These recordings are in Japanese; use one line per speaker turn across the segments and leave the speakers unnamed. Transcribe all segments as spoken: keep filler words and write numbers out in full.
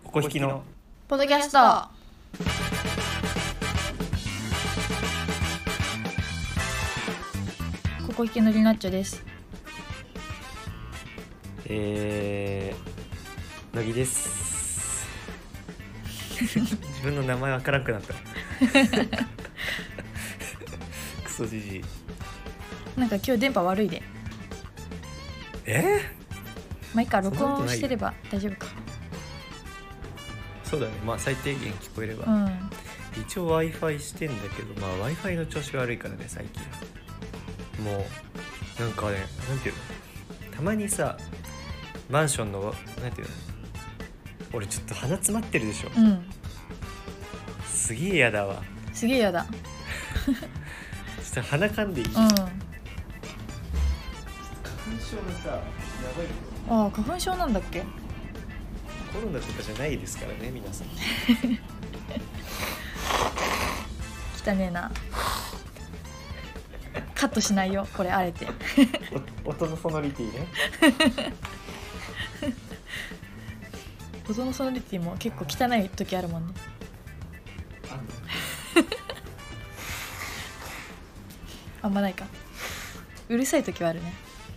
ここ引きの
ポッドキャスト。ここ引きのリナッチョです。
えー、乃木です。自分の名前わからんくなったクソじじい。
なんか今日電波悪いで。
え
まあいいか、録音してれば大丈夫か。
そうだね、まあ最低限聞こえれば、
うん、
一応 Wi-Fi してんだけど、まあ Wi-Fi の調子悪いからね最近。もうなんかね、なんていうの、たまにさマンションのなんていうの、俺ちょっと鼻詰まってるでしょ、
うん、
すげえやだわ。
すげえやだ。
ちょっと鼻かんでいい、
うん、
花粉症がさ、やばいよ。
ああ、花粉症なんだっけ。
コロナとかじゃないですからね皆さん
汚ねえな。カットしないよこれ、あえて
音のソノリティね
音のソノリティも結構汚い時あるもんね。あんまないか。うるさい時はあるね。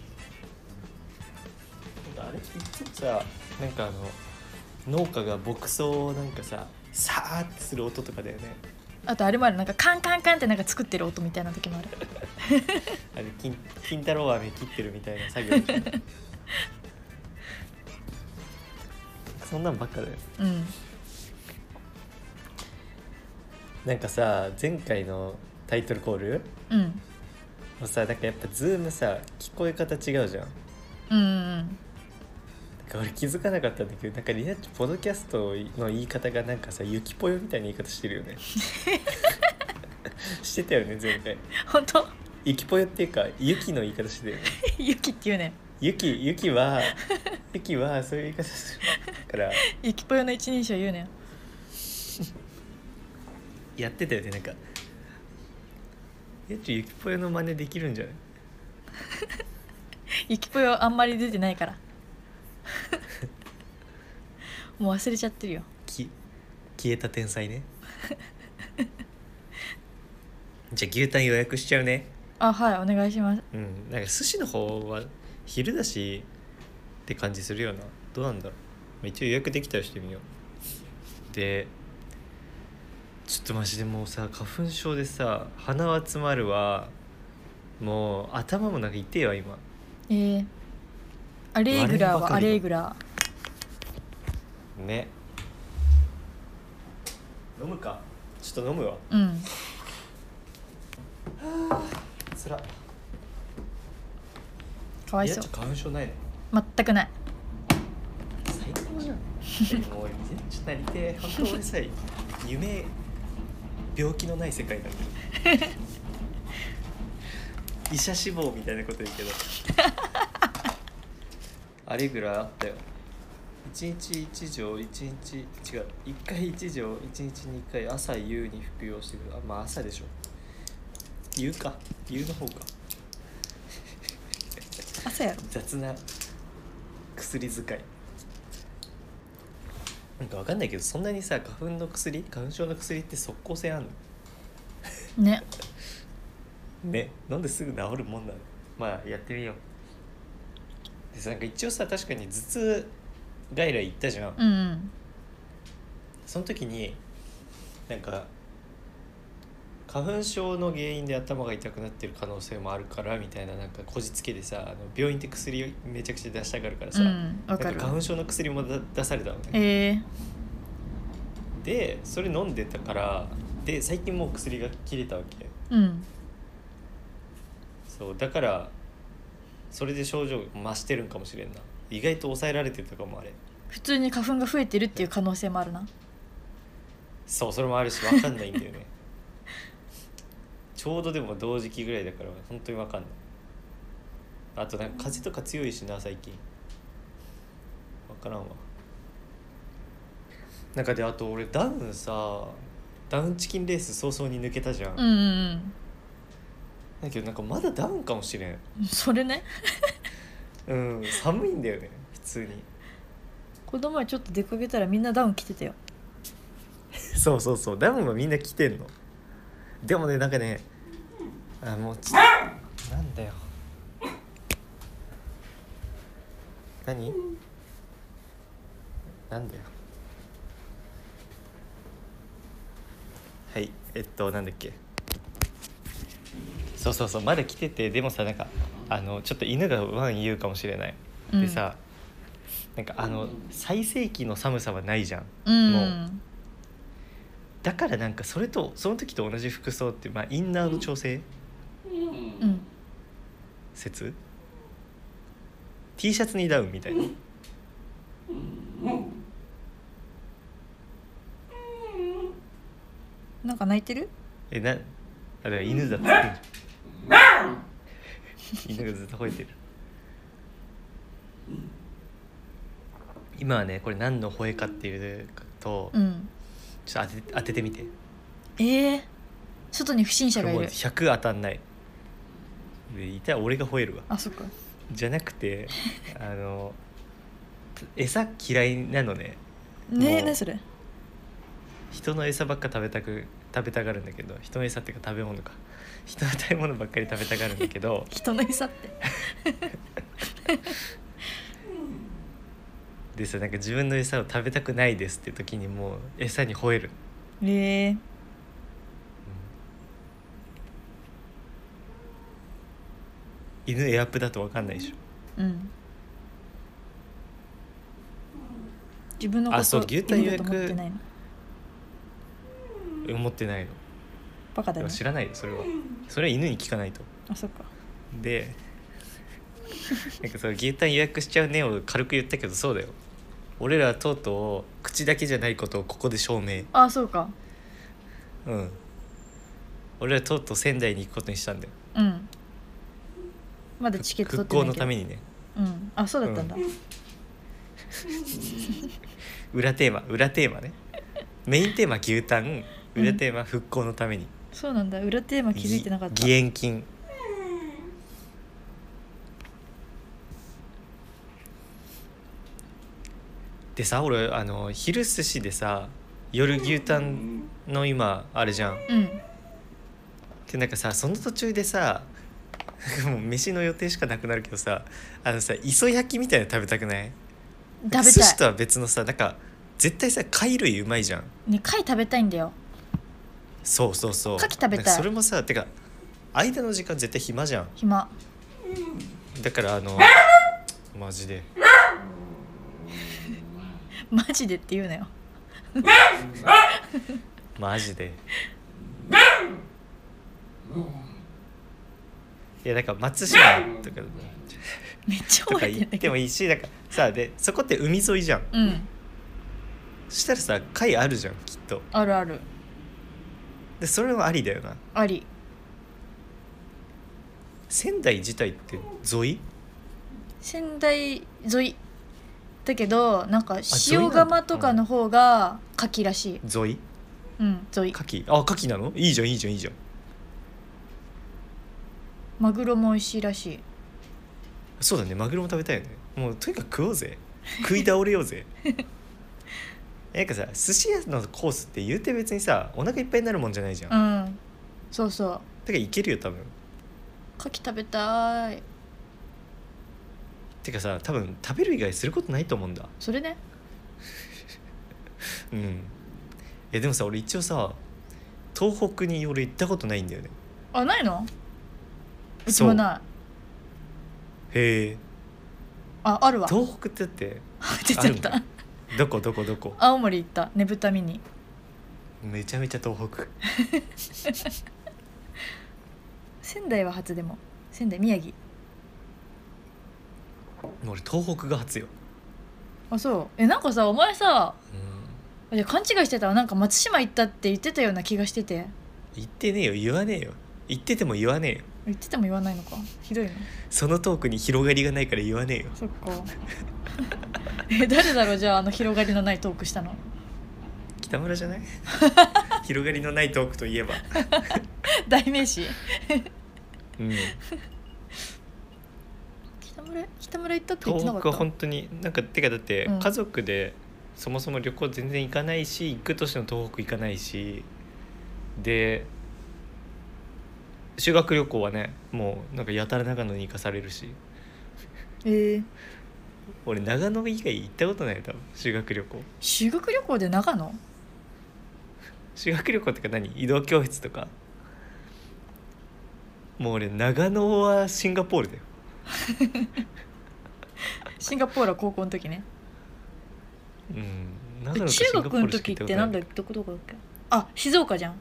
あれいつもさ、なんかあの農家が牧草をなんかさサーってする音とかだよね。
あとあれもある、なんかカンカンカンってなんか作ってる音みたいな時もある
あれ金金太郎飴切ってるみたいな作業でしょそんなんばっかだよ。
うん、
なんかさ、前回のタイトルコール
うん、
もうさ、なんかやっぱズームさ聞こえ方違うじゃん。
うん、うん、
なんか俺気づかなかったんだけど、なんかリナッチポッドキャストの言い方がなんかさ、ゆきぽよみたいな言い方してるよねしてたよね前回。
本当？
ゆきぽよっていうかゆきの言い方してたよね
ゆきって言うね。
ゆき、ゆきはゆきはそういう言い方するから
ゆきぽよの一人称言うね。
やってたよね。なんかえっとゆきぽよの真似できるんじゃない？
ゆきぽよあんまり出てないからもう忘れちゃってるよ。
き消えた天才ねじゃあ牛タン予約しちゃうね。
あ、はい、お願いします。
うん、なんか寿司の方は昼だしって感じするよな。どうなんだろう、まあ、一応予約できたらしてみよう。でちょっとマジでもうさ、花粉症でさ鼻は詰まるわ、もう頭もなんか痛えわ今。
えー、アレーグラーはアレーグラ
ーね。飲むか、ちょっと飲むわ。
ー。うん。
はあ、つら。
かわいそう。
いや、花粉症ないの？
全くない。
最高じゃんえもうめっちゃなりてえ。本当俺さ夢病気のない世界なんだよ医者志望みたいなこと言うけどあれぐらいあったよ。いちにちいち錠、いちにち違ういっかいいち錠、いちにちにかい朝夕に服用してくる。あ、まあ朝でしょ。夕か、夕の方か。
朝やろ。
雑な薬使い。なんかわかんないけど、そんなにさ花粉の薬、花粉症の薬って即効性あんの
ね。
ね、なんですぐ治るもんなの。まあやってみよう。でさ、なんか一応さ、確かに頭痛外来行ったじゃん、
うん、うん。
その時になんか花粉症の原因で頭が痛くなってる可能性もあるからみたいな、なんかこじつけでさ、あの病院って薬をめちゃくちゃ出したがるからさ、
うん、わかる。
なんか花粉症の薬もだ出されたのね。
え
ー、でそれ飲んでたから、で最近もう薬が切れたわけ。
うん。
そうだからそれで症状増してるんかもしれんな。意外と抑えられてたかもあれ。
普通に花粉が増えてるっていう可能性もあるな。
そう、それもあるし分かんないんだよねちょうどでも同時期ぐらいだから本当に分かんない。あとなんか風とか強いしな最近。分からんわ。なんかで、あと俺ダウンさ、ダウンチキンレース早々に抜けたじゃん、
うん、うん、
だけどなんかまだダウンかもしれん。
うん。それね
うん、寒いんだよね普通に。
この前ちょっと出かけたらみんなダウン着てたよ。
そうそうそう、ダウンはみんな着てんの。でもね、なんかね、あもうちなんだよ、何なんだよ、はい、えっとなんだっけ、そうそうそう、まだ来てて、でもさ、なんかあのちょっと犬がワン言うかもしれない、
うん
でさ、なんかあの最盛期の寒さはないじゃん、
うん
もうだからなんかそれとその時と同じ服装って、まあ、インナーの調整
うん
説 T シャツにダウンみたいな。
なんか泣いてる？
えなあだから犬だって言ってんじゃん犬がずっと吠えてる。今はね、これ何の吠えかっていうと、
うん
ちょっと当て当ててみて。
えー、外に不審者
これもう
がいる。
ひゃく当たんないで、いたら俺が吠えるわ。
あそっか。
じゃなくてあの餌嫌いなのね。
ねえ、
もう
何それ？
人の餌ばっか食べたく食べたがるんだけど、人の餌っていうか食べ物か、人の食べ物ばっかり食べたがるんだけど
人の餌って
でさ、なんか自分の餌を食べたくないですって時にもう餌に吠える。
えー、
犬エアプだと分かんないでしょ。
うん自分のこ
あそう
と
牛タン予約
犬だと思ってないの？
思ってないの。
バカだよね。
知らないよそれは。それは犬に聞かないと。
あそっか。
でなんかその牛タン予約しちゃうねを軽く言ったけど、そうだよ、俺らはとうとう口だけじゃないことをここで証明。
あそうか。
うん俺らとうとう仙台に行くことにしたんだよ。
うんまだチケット取ってないけど。
復興のためにね。
うんあそうだったんだ、
うん裏テーマ裏テーマね。メインテーマ牛タン、裏テーマ復興のために、
そうなんだ。裏テーマ気づいてなかった。
義援金。でさ、俺あの昼寿司でさ、夜牛タンの今あれじゃん。
うん
でなんかさ、その途中でさもう飯の予定しかなくなるけどさ、あのさ磯焼きみたいなの食べたくない？
食べたい。
寿司とは別のさ、なんか絶対さ貝類うまいじゃん。
ね貝食べたいんだよ。
そうそうそう、
牡蠣食べたい
なんかそれもさ、てか間の時間絶対暇じゃん。
暇。
だからあのマジで
マジでって言うなよ
マジでいやなんか松島とか
めっちゃ
とか
覚えてない
行ってもいいし、なんかさ、でそこって海沿いじゃん。
うん
そしたらさ貝あるじゃんきっと。
あるある。
でそれはありだよな。
あり。
仙台自体って沿い？
仙台沿いだけど、なんか
沿い
塩
なんだ
釜とかの方が牡蠣らしい。
沿い？
うん沿い。
牡蠣？あ牡蠣なの？いいじゃんいいじゃんいいじゃん。
マグロも美味しいらしい。
そうだね、マグロも食べたいよね。もうとにかく食おうぜ、食い倒れようぜなんかさ、寿司屋のコースって言うて別にさお腹いっぱいになるもんじゃないじゃん。
うんそうそう。
だからいけるよ多分。
牡蠣食べたい。
てかさ、多分食べる以外することないと思うんだ。
それね。
うんえでもさ、俺一応さ東北に俺行ったことないんだよね。
あないの？うちもない。
へえ。
ああるわ。
東北ってだって
出ちゃった
あるんだ。どこどこどこ？
青森行ったねぶた見に。
めちゃめちゃ東北
仙台は初でも。仙台宮城。
俺東北が初よ。
あそうえなんかさお前さ
うん
いや勘違いしてたわ。なんか松島行ったって言ってたような気がしてて。
言ってねえよ、言わねえよ、言ってても言わねえよ。
言ってても言わないのか。ひどいの。
そのトークに広がりがないから言わねえよ。
そっかえ誰だろうじゃあ、あの広がりのないトークしたの。
北村じゃない広がりのないトークといえば
代名詞
うん
北村村北村行ったって言ってな
東
かった。
北は本当になんかてかだって
うん
家族でそもそも旅行全然行かないし、行くとしても東北行かないしで、修学旅行はねもうなんかやたら長野に行かされるし、
えー、
俺長野以外行ったことないよ多分修学旅行。
修学旅行で長野？
修学旅行ってか何移動教室とか。もう俺長野はシンガポールだよ。
シンガポールは高校の時ね。
うん長野か
中
シンガポー
学の
ルしか行ったこと
時ってなんだ
い。
どこどこだっけ。あ、静岡じゃん。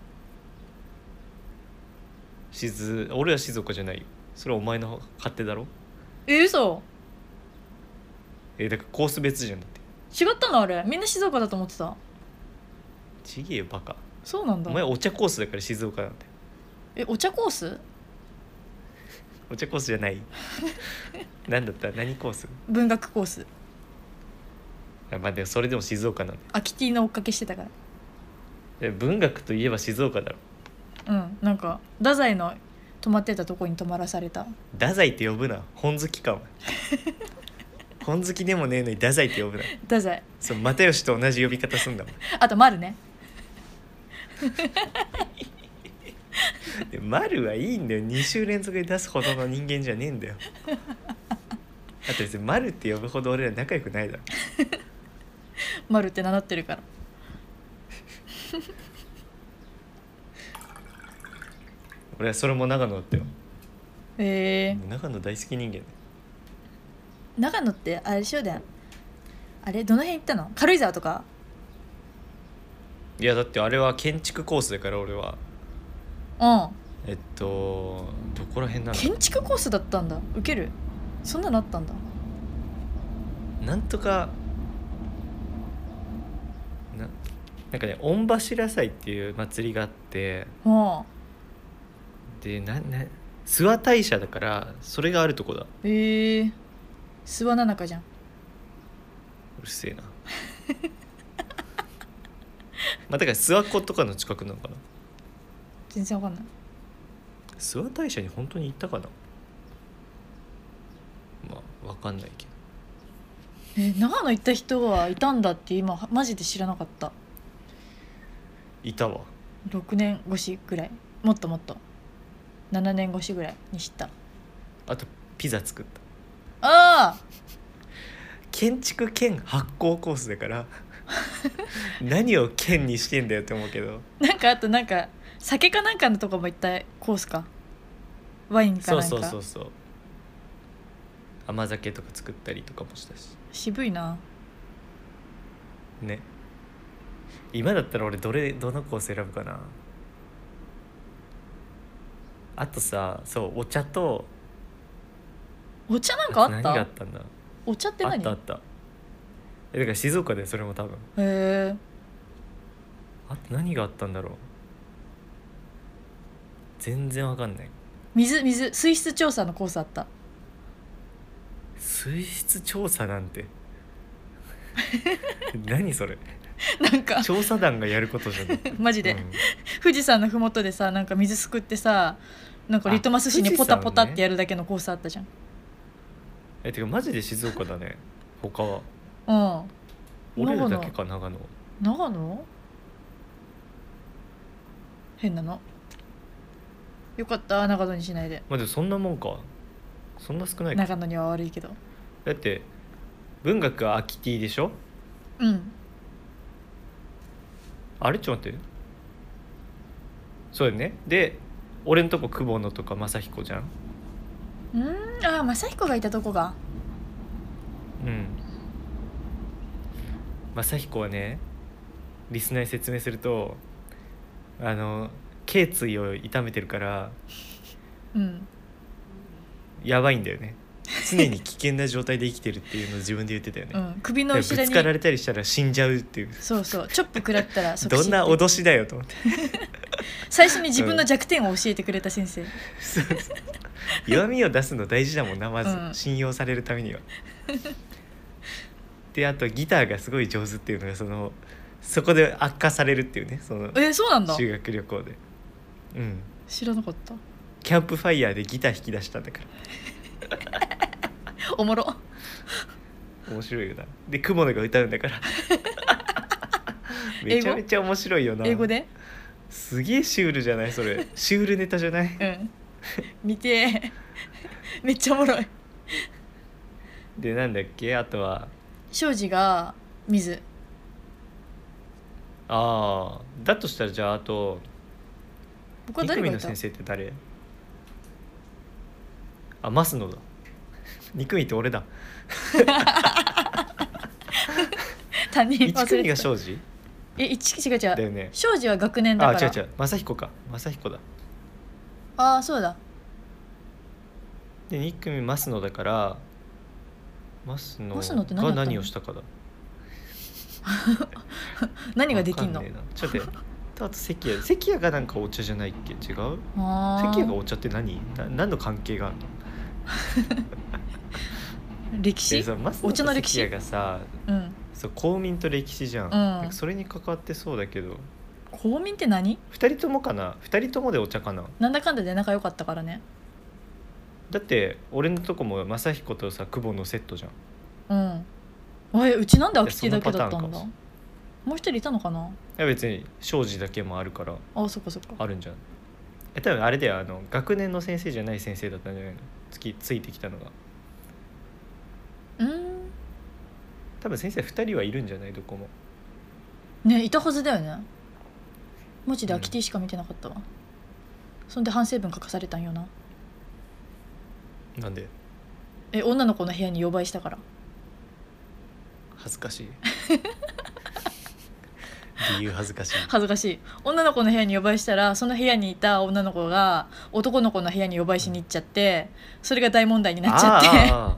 静俺は静岡じゃないよ。それはお前の勝手だろ。
え、嘘。
えだからコース別じゃんだって。
違ったのあれ、みんな静岡だと思ってた。
ちげえよバカ。
そうなんだ。
お前お茶コースだから静岡なんだよ。
え、お茶コース？
お茶コースじゃないなんだったら何コース。
文学コース。
あまあでもそれでも静岡なんだよ。
アキティの追っかけしてたから。
で文学といえば静岡だろ。
うんなんか太宰の泊まってたとこに泊まらされた。
太宰って呼ぶな。本好きかお前本好きでもねえのに太宰って呼ぶな。
太宰。
そう又吉と同じ呼び方すんだもん。
あと丸ね。
で丸はいいんだよ。に週連続で出すほどの人間じゃねえんだよ。あと別に丸って呼ぶほど俺ら仲良くないだろ。
丸って名乗ってるから。
俺はそれも長野だったよ。
え
もう長野大好き人間だよ。
ー、長野ってあれでしょだよ。あれどの辺行ったの？軽井沢とか？
いやだってあれは建築コースだから俺は
うん
えっとどこら辺なの。
建築コースだったんだ。ウケる。そんなのあったんだ。
なんとかななんかね御柱祭っていう祭りがあって、
はあ。
でなな諏訪大社だからそれがあるとこだ。
えー、諏訪七香じゃん。
うるせえなまあだから諏訪湖とかの近くなのかな。
全然わかんない。
諏訪大社に本当に行ったかな。まあわかんないけど。
え、長野行った人はいたんだって今マジで知らなかった。
いたわ。
ろくねん越しぐらい、もっともっとななねん越しぐらいに知った。
あとピザ作った。
ああ
建築兼発酵コースだから何を兼にしてんだよって思うけど。
なんかあとなんか酒かなんかのとこも行ったコースか。ワインか
そう
なんか。
そうそうそう。甘酒とか作ったりとかもしたし
渋いな。
ね。今だったら俺どれどのコース選ぶかな。あとさそうお茶と
お茶なんかあっ
何があ
た？
ったんだ。
お茶って
あっ
何？
たあったえだから静岡でそれも多分。
へえ。
あと何があったんだろう。全然わかんない。
水水水質調査のコースあった。
水質調査なんて何それ。
なんか
調査団がやることじゃない
マジで、
うん
富士山のふもとでさなんか水すくってさなんかリトマス紙にポタポタってやるだけのコースあったじゃん。
えてかマジで静岡だね他は。
うん
俺らだけか長野。
長野変なの。よかった長野にしないで。
まあでもそんなもんか。そんな少ないか。
長野には悪いけど。
だって文学は秋 T でしょ。
うん
あれちょっと待ってそうよね。で俺のとこ久保野とか正彦じゃん。
うんあ正彦がいたとこが。
うん正彦はねリスナーに説明するとあの頸椎を痛めてるから
うん
やばいんだよね。常に危険な状態で生きてるっていうのを自分で言ってたよね、
うん首の
ぶ
後ろに
つかられたりしたら死んじゃうっていう。
そうそうチョップ食らったら即死
どんな
って
脅しだよと思って
最初に自分の弱点を教えてくれた先生。
そうそう弱みを出すの大事だもんなまず、
うん
信用されるためにはであとギターがすごい上手っていうのがそのそこで悪化されるっていうねその
えそうなんだ。
修学旅行で。うん
知らなかった。
キャンプファイヤーでギター弾き出したんだから
おもろ。
面白いよな。で雲野が歌うんだからめちゃめちゃ面白いよな。
英語です
げえシュールじゃない？それシュールネタじゃない？
うん見てめっちゃおもろい。
でなんだっけ、あとは
庄司が水。
ああだとしたらじゃああと
他
二
誰がいた？
組の先生って誰？あ増野だ。二組って俺だ。
担任
一組
忘れてた。
が庄司
え一違う違う
だよね。
庄司は学年だから。
あ違う違う正彦か、正彦だ。
ああそうだ。
で二組増野だから増野
増野って何やったの
が何をしたかだ。
何ができんの？
わかねえなちょっと待ってあと関谷関谷がなんかお茶じゃないっけ？違う？
あ
関谷がお茶って何？な何の関係があるの？
歴史
えそう増野と
お茶の歴史
関谷がさ
うん
そう公民と歴史じゃん、
ん
なんかそれに関わってそうだけど
公民って何？
二人ともかな？二人ともでお茶かな？
なんだかんだで仲良かったからね。
だって俺のとこも正彦とさ久保のセットじゃん。
うんえうちなんで空き地だけだったんだ？
いやそのパターンか
もう一人いたのかな。
いや別に庄司だけもあるから
あそっかそっか。
あるんじゃん。え多分あれだよ、あの学年の先生じゃない先生だったんじゃないの？つきついてきたのが
うーん
多分先生ふたりはいるんじゃない？どこも。
ねいたはずだよね。マジで空き地しか見てなかったわ、うん、そんで反省文書かされたんよな。
なんで？
え女の子の部屋に呼ばいしたから。
恥ずかしい理由恥ずかしい。
恥ずかしい。女の子の部屋に呼ばいしたらその部屋にいた女の子が男の子の部屋に呼ばいしに行っちゃってそれが大問題になっちゃって
あ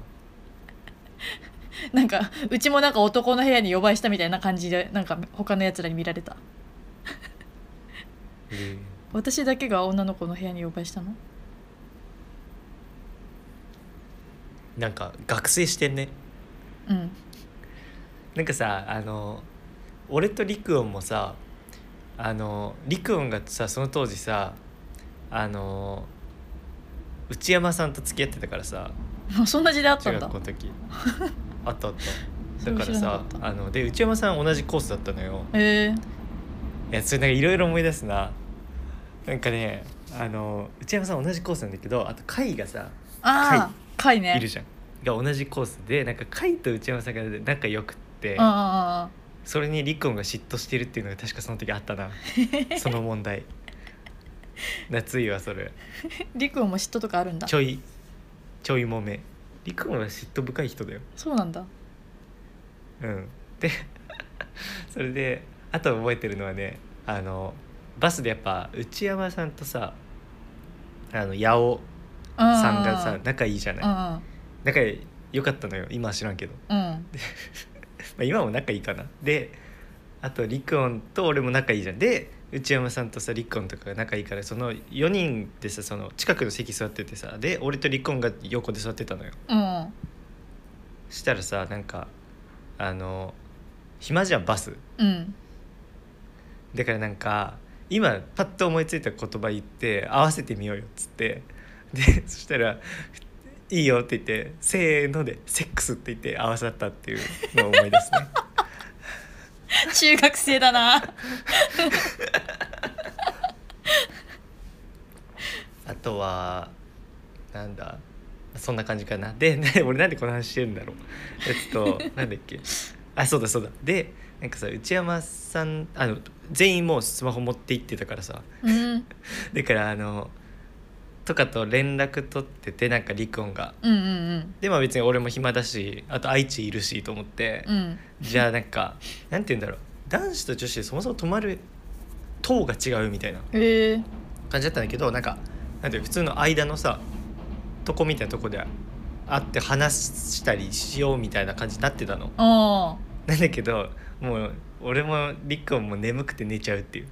なんかうちもなんか男の部屋に呼ばいしたみたいな感じでなんか他のやつらに見られた。
ー
私だけが女の子の部屋に呼ばいしたの？
なんか学生してんね。
うん
なんかさあの俺と陸音もさあの陸音がさその当時さあの内山さんと付き合ってたからさ
そんな時代あった
中
んだ。
学校の時あったあっ
それ
ただからさ
知らなかった
あので内山さん同じコースだったのよ。
え
いやそれなんかいろいろ思い出すな。なんかねあの内山さん同じコースなんだけどあと海がさ
ー、ああ貝ね
いるじゃんが同じコースでなんか海と内山さんが仲良くって
うんうんうん
それにリコンが嫉妬してるっていうのが確かその時あったなその問題夏いわそれ。
りくんも嫉妬とかあるんだ。
ちょいちょいもめリコンは嫉妬深い人だよ。
そうなんだ。
うんでそれであと覚えてるのはねあのバスでやっぱ内山さんとさあの八尾さんがさ仲いいじゃない。
うんうん
仲良かったのよ今は知らんけど
うん
まあ今も仲いいかな。であとリクオンと俺も仲いいじゃん。で内山さんとさリクオンとかが仲いいからそのよにんでさその近くの席座っててさで俺とリクオンが横で座ってたのよ。
うん
したらさなんかあの暇じゃんバス
うん
だからなんか今パッと思いついた言葉言って合わせてみようよっつってでそしたらいいよって言ってせーのでセックスって言って合わさったっていうのを思い出すね
中学生だな
あとはなんだそんな感じかな。で、ね、俺なんでこの話してるんだろうえっとなんだっけあそうだそうだでなんかさ内山さんあの全員もうスマホ持って行ってたからさ
うん
だからあのとかと連絡取っててなんかリクオンが
うんうん
でも別に俺も暇だしあと愛知いるしと思って、
うんうん
じゃあなんかなんて言うんだろう男子と女子でそもそも泊まる棟が違うみたいな
へえ
感じだったんだけどなんかなんていう普通の間のさとこみたいなとこで会って話したりしようみたいな感じになってたの
あ
なんだけどもう俺もリクオンも眠くて寝ちゃうっていう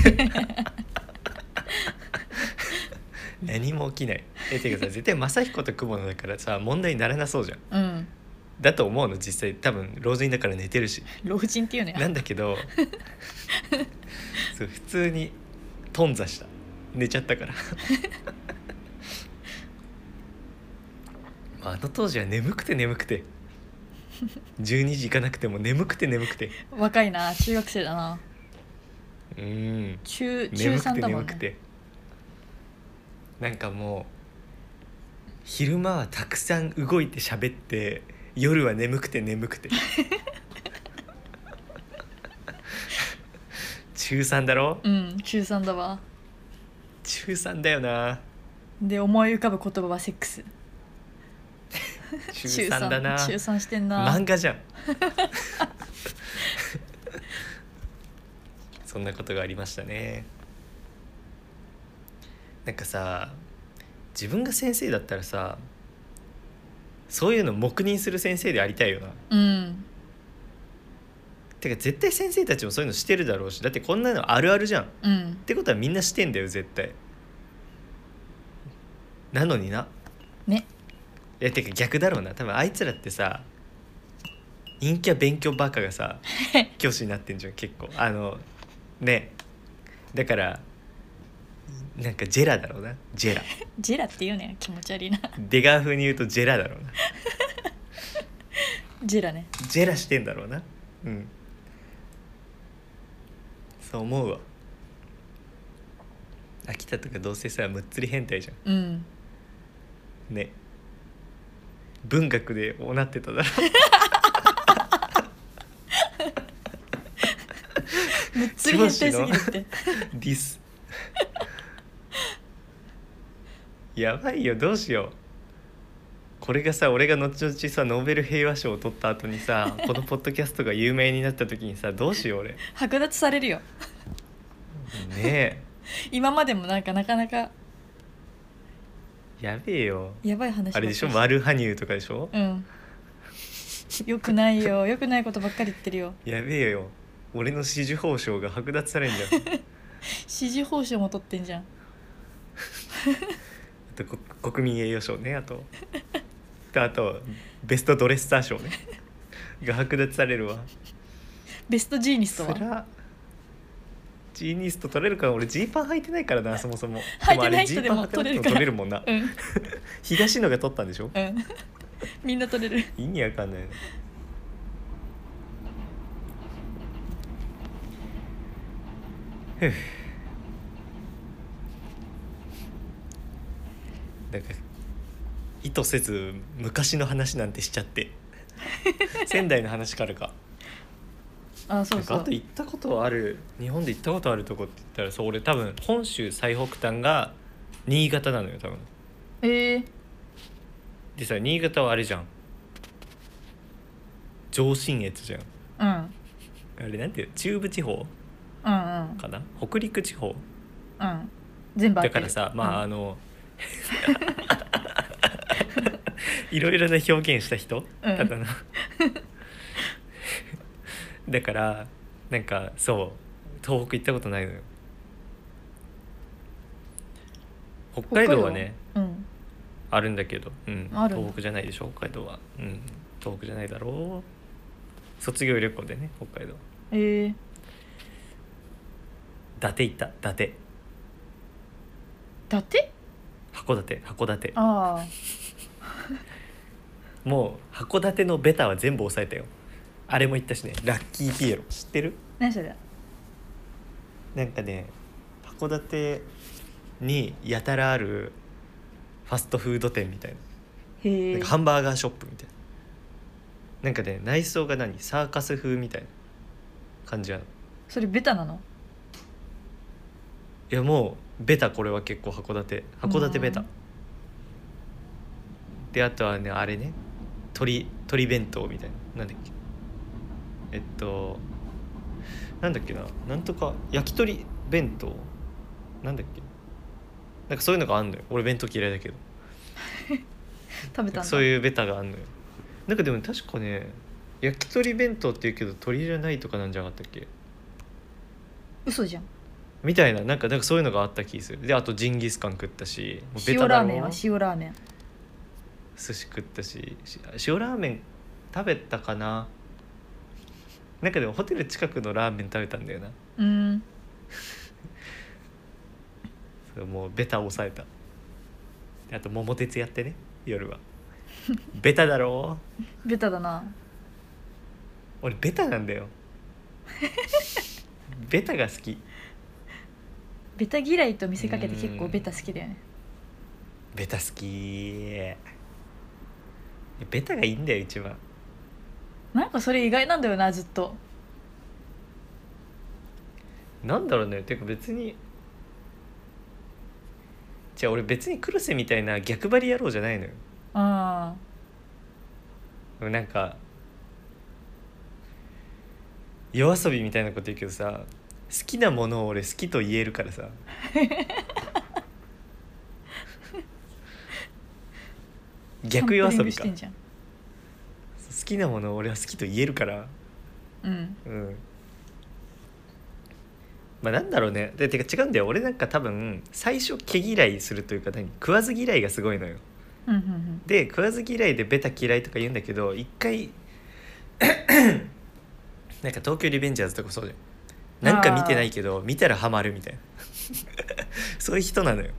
何も起きないえてかさ絶対正彦と久保野だからさ問題にならなそうじゃん。
あうん
だと思うの実際多分老人だから寝てるし
老人っていうね
なんだけどそう普通に頓挫した寝ちゃったからあの当時は眠くて眠くてじゅうにじ行かなくても眠くて眠くて
若いな、中学生だな。
うん
中中
眠くて
さんだもんね。
眠くてなんかもう昼間はたくさん動いて喋って夜は眠くて眠くて中さんだろ。
うん中さんだわ。
中さんだよな。
で思い浮かぶ言葉はセックス。
中さんだな。
中さんしてんな。
漫画じゃんそんなことがありましたね。なんかさ、自分が先生だったらさ、そういうの黙認する先生でありたいよな。
うん
てか絶対先生たちもそういうのしてるだろうし、だってこんなのあるあるじゃん。っ
うん
てことはみんなしてんだよ絶対。なのにな。
ね。
いやてか逆だろうな。多分あいつらってさ、陰キャ勉強バカがさ教師になってんじゃん結構。あのね、だからなんかジェラだろうな。ジェラ
ジェラって言うねん、気持ち悪いな。
出川風に言うとジェラだろうな。
ジェラね。
ジェラしてんだろうな。うんそう思うわ。秋田とかどうせさむっつり変態じゃ
うん
んね。文学でおなってただろ
むっつり変態すぎるって
ディスやばいよ、どうしよう。これがさ、俺が後々さノーベル平和賞を取った後にさこのポッドキャストが有名になった時にさ、どうしよう俺。
剥奪されるよ。
ねえ
今までもなんかなかなか
やべえよ。
やばい話ばっかり
あれでしょ、マルハニューとかでしょ。
うんよくないよ、よくないことばっかり言ってるよ。
やべえよ、俺の紫綬褒章が剥奪されんじゃん
支持報酬も取ってんじゃん。
あとこ国民栄誉賞ね、あととあとベストドレッサー賞ねが剥奪されるわ。
ベストジーニストは
そりゃジーニスト取れるかな。俺ジーパン履いてないからな、そもそも。
履いてない人でも
もあれジーパン履いてなくて
取れるから
取れるもんな
うん
東野が取ったんでしょ。
うんみんな取れる。
意味わかんないな。ふうなんか意図せず昔の話なんてしちゃって仙台の話からか。
あそうそう
なんかあと行ったことある、日本で行ったことあるとこって言ったらそう、俺多分本州最北端が新潟なのよ多分。
えー、
でさ、新潟はあれじゃん、上信越じゃん。
うん
あれなんていう、中部地方
うんうん
かな、北陸地方
うん全部合ってる
だからさ、まあ、
うん
あのいろいろな表現した人、
うん
ただなだからなんかそう東北行ったことないのよ。北海道はね
うん
あるんだけど、うん、
あるの
東北じゃないでしょ北海道は。うん東北じゃないだろう。卒業旅行でね北海道
えー、
伊達行った。伊達
伊達
函館函館
ああ
もう函館のベタは全部抑えたよ。あれも行ったしね、ラッキーピエロ知ってる？
何それ。
なんかね函館にやたらあるファストフード店みたいな、
へえ
なんかハンバーガーショップみたいな、なんかね内装が何サーカス風みたいな感じなの。
それベタなの？
いやもうベタ、これは結構函館函館ベタ
うん
で、あとはねあれね鶏鶏弁当みたいな、なんだっけえっとなんだっけな、なんとか焼き鳥弁当なんだっけ、なんかそういうのがあんのよ。俺弁当嫌いだけど
食べたんだ。
そういうベタがあんのよ。なんかでも確かね焼き鳥弁当って言うけど鳥じゃないとかなんじゃなかったっけ
嘘じゃん。
みたいな、なんかなんかそういうのがあった気する。であとジンギスカン食ったし、もうベ
塩
タだろ。
ラーメンは塩ラーメン。
寿司食ったし、し塩ラーメン食べたかな。なんかでもホテル近くのラーメン食べたんだよな。
うん
それもうベタ抑えた。であと桃鉄やってね夜はベタだろ。
ベタだな。
俺ベタなんだよ。ベタが好き。
ベタ嫌いと見せかけて結構ベタ好きだよね。
ベタ好き。ベタがいいんだよ一番。
なんかそれ意外なんだよな、ずっと。
なんだろうね。てか別にじゃあ俺別に黒瀬みたいな逆張り野郎じゃないのよ。
うん。
なんか夜遊びみたいなこと言うけどさ、好きなものを俺好きと言えるからさ。逆夜遊びか。好きなものを俺は好きと言えるから。
うん
うんまあなんだろうね。でてか違うんだよ。俺なんか多分最初毛嫌いするというか、何食わず嫌いがすごいのよ。
うんうんうん。
で食わず嫌いでベタ嫌いとか言うんだけど、一回なんか東京リベンジャーズとかそうじゃん。なんか見てないけど見たらハマるみたいなそういう人なのよ。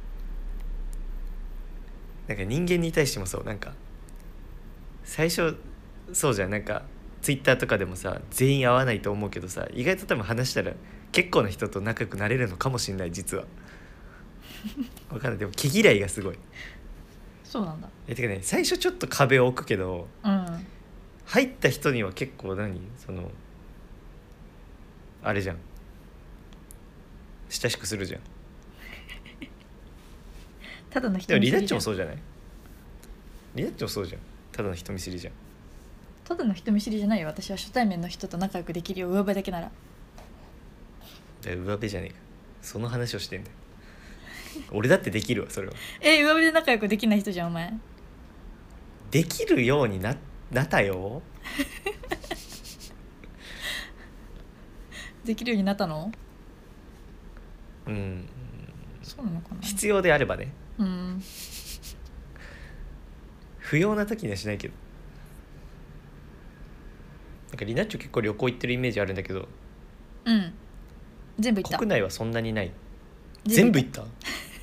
なんか人間に対してもそう。なんか最初そうじゃん。なんかツイッターとかでもさ、全員合わないと思うけどさ、意外と多分話したら結構な人と仲良くなれるのかもしれない。実は分かんない。でも毛嫌いがすごい。
そうなんだ。
えてかね、最初ちょっと壁を置くけど、
うん。
入った人には結構何そのあれじゃん、親しくするじゃん。
ただの人
でもリナッ
見知りじゃん。
チもそうじゃない？リナッチもそうじゃん。ただの人見知りじゃん。
ただの人見知りじゃないよ。私は初対面の人と仲良くできるよ、上辺だけなら。
で上辺じゃねえか。その話をしてんだよ。俺だってできるわそれは。
え、上辺で仲良くできない人じゃんお前。
できるようにななったよ。
できるようになったの？
うん
そうなのかな。
必要であればね。
うん。
不要な時にはしないけど。なんかリナッチョ結構旅行行ってるイメージあるんだけど、
うん。全部行った。
国内はそんなにない。全部行った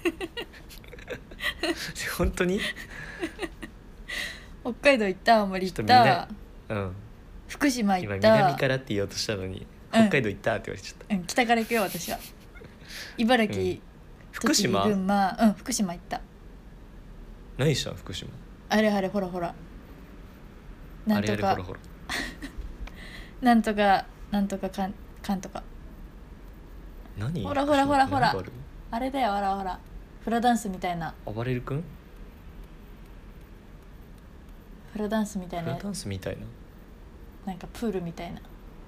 本当に？
北海道行った、青森行っ
ちょっとみんな
た、
うん
福島行
今
った。
南からって言おうとしたのに北海道行ったって言われちゃった。
うん、北から行くよ私は。茨城、
うん福島
栃木、群馬、うん、福島行った。
何したの福島？
あれあれほらほら、なんとか
あれあれほらほら
なんとかなんとかかんかんとか、
何？
ほらほらほらほら
なんかある？
あれだよ、ほらほらフラダンスみたいな、
暴れる君？
フラダンスみたいな、
フラダンスみたいな。
なんかプールみたいな。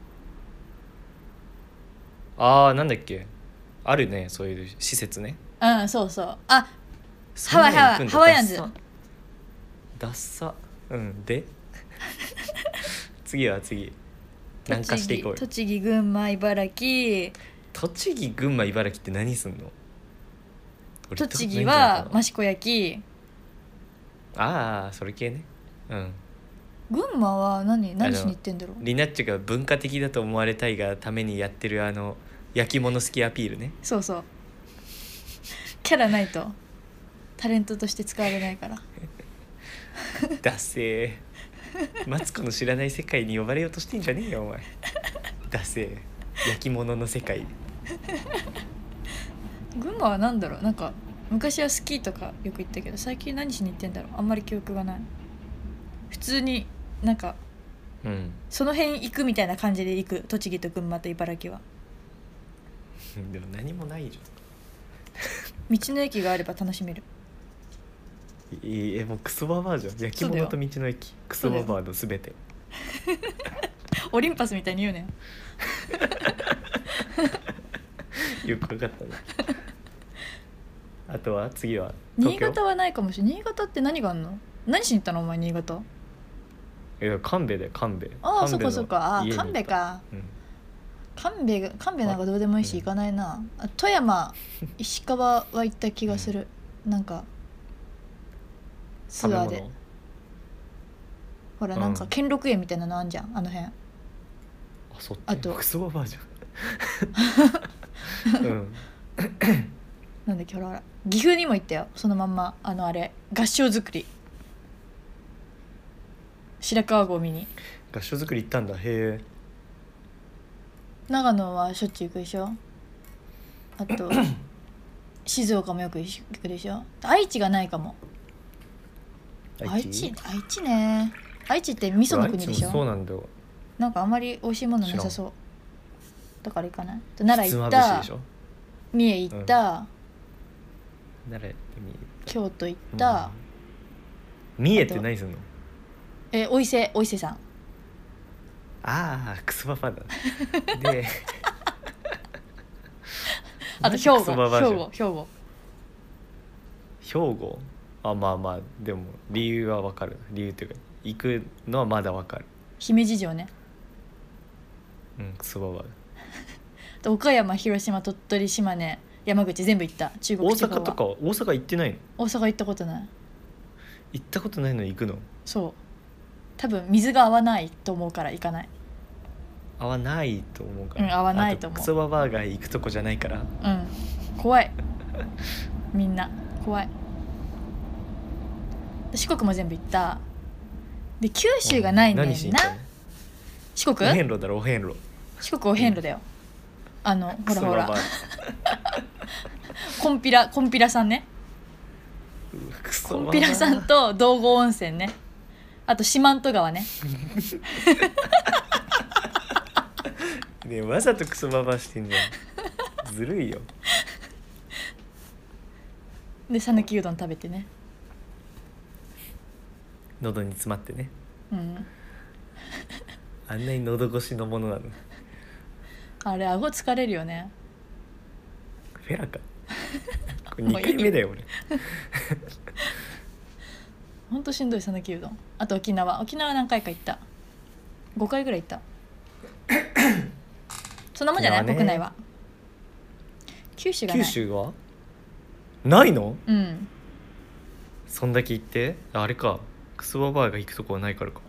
あーなんだっけ、あるねそういう施設ね。
うん、そうそう。あ、
そんなの行くんだ。
ハワイハワイアンズ
ダッサダッサ。うんで次は次南下していこうよ。
栃木、群馬、茨城。
栃木群馬茨城って何すんの？俺行ったこと
栃木
ないんじゃないかな。
は益子焼。
ああそれ系ね。うん
群馬は何何しに行ってんだろう。
リナッチョが文化的だと思われたいがためにやってるあの焼き物好きアピールね。
そうそう、キャラないとタレントとして使われないから
ダッセー。マツコの知らない世界に呼ばれようとしてんじゃねえよお前。ダッセー。焼き物の世界。
群馬は何だろう。なんか昔はスキーとかよく行ったけど、最近何しに行ってんだろう。あんまり記憶がない。普通になんか
うん
その辺行くみたいな感じで行く、栃木と群馬と茨城は。
でも何もないじ
道の駅があれば楽しめる。
ゃん。いいもうクソババアじゃん。焼き物と道の駅クソババアのすべて。
オリンパスみたいに言うね。
よく分かったね。あとは次は
新潟はないかもしれない。新潟って何があんの？何しに行ったのお前新潟。
いや神戸だよ神戸。
ああそっか
神戸の
そっか。あ
家に
神戸か。
うん
神戸が神戸なんかどうでもいいし行かないな。あ富山石川は行った気がする、うん、なんかツアーでほらなんか兼六園みたいなのあんじゃんあの辺。
あそっち
あと
クソババアじゃん。うん
なんだっけほらほら岐阜にも行ったよ。そのまんまあのあれ合掌造り。 白川郷見に。
合掌造り行ったんだ。へえ。
長野はしょっちゅう行くでしょ。あと静岡もよく行くでしょ。愛知がないかも。愛知愛知ね。愛知って味噌の国でしょ。
そうなんだよ。
なんかあんまり美味しいものなさそうだから行かない。奈良行った、三重行った、
うん、奈良
京都行った、
うん、三重って何すんの。
えお伊勢お伊勢さん。
ああクソババだで
あと兵庫兵庫兵庫
兵庫。あまあまあでも理由は分かる。理由っていうか行くのはまだ分かる。
姫路城ね。
うんクソババ
だ岡山広島鳥取島根山口全部行った。中国地方は。
大阪とか大阪行ってないの。
大阪行ったことない。
行ったことないのに行くの。
そう多分水が合わないと思うから行かない。
合わないと思うから。
うん合わないと思う。
クソババアが行くとこじゃないから。
うん怖いみんな怖い。四国も全部行った。で九州がないんだよな、うん、四国
お遍路だろ。お遍路
四国お遍路だよ。あのほらほらコンピラコンピラさんね。コンピラさんと道後温泉ね。あと四万十川ね
ねえわざとクソババしてんじゃん。ずるいよ。
で讃岐うどん食べてね。
喉に詰まってね。
うん
あんなに喉越しのものなの。
あれ顎疲れるよね。
フェラかこれにかいめだよ俺
ほんとしんどい讃岐うどん。あと沖縄沖縄何回か行った。ごかいぐらい行ったそんなもんじゃない、ね、国内は。九州がない。
九州はないの。
うん
そんだけ行ってあれかクソババアが行くとこはないからか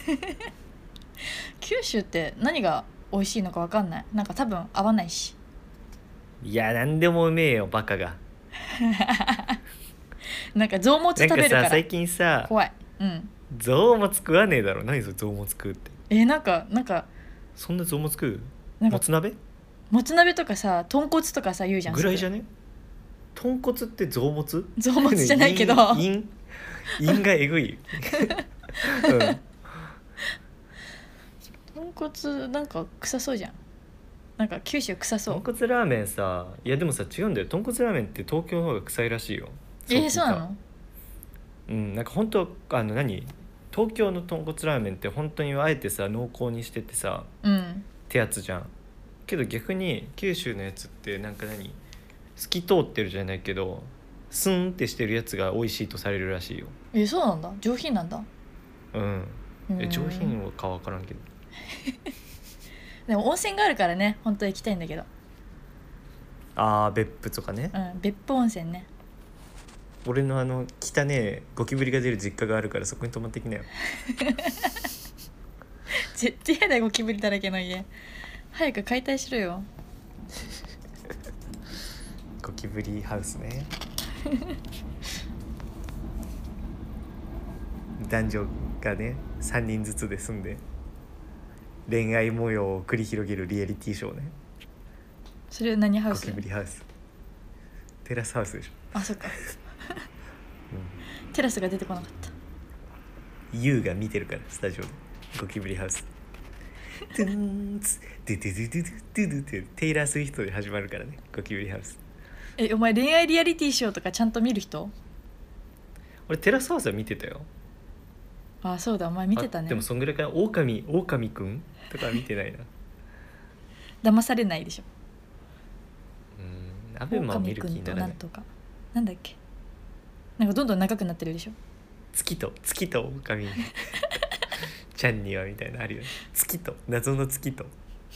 九州って何が美味しいのか分かんない。なんか多分合わないし。
いやなんでもうめえよバカが
なんか臓物食べるから。
なんかさ最近さ
怖い。うん
臓物食わねえだろ。何それ臓物食うって。
えなんかなんか
そんな臓物食う。
なんか
もつ鍋
もつ鍋とかさ豚骨とかさ言うじゃん。
ぐらいじゃね。豚骨って臓物
臓物じゃないけど
陰陰がえぐい、うん、
豚骨なんか臭そうじゃん。なんか九州臭そう。
豚骨ラーメンさいやでもさ違うんだよ。豚骨ラーメンって東京の方が臭いらしいよ。
えー、そうなの。
うんなんか本当あの何東京の豚骨ラーメンって本当にあえてさ濃厚にしててさ、
うん、
ってやつじゃん。けど逆に九州のやつってなんか何透き通ってるじゃないけどスンってしてるやつが美味しいとされるらしいよ。
えそうなんだ。上品なんだ。
うんえ上品か分からんけど
でも温泉があるからね本当は行きたいんだけど。
あー別府とかね。
うん別府温泉ね。
俺のあの汚ねえゴキブリが出る実家があるからそこに泊まってきなよ
絶対やだよゴキブリだらけの家。早く解体しろよ
ゴキブリハウスね男女がねさんにんずつで住んで恋愛模様を繰り広げるリアリティショーね。
それは何ハウス。
ゴキブリハウステラスハウスでしょ。
あそっか、うん、テラスが出てこなかった。
ユー が見てるからスタジオでゴキブリハウストゥーンツドゥドゥドゥドゥドゥドゥってテイラー・スウィフトで始まるからねゴキブリハウス。
えお前恋愛リアリティショーとかちゃんと見る人。
俺テラスハウスは見てたよ。
あそうだお前見てたね。
でもそんぐらいからオオカミオオカミくんとか見てないな
騙されないでしょ。
うんアベマを見る気にならない。
なんとかなんだっけなんかどんどん長くなってるでしょ。
月と月とオオカミちゃんにはみたいなあるよね。月と謎の月と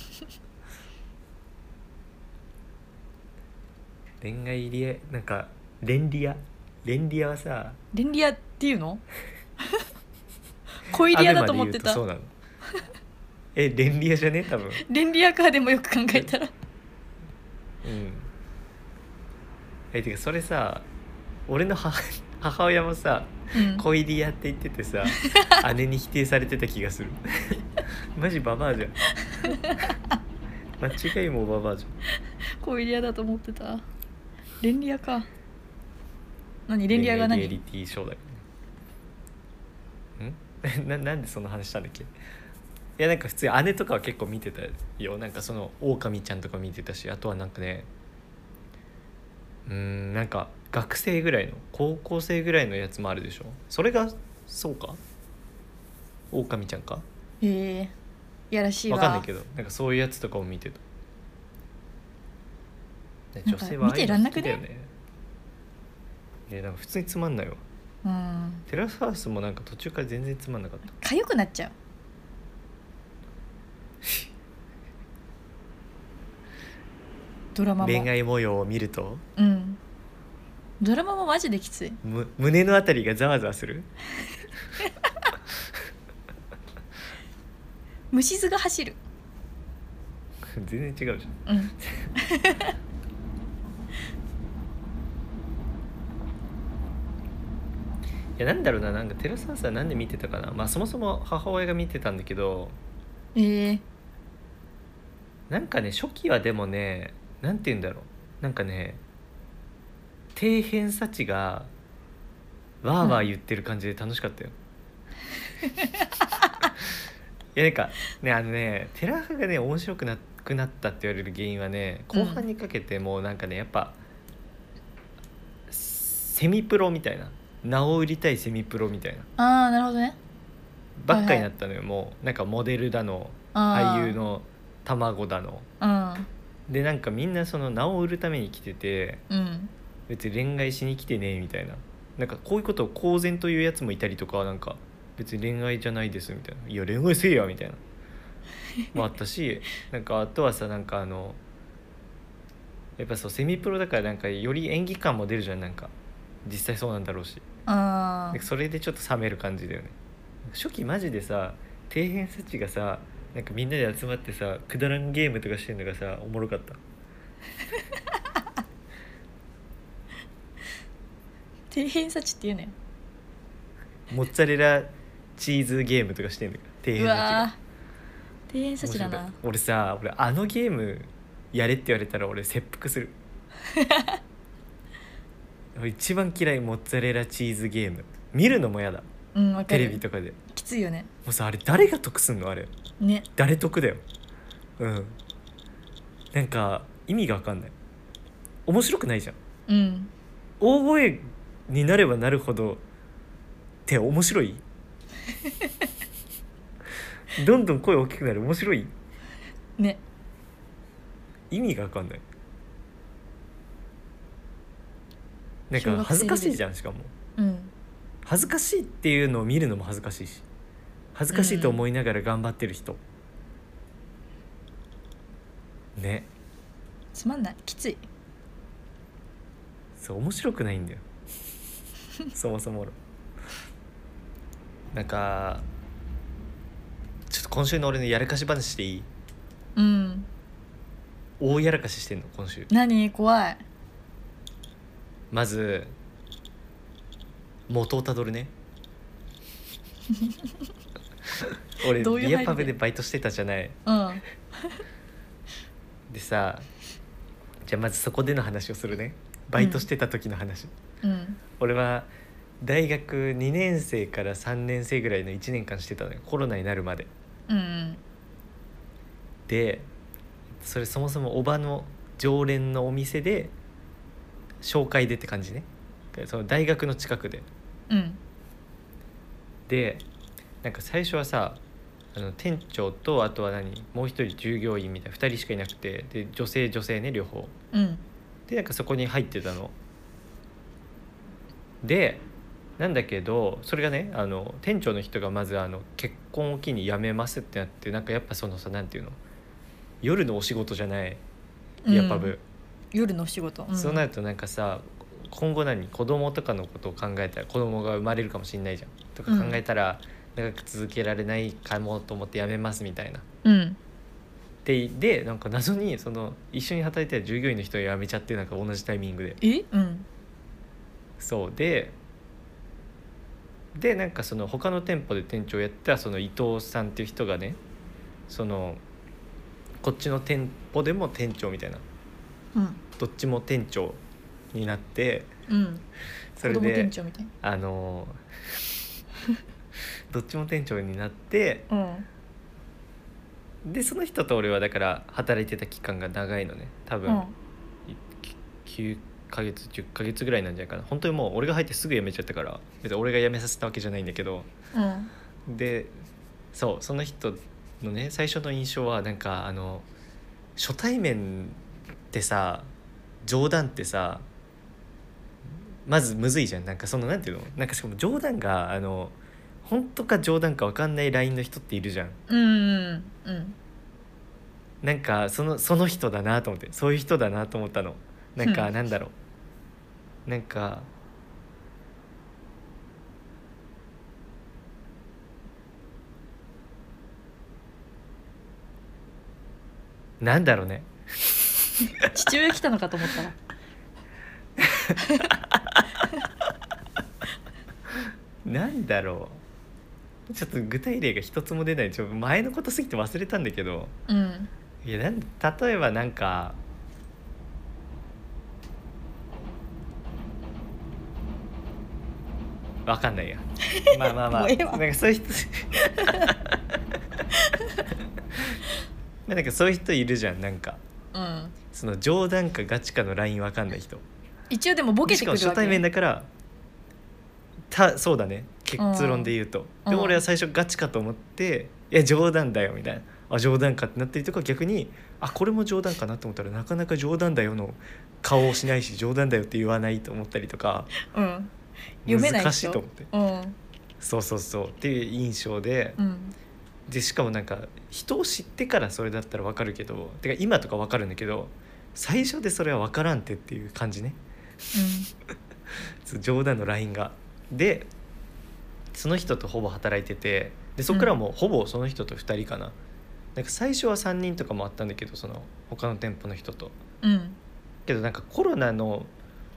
恋愛リアなんかレンリアレンリアはさ
レンリアっていうの恋リアだと思ってた。
そうなのえレンリアじゃね多分
レンリアかでもよく考えたら
うんえてかそれさ俺の母母親もさ
うん
恋リアって言っててさ姉に否定されてた気がするマジババアじゃん間違いもババアじゃん。
恋リアだと思ってた。レンリアか。何レンリアが何？
リアリティショーだよね。んな, なんでその話したんだっけ。いやなんか普通に姉とかは結構見てたよ。なんかその狼ちゃんとか見てたし、あとはなんかねうーんなんか学生ぐらいの高校生ぐらいのやつもあるでしょ。それがそうか狼ちゃんか
へえいやらしいわ。
わかんないけどなんかそういうやつとかを見てた。女性はああいうの好きだよね。いやなんか普通につまんないわ。
うん
テラスハウスもなんか途中から全然つまんなかった
痒くなっちゃうドラマも
恋愛模様を見ると
うんドラマもマジできつい。
む胸のあたりがざわざわする
虫唾が走る。
全然違うじゃん。
うん
いやなんだろうな、なんかテラスハウスはなんで見てたかな。まあそもそも母親が見てたんだけど、
えー、
なんかね初期はでもねなんて言うんだろう、なんかね底辺さちがわーわー言ってる感じで楽しかったよ、うん、いやなんかねあのねテラハがね面白くなくなったって言われる原因はね後半にかけてもうなんかねやっぱセミプロみたいな、名を売りたいセミプロみたいな
ああなるほどね。
ばっかりになったのよ、はいはい、もうなんかモデルだの俳優の卵だの
うん
でなんかみんなその名を売るために来てて
うん
別に恋愛しに来てねみたいな、なんかこういうことを公然と言うやつもいたりとか、なんか別に恋愛じゃないですみたいな、いや恋愛せえやみたいなもあったしなんかあとはさなんかあのやっぱそうセミプロだからなんかより演技感も出るじゃん、なんか実際そうなんだろうし、
あ
なんかそれでちょっと冷める感じだよね。初期マジでさ底辺さちがさなんかみんなで集まってさくだらんゲームとかしてるのがさおもろかった
底辺さちって言うね。
モッツァレラチーズゲームとかしてんのよ底辺
う
さちが。
わ底辺さちだな。
俺さ俺あのゲームやれって言われたら俺切腹する一番嫌いモッツァレラチーズゲーム見るのもやだ、
うんわか
テ
る。
レビとかでも
きついよね。
うさあれ誰が得すんのあれ
ね
誰得だよ。うんなんか意味が分かんない、面白くないじゃん。
うん
大声になればなるほどって面白いどんどん声大きくなる面白い
ね
意味が分かんない。なんか恥ずかしいじゃん。しかも
うん
恥ずかしいっていうのを見るのも恥ずかしいし、恥ずかしいと思いながら頑張ってる人、うん、ね
つまんないきつい。
そう面白くないんだよそもそもなんかちょっと今週の俺のやらかし話していい？
うん
大やらかししてんの今週。
何怖い。
まず元をたどるね俺
どういう入りで
リアパブでバイトしてたじゃない。
うん
でさじゃあまずそこでの話をするね。バイトしてた時の話、
うん、
俺は大学にねん生からさんねん生ぐらいのいちねんかんしてたのよ、コロナになるまで。
うんうん
でそれそもそもおばの常連のお店で紹介でって感じね。その大学の近くで
うん
でなんか最初はさあの店長とあとは何もう一人従業員みたいなふたりしかいなくて、で女性女性ね両方
うん
でなんかそこに入ってたので、なんだけどそれがねあの店長の人がまずあの結婚を機に辞めますってなって、なんかやっぱそのさなんていうの夜のお仕事じゃないリアパブ、
うん、夜のお仕事、うん、
そうなるとなんかさ今後何子供とかのことを考えたら子供が生まれるかもしれないじゃんとか考えたら、長く続けられないかもと思って辞めますみたいな。
うん
で, でなんか謎にその一緒に働いてた従業員の人が辞めちゃって、なんか同じタイミングで。
えうん
そうででなんかその他の店舗で店長やったその伊藤さんっていう人がね、そのこっちの店舗でも店長みたいな、
うん
どっちも店長になって、
うん
それ
子供店
で
長みたい
あのどっちも店長になって、
な。
でその人と俺はだから働いてた期間が長いのね、多分、
うん
きゅうかげつじゅっかげつぐらいなんじゃないかな。本当にもう俺が入ってすぐ辞めちゃったから、別に俺が辞めさせたわけじゃないんだけど、
うん
でそうその人のね最初の印象はなんかあの初対面ってさ、冗談ってさまずむずいじゃん。なんかそのなんていうの、なんかしかも冗談があの本当か冗談か分かんない ライン の人っているじゃん。
うんうんうん
なんかそのその人だなと思って、そういう人だなと思ったの。なんか
うん
なんだろう、なんかなんだろうね。
父親来たのかと思ったら
なんだろう、ちょっと具体例が一つも出ない。ちょっと前のことすぎて忘れたんだけど、
うん
いやなん例えばなんかわかんないや。まあまあまあ
もうええわ
なんかそういう人まあなんかそういう人いるじゃん。なんか
うん
その冗談かガチかのラインわかんない人。
一応でもボケ
してかも
くるわけ。
初対面だからたそうだね、結論で言うと、
うん
でも俺は最初ガチかと思っていや冗談だよみたいな、あ冗談かってなったりとか、逆にあこれも冗談かなと思ったらなかなか冗談だよの顔をしないし、冗談だよって言わないと思ったりとか、
うん読めない人
難しいと思って、
うん
そうそうそうっていう印象で、
うん
でしかもなんか人を知ってからそれだったら分かるけど、てか今とか分かるんだけど最初でそれは分からんってっていう感じね。冗談のラインが。でその人とほぼ働いてて、でそこからもうほぼその人とふたりかな、なんか最初はさんにんとかもあったんだけど、その他の店舗の人と、
うんうん
けどなんかコロナの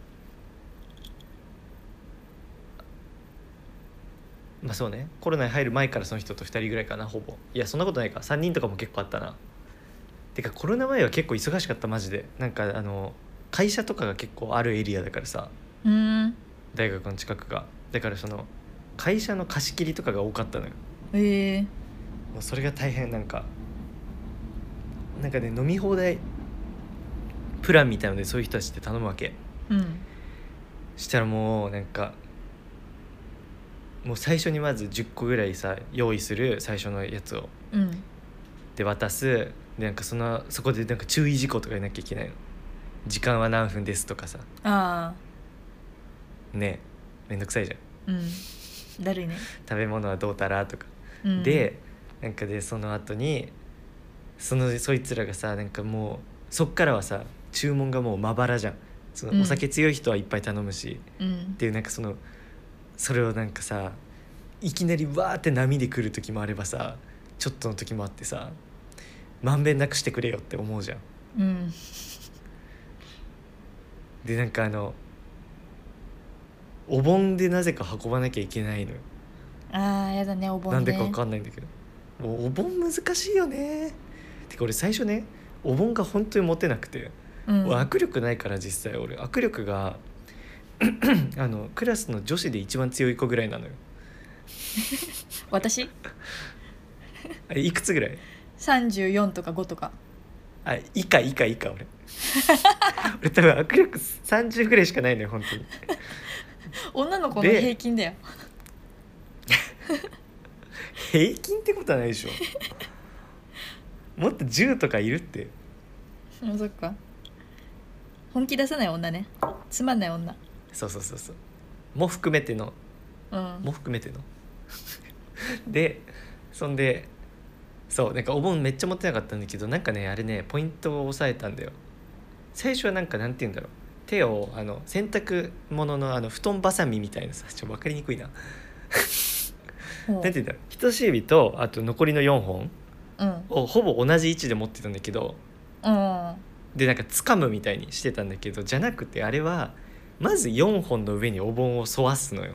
まあそうね、コロナに入る前からその人とふたりぐらいかな、ほぼ。いやそんなことないか、さんにんとかも結構あったな。てかコロナ前は結構忙しかった、マジで。なんかあの会社とかが結構あるエリアだからさ、
うん
大学の近くが、だからその会社の貸し切りとかが多かったのよ。
ええ
もうそれが大変。なんかなんかね飲み放題プランみたいのでそういう人たちって頼むわけ。
うん
したらもうなんかもう最初にまずじゅっこぐらいさ用意する、最初のやつを
うん
で渡す。でなんかそのそこでなんか注意事項とか言わなきゃいけないの。時間は何分ですとかさ、
あ
ねえめんどくさいじゃん。
あうんだるいね、
食べ物はどうたらとか、
うん、
でなんかでその後にそのそいつらがさ、なんかもうそっからはさ注文がもうまばらじゃん。そのお酒強い人はいっぱい頼むし、
うん
っていうなんかそのそれをなんかさいきなりわーって波で来る時もあればさ、ちょっとの時もあってさ、まんべんなくしてくれよって思うじゃん。
うん
でなんかあのお盆でなぜか運ばなきゃいけないのよ。
ああやだねお盆ね
なんでかわかんないんだけど、もうお盆難しいよね。てか俺最初ねお盆が本当に持てなくて、
うん
俺握力ないから、実際俺握力があのクラスの女子で一番強い子ぐらいなのよ。
私
あれいくつぐらい？
さんじゅうよんとかごとか。
あ以下以下以下俺俺多分握力さんじゅうぐらいしかないのよ本当に。
女の子の
で
平均だよ。
平均ってことはないでしょ。もっとじゅうとかいるって。
あそっか本気出さない女ね、つまんない女。
そうそうそうそうも含めての
うん
も含めてのでそんでそうなんかお盆めっちゃ持ってなかったんだけど、なんかねあれねポイントを押さえたんだよ。最初はなんかなんて言うんだろう、手をあの洗濯物のあの布団バサミみたいなさ、ちょっと分かりにくいな
ほう
なんて言うんだろう、人差し指とあと残りのよんほん
うん
をほぼ同じ位置で持ってたんだけど、
うん
でなんか掴むみたいにしてたんだけど、じゃなくてあれはまずよんほんの上にお盆を沿わすのよ。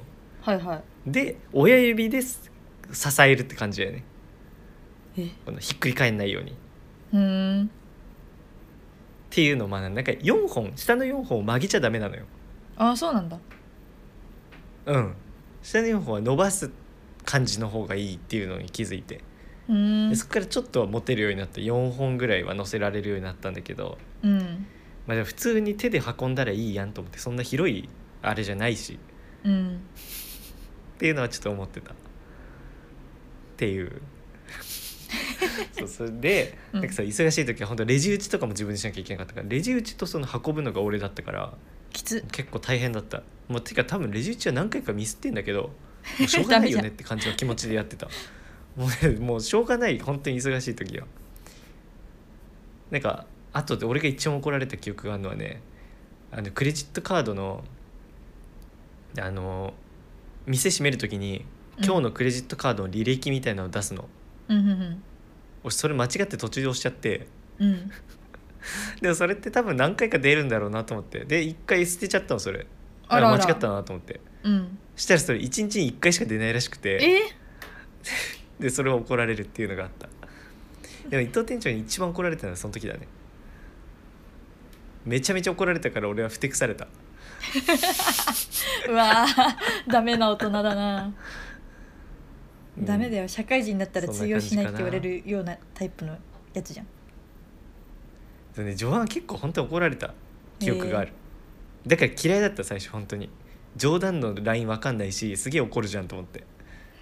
はいはい。
で親指です支えるって感じだよね。
え
このひっくり返んないようにっ
うーん。
ていうのを学んだ。なんかよんほん下のよんほんを曲げちゃダメなのよ。
ああそうなんだ。
うん下のよんほんは伸ばす感じの方がいいっていうのに気づいて、
うーん。
でそこからちょっとは持てるようになってよんほんぐらいは乗せられるようになったんだけど、
うん
まあ、でも普通に手で運んだらいいやんと思って、そんな広いあれじゃないし
うん
っていうのはちょっと思ってたっていうそうそれで
うん
なんかさ忙しい時は本当レジ打ちとかも自分でしなきゃいけなかったから、レジ打ちとその運ぶのが俺だったから
きつ。
結構大変だった。もうてか多分レジ打ちは何回かミスってんだけど、もうしょうがないよねって感じの気持ちでやってたもう,、ね、もうしょうがない、本当に忙しい時は。なんか後で俺が一番怒られた記憶があるのはね、あのクレジットカードのあの店閉める時に今日のクレジットカードの履歴みたいなのを出すの、
うんうん
俺それ間違って途中で押しちゃって、
うんうん。
でもそれって多分何回か出るんだろうなと思って、で一回捨てちゃったのそれ。
あらあら
間違ったなと思って、
うん。
したらそれいちにちにいっかいしか出ないらしくて、
え
でそれを怒られるっていうのがあった。でも伊藤店長に一番怒られたのはその時だね。めちゃめちゃ怒られたから俺はふてくされた。
うわーダメな大人だな。
うん
ダメだよ、社会人になったら通用しないって言われ
そんな感
るようなタイプのやつじゃん。
でね、序盤は結構本当に怒られた記憶がある、だから嫌いだった最初。本当に冗談のラインわかんないしすげえ怒るじゃんと思って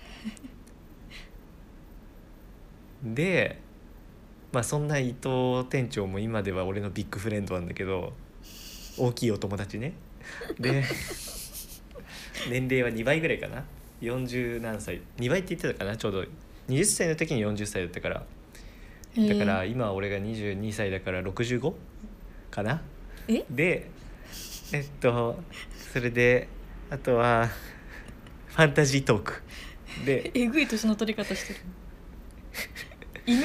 でまあそんな伊藤店長も今では俺のビッグフレンドなんだけど、大きいお友達ね。で年齢はにばいぐらいかな、よんじゅう何歳、にばいって言ってたかな、ちょうどはたちの時によんじゅっさいだったから、だから今俺がにじゅうにさいだからろくじゅうごかな。
え
でえっとそれであとはファンタジートークで
えぐい年の取り方してる。犬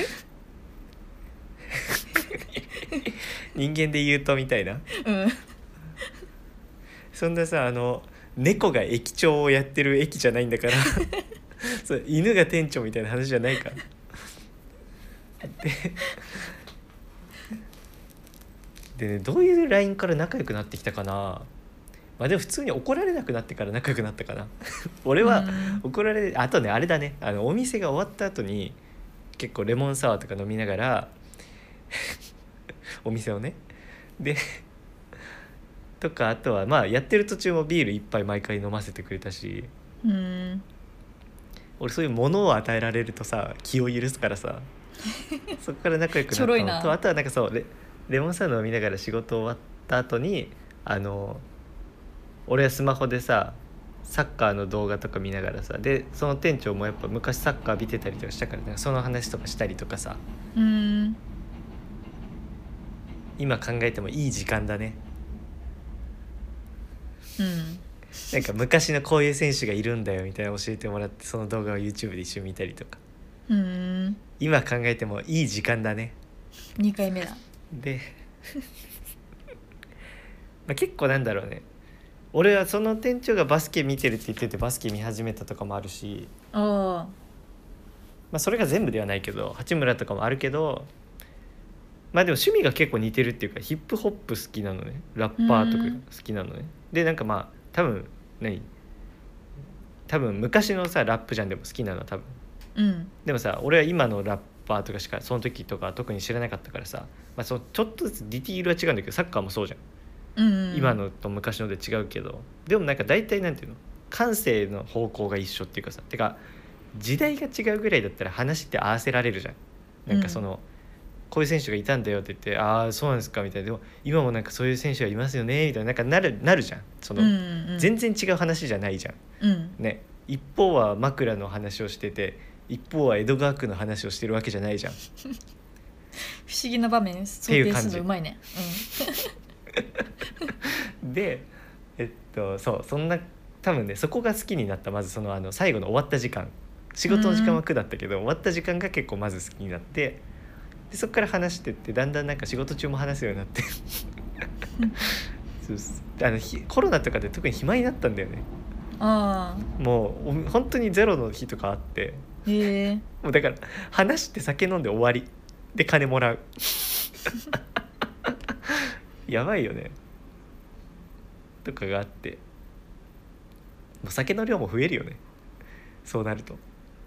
人間で言うとみたいな、
うん
そんなさ、あの猫が駅長をやってる駅じゃないんだからそう犬が店長みたいな話じゃないからでで、ね、どういうラインから仲良くなってきたかな。まあでも普通に怒られなくなってから仲良くなったかな俺は怒られあとねあれだね、あのお店が終わった後に結構レモンサワーとか飲みながらお店をね、でとか、あとはまあやってる途中もビール一杯毎回飲ませてくれたし、
うん
俺そういうものを与えられるとさ気を許すからさそこから仲良くなった
ちょろいな
のと、あとはなんかそう レ, レモンサワー飲みながら仕事終わった後にあの俺はスマホでさサッカーの動画とか見ながらさ、でその店長もやっぱ昔サッカー見てたりとかしたから、ね、その話とかしたりとかさ、
うん
今考えてもいい時間だね。
うん
なんか昔のこういう選手がいるんだよみたいな教えてもらって、その動画を YouTube で一緒に見たりとか、
うん
今考えてもいい時間だね。
にかいめだ。
でまあ結構なんだろうね、俺はその店長がバスケ見てるって言っててバスケ見始めたとかもあるし、
ああ
まあそれが全部ではないけど八村とかもあるけど、まあでも趣味が結構似てるっていうか、ヒップホップ好きなのね、ラッパーとか好きなのね。でなんかまあ多分何多分昔のさラップじゃん、でも好きなのは多分。
うん
でもさ俺は今のラッパーとかしかその時とか特に知らなかったからさ、まあ、そのちょっとずつディティールは違うんだけど、サッカーもそうじゃん、
うん
今のと昔ので違うけど、でもなんか大体なんていうの、感性の方向が一緒っていうかさ、てか時代が違うぐらいだったら話って合わせられるじゃん。なんかその、うん、こういう選手がいたんだよって言って、ああそうなんですかみたいな、でも今もなんかそういう選手がいますよねみたいな、なんかなるなるじゃん。その、
うんうん、
全然違う話じゃないじゃん、
うん
ね。一方は枕の話をしてて、一方は江戸川区の話をしてるわけじゃないじゃん。
不思議な場面想定するのうまいね。
うん、でえっとそうそんな多分ねそこが好きになった。まずそのあの最後の終わった時間、仕事の時間は苦だったけど、終わった時間が結構まず好きになって、でそこから話してって、だんだんなんか仕事中も話すようになってそうあのコロナとかで特に暇になったんだよね。
あ
もうお本当にゼロの日とかあって、
あへえ
もうだから話して酒飲んで終わりで金もらうやばいよねとかがあって、もう酒の量も増えるよねそうなると。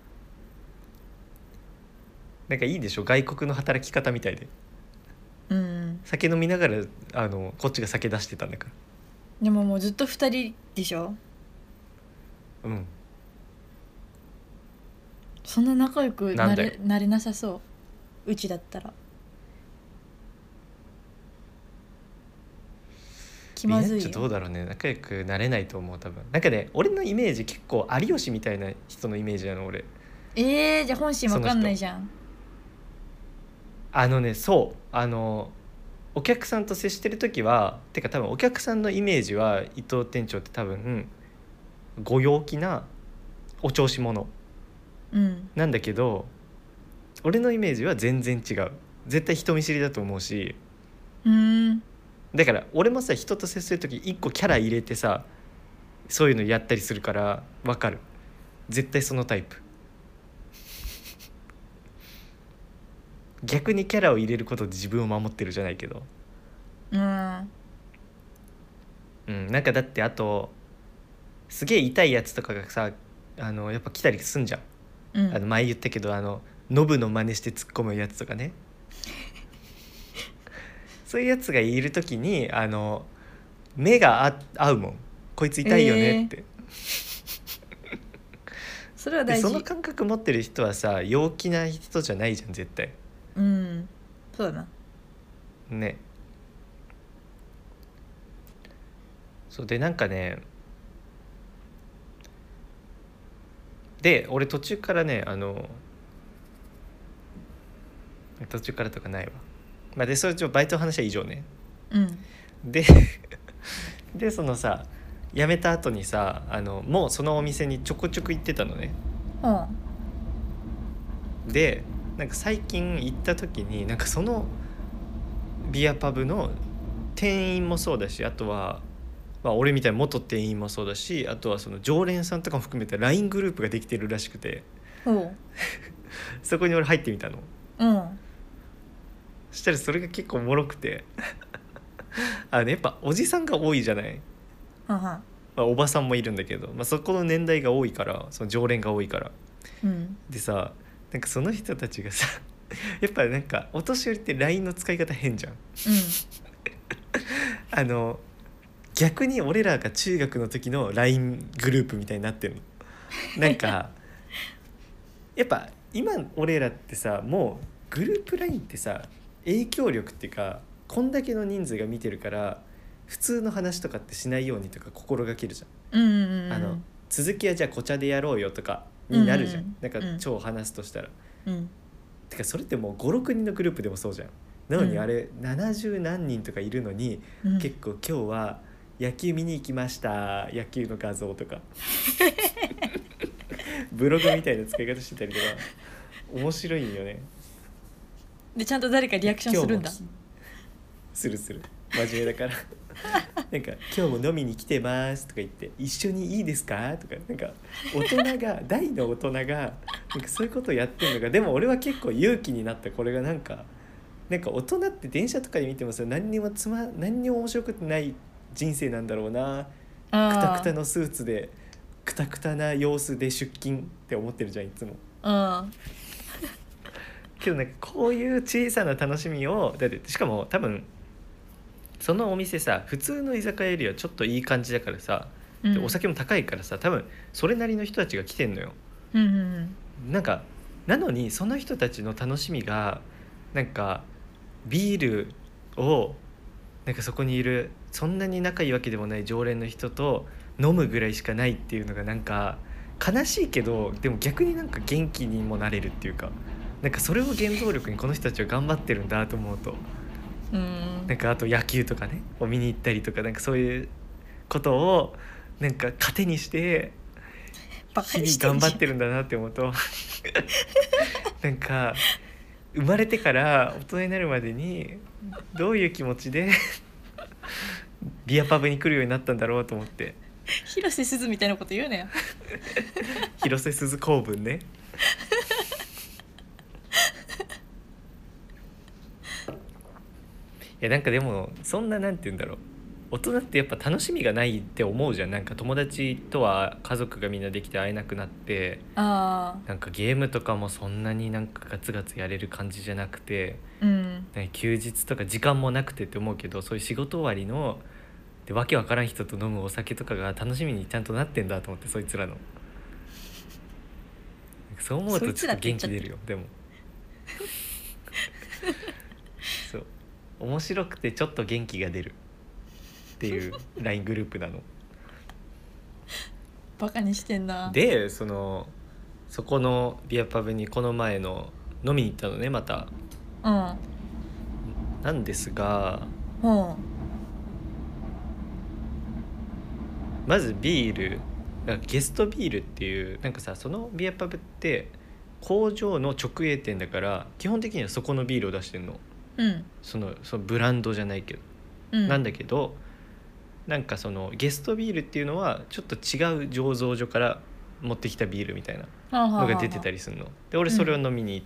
なんかいいでしょ、外国の働き方みたいで。
うん
酒飲みながらあのこっちが酒出してたんだか
でももうずっとふたりでしょ。
ら。うん
そんな仲良く
なんだよ
なれなれなさそう、うちだったら気まずいよ。
ちょっとどうだろうね、仲良くなれないと思う多分。なんかね、俺のイメージ結構有吉みたいな人のイメージなの俺。
えー、じゃあ本心わかんないじゃん。
あのね、そうあのお客さんと接してる時はてか多分お客さんのイメージは伊藤店長って多分ご陽気なお調子者
うん
なんだけど、俺のイメージは全然違う。絶対人見知りだと思うし、
うーん
だから俺もさ人と接する時一個キャラ入れてさそういうのやったりするから分かる。絶対そのタイプ。逆にキャラを入れることで自分を守ってるじゃないけど、
うん
うん、なんかだってあとすげえ痛いやつとかがさあのやっぱ来たりすんじゃん。
うん
あの前言ったけどあのノブの真似して突っ込むやつとかねそういうやつがいる時にあの目があ合うもん。こいつ痛いよねって、
それは大事。
でその感覚持ってる人はさ陽気な人じゃないじゃん絶対
うんそうだな。
ね。そうでなんかねで俺途中からねあの途中からとかないわ、まあ、でそれちょバイトの話は以上ね。
うん
ででそのさ辞めた後にさあのもうそのお店にちょこちょこ行ってたのね。
うん
でなんか最近行った時になんかそのビアパブの店員もそうだし、あとは、まあ、俺みたいな元店員もそうだし、あとはその常連さんとかも含めて ライン グループができてるらしくて、
おう
そこに俺入ってみたの。
うん
そしたらそれが結構おもろくてあのやっぱおじさんが多いじゃない、
はは
まあ、おばさんもいるんだけど、まあ、そこの年代が多いからその常連が多いから
うん
でさ、なんかその人たちがさやっぱなんかお年寄りって ライン の使い方変じゃん。あの逆に俺らが中学の時の ライン グループみたいになってるの。なんかやっぱ今俺らってさもうグループ ライン ってさ影響力っていうかこんだけの人数が見てるから普通の話とかってしないようにとか心がけるじゃん。
うんうんうん
あの続きはじゃあこちゃでやろうよとかになるじゃん、
うん
なんか超話すとしたら、
うん
てかそれってもうごろくにんのグループでもそうじゃん。なのにあれななじゅう何人とかいるのに、
うん
結構今日は野球見に行きました野球の画像とかブログみたいな使い方してたりとか面白いんよね。
でちゃんと誰かリアクションするんだ。
今日もするする真面目だからなんか今日も飲みに来てますとか言って一緒にいいですかとかなんか大人が大の大人がなんかそういうことをやってるのがでも俺は結構勇気になった。これがなんかなんか大人って電車とかで見てもさ何にもつま何にも面白くない人生なんだろうな。くたくたのスーツでくたくたな様子で出勤って思ってるじゃんいつも。
うん
けどなんかこういう小さな楽しみをだってしかも多分そのお店さ普通の居酒屋よりはちょっといい感じだからさ、
うん
でお酒も高いからさ多分それなりの人たちが来てんのよ。
うんうん
なんかなのにその人たちの楽しみがなんかビールをなんかそこにいるそんなに仲いいわけでもない常連の人と飲むぐらいしかないっていうのがなんか悲しいけどでも逆になんか元気にもなれるっていうか、なんかそれを原動力にこの人たちは頑張ってるんだと思うと、
うん
なんかあと野球とかねを見に行ったりとかなんかそういうことをなんか糧にして
バカ
日々
にしてんじゃん
頑張ってるんだなって思うとなんか生まれてから大人になるまでにどういう気持ちでビアパブに来るようになったんだろうと思って
広瀬すずみたいなこと言うなよ。
広瀬すず公文ね。いやなんかでもそんななんて言うんだろう、大人ってやっぱ楽しみがないって思うじゃん。なんか友達とは家族がみんなできて会えなくなって、
ああ、
なんかゲームとかもそんなになんかガツガツやれる感じじゃなくて、
うん
なんか休日とか時間もなくてって思うけど、そういう仕事終わりのでわけわからん人と飲むお酒とかが楽しみにちゃんとなってんだと思って、そいつらのそう思うとちょっと元気出るよ。でもそう面白くてちょっと元気が出るっていう ライン グループなの。
バカにしてんな。
でそのそこのビアパブにこの前の飲みに行ったのね、また。
うん
なんですが、
ほ
まずビール、なんかゲストビールっていうなんかさ、そのビアパブって工場の直営店だから基本的にはそこのビールを出してんの。
う。うん
そのそのブランドじゃないけど、
うん
なんだけどなんかそのゲストビールっていうのはちょっと違う醸造所から持ってきたビールみたいなのが出てたりするので、俺それを飲みに行って、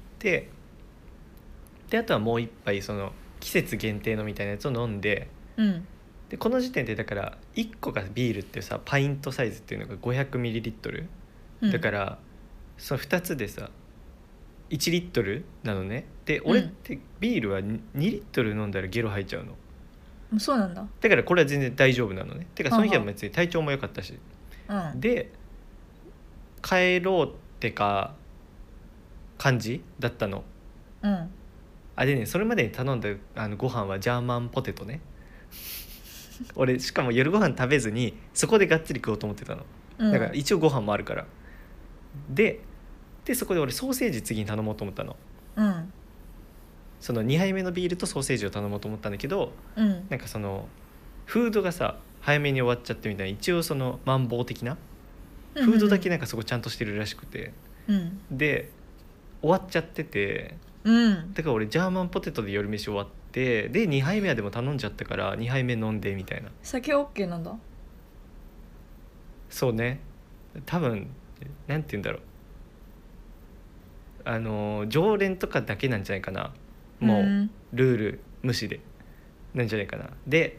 うん、であとはもう一杯その季節限定のみたいなやつを飲んで、
うん、
でこの時点でだからいっこがビールってさパイントサイズっていうのが ごひゃくミリリットル、
うん、
だからそのふたつでさいちリットルなのね。で俺ってビールはにリットル飲んだらゲロ吐いちゃうの。
そうなんだ。
だからこれは全然大丈夫なのね。てかその日は別に体調も良かったし、
うん、
で帰ろうってか感じだったの。
うん、
あでね、それまでに頼んだあのご飯はジャーマンポテトね。俺しかも夜ご飯食べずにそこでがっつり食おうと思ってたの。だから一応ご飯もあるから、うん、ででそこで俺ソーセージ次に頼もうと思ったの。
うん、そ
のにはいめのビールとソーセージを頼もうと思ったんだけど、
うん、
なんかそのフードがさ早めに終わっちゃってみたいな、一応そのマンボウ的なフードだけなんかそこちゃんとしてるらしくて、
うん、
で終わっちゃってて、
うん、
だから俺ジャーマンポテトで夜飯終わってでにはいめはでも頼んじゃったからにはいめ飲んでみたいな。
酒 OK なんだ。
そうね、多分なんて言うんだろう、あの常連とかだけなんじゃないかな、もうルール無視でなんじゃないかな。で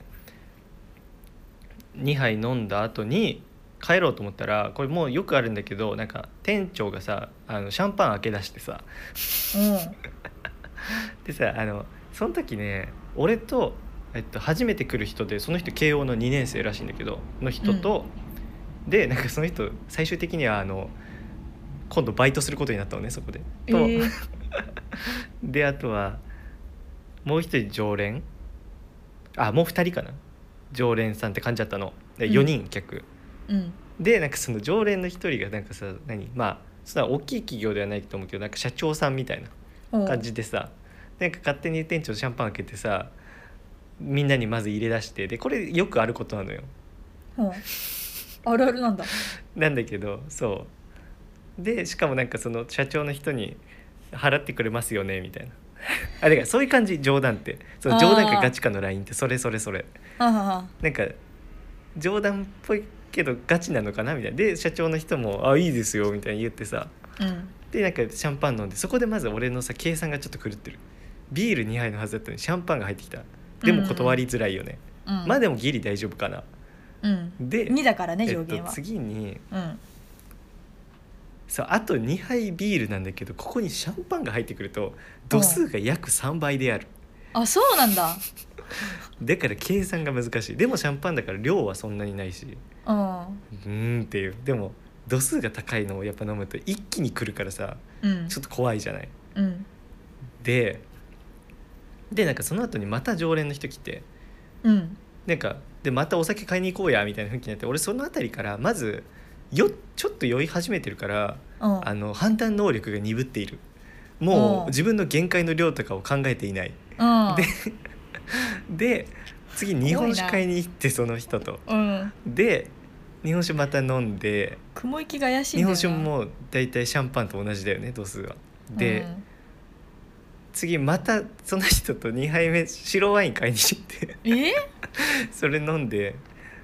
にはい飲んだ後に帰ろうと思ったら、これもうよくあるんだけど、なんか店長がさあのシャンパン開け出してさ、
うん、
でさあのその時ね俺と、えっと、初めて来る人でその人慶応のにねん生らしいんだけどの人と、うん、でなんかその人最終的にはあの今度バイトすることになったのねそこで。と、えー、であとはもう一人常連、あもう二人かな、常連さんって感じだったのでよにん客、うん、でなんかその常連の一人がなんかさ何まあそんな大きい企業ではないと思うけどなんか社長さんみたいな感じでさ、なんか勝手に店長シャンパン開けてさみんなにまず入れ出して、でこれよくあることなのよ。
あるあるなんだ。
なんだけどそうでしかもなんかその社長の人に払ってくれますよねみたいなあれがそういう感じ。冗談ってその冗談かガチかのラインってそれそれそれ
あ
なんか冗談っぽいけどガチなのかなみたいな。で社長の人もあいいですよみたいに言ってさ、うん、でなんかシャンパン飲んで、そこでまず俺のさ計算がちょっと狂ってる。ビールにはいのはずだったのにシャンパンが入ってきた。でも断りづらいよね、うんうん、まあでもギリ大丈夫かな、うん、で
にだからね上限は、
えっと、次に、
うん、
そうあとにはいビールなんだけど、ここにシャンパンが入ってくると度数が約さんばいである。
あそうなんだ
だから計算が難しい。でもシャンパンだから量はそんなにないし、うん、うーんっていう。でも度数が高いのをやっぱ飲むと一気に来るからさ、うん、ちょっと怖いじゃない、うん、ででなんかその後にまた常連の人来て、うん、なんかでまたお酒買いに行こうやみたいな雰囲気になって、俺そのあたりからまずよちょっと酔い始めてるから、うん、あの判断能力が鈍っている。もう自分の限界の量とかを考えていない、うん、で, で次日本酒買いに行ってその人と、うん、で日本酒また飲んで、
雲行きが怪しいんだよな。
日本酒もだいたいシャンパンと同じだよね度数は。で、うん、次またその人とにはいめ白ワイン買いに行って
え
それ飲んで、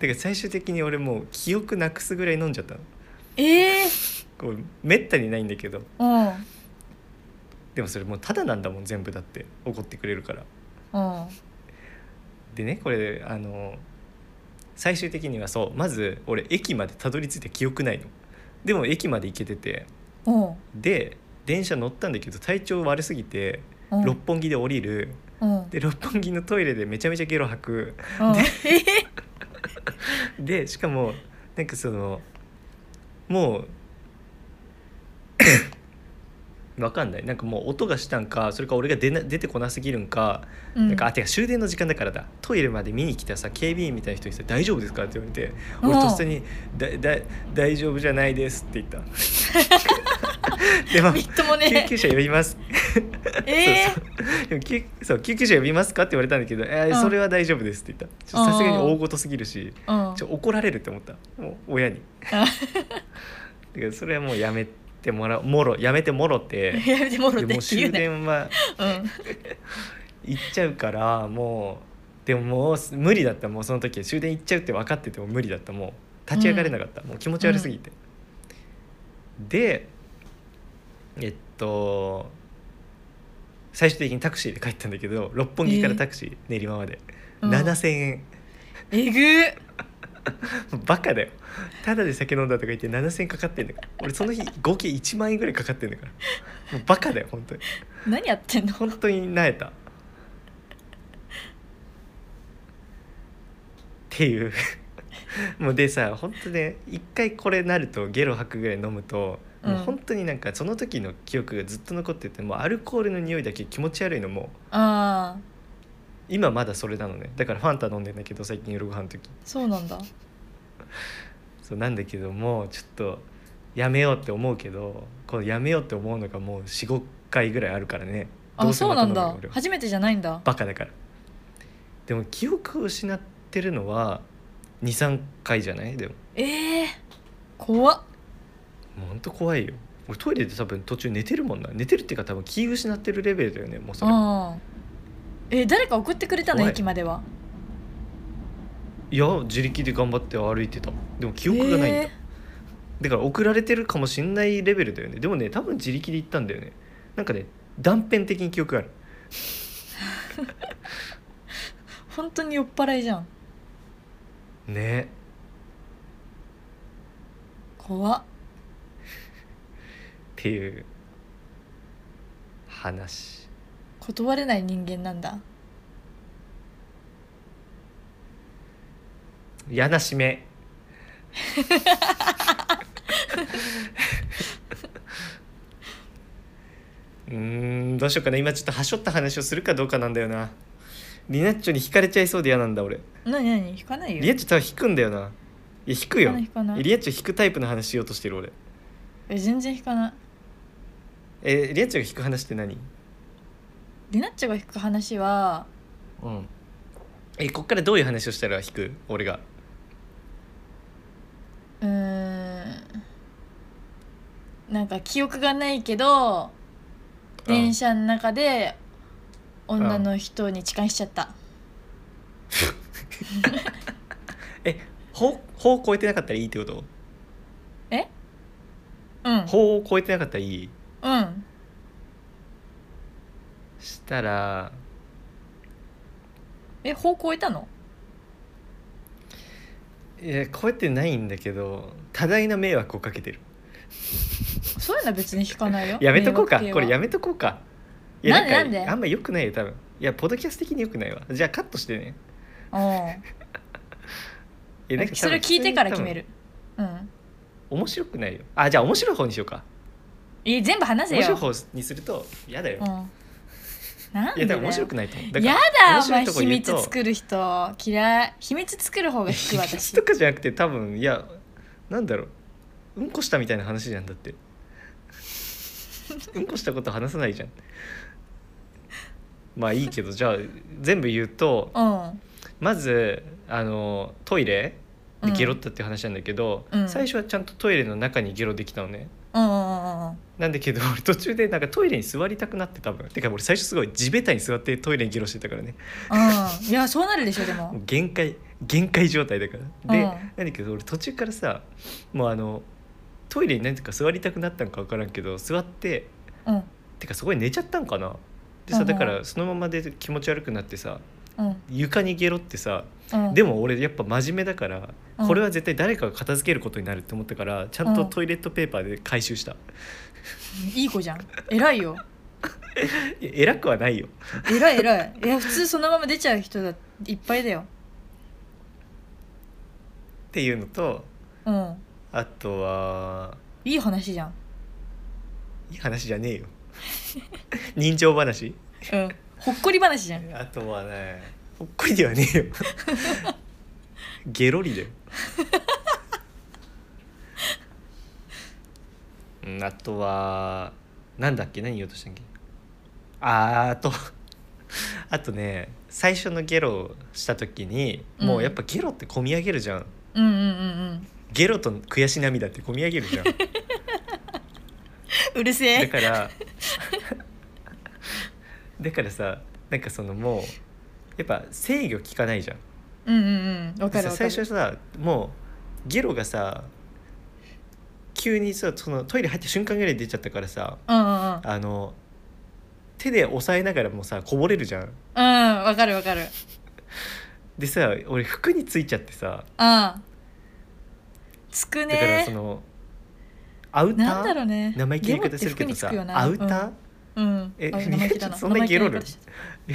から最終的に俺もう記憶なくすぐらい飲んじゃったの。
ええ
こうめったにないんだけど、
うん
でもそれもうタダなんだもん全部。だって怒ってくれるから。
うん
でねこれあの最終的にはそうまず俺駅までたどり着いて記憶ないの。でも駅まで行けてて、
うん
で電車乗ったんだけど体調悪すぎて
うん
六本木で降りる。
うん
で六本木のトイレでめちゃめちゃゲロ吐く。
うんえ
でしかもなんかそのもうわかんない、なんかもう音がしたんかそれか俺が出な出てこなすぎるんか、
うん
なんかあてか終電の時間だからだ。トイレまで見に来たさ警備員みたいな人にさ大丈夫ですかって言われて、
うん
俺とっさにだだ大丈夫じゃないですって言ったでも
みっともね
救急車呼びます
え
そうそうでも救そう救急車呼びますかって言われたんだけど、えー
うん
それは大丈夫ですって言った。ちょっとさすがに大ごとすぎるし、
うん
ちょ怒られるって思ったもう親にだからそれはもうやめてもらもろやめてもろって
やめてもろって
でもう終
言うね
電は
うん
行っちゃうからもうでももう無理だった。もうその時終電行っちゃうって分かってても無理だった。もう立ち上がれなかった、もう気持ち悪すぎて、でえっと最終的にタクシーで帰ったんだけど六本木からタクシー、練馬まで、
うん
ななせんえん
えぐっ
バカだよ。ただで酒飲んだとか言ってななせんえんかかってんだから俺その日合計いちまん円ぐらいかかってんだからもうバカだよ本当に。
何やってんの
本当になえたっていうもうでさ本当ね一回これなるとゲロ吐くぐらい飲むと、
うん
もう本当になんかその時の記憶がずっと残ってて、もうアルコールの匂いだけ気持ち悪いの。もう
ああ
今まだそれなのね。だからファンタ飲んでんだけど最近夜ご飯の時
そうなんだ
そうなんだけどもちょっとやめようって思うけど、このやめようって思うのがもう よん,ご 回ぐらいあるからね。ど
あ
うせ
そうなんだ
また飲むよ俺は
初めてじゃないんだ
バカだから。でも記憶を失ってるのは に,さん 回じゃない。でも
ええー、怖っ
もうほんと怖いよ。俺トイレで多分途中寝てるもんな。寝てるっていうか多分気失ってるレベルだよねもうそれ。
うんえ誰か送ってくれたの
怖い
駅まではい
や自力で頑張って歩いてた。でも記憶がないんだ、
え
だから送られてるかもしんないレベルだよね。でもね多分自力で行ったんだよね。なんかね断片的に記憶がある
ー、本当に酔っ払いじゃん
ね。
怖っ
っていう話。
断れない人間なんだ
嫌な締めうーんどうしようかな。今ちょっとはしょった話をするかどうかなんだよな。リナッチョに引かれちゃいそうで嫌なんだ俺。
何何引かないよ
リナッチョ多分引くんだよな。いや引くよ。
引かない引かない
リナッチョ引くタイプの話しようとしてる俺。
え全然引かない
えリナッチョが引く話って何？
リナッチョが引く話は
うんえこっからどういう話をしたら引く俺が。
うーんなんか記憶がないけど電車の中で女の人に痴漢しちゃった
え法法を超えてなかったらいいってこと？
えうん
法を超えてなかったらいい？
うん
したら
え法超えたの？
いや超えてないんだけど多大な迷惑をかけてる。
そういうのは別に引かないよ
やめとこうか
迷惑系は
これやめとこうか。い
なんで
か
なんで
あんま良くないよ多分。いやポッドキャスト的に良くないわ。じゃあカットしてね。
うん
いやなんか多分
それ聞いてから決めるうん
面白くないよ。あじゃあ面白い方にしようか。
え全部話せよ
面白い方にすると嫌だよ。
うんなん
いや
でだよ
多分面白くないと思う。だから
やだ
面白
お前秘
いとこ言うと
密作る人嫌い秘密作る方が引く
秘密
私
とかじゃなくて多分いやなんだろううんこしたみたいな話じゃんだってうんこしたこと話さないじゃん。まあいいけどじゃあ全部言うと
うん
まずあのトイレでゲロったっていう話なんだけど、
うん
最初はちゃんとトイレの中にゲロできたのね。
うんうんうんうん
なんだけど俺途中でなんかトイレに座りたくなって多分てか俺最初すごい地べたに座ってトイレにゲロしてたからね。
うんいやそうなるでしょでも
もう限界限界状態だからで、
うん
なんだけど俺途中からさもうあのトイレに何ていうか座りたくなったんか分からんけど座って
うん
てかそこに寝ちゃったんかなでさ、
うんうん
だからそのままで気持ち悪くなってさ
うん
床にゲロってさ、
うん
でも俺やっぱ真面目だから、
うん
これは絶対誰かが片付けることになるって思ったからちゃんとトイレットペーパーで回収した、
いい子じゃん偉いよ
いや偉くはないよ
偉い偉いいや普通そのまま出ちゃう人だいっぱいだよ
っていうのと
うん
あとはい
い話じゃん
いい話じゃねえよ人情話
うんほっこり話じゃん
あとはねほっこりではねえよゲロリだようんあとはなんだっけ何言おうとしたんっけあーあとあとね最初のゲロをした時に、
うん
もうやっぱゲロって込み上げるじゃん
うんうんうんうん
ゲロと悔し涙って込み上げるじゃん
うるせえ
だからだからさなんかそのもうやっぱ制御効かないじゃん
うんうんうんわかるわか
最
る
初さもうゲロがさ急にさそのトイレ入った瞬間ぐらい出ちゃったからさ
うんうんうん
あの手で押さえながらもさこぼれるじゃん
うんわかるわかる
でさ俺服についちゃってさ
ああつく
だから
ね
そのアウター
なんだろうね
生意気な言い方するけどさ
ゲロって服につくよな
アウター、
うん、うん
え
あ生意気だな
そんなゲロる
生意気な言い方し